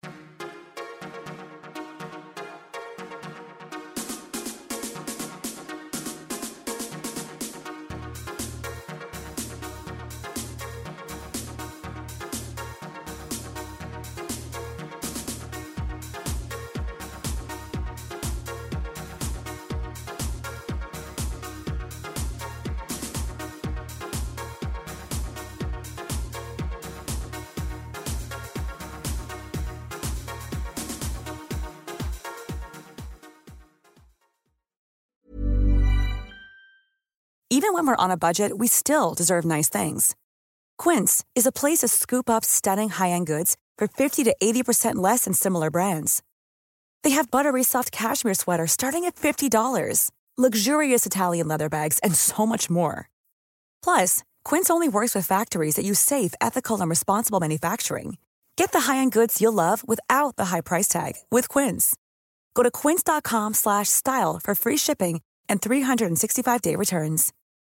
Even when we're on a budget, we still deserve nice things. Quince is a place to scoop up stunning high-end goods for fifty to eighty percent less than similar brands. They have buttery soft cashmere sweaters starting at fifty dollars, luxurious Italian leather bags, and so much more. Plus, Quince only works with factories that use safe, ethical, and responsible manufacturing. Get the high-end goods you'll love without the high price tag with Quince. Go to quince.com slash style for free shipping and three sixty-five day returns.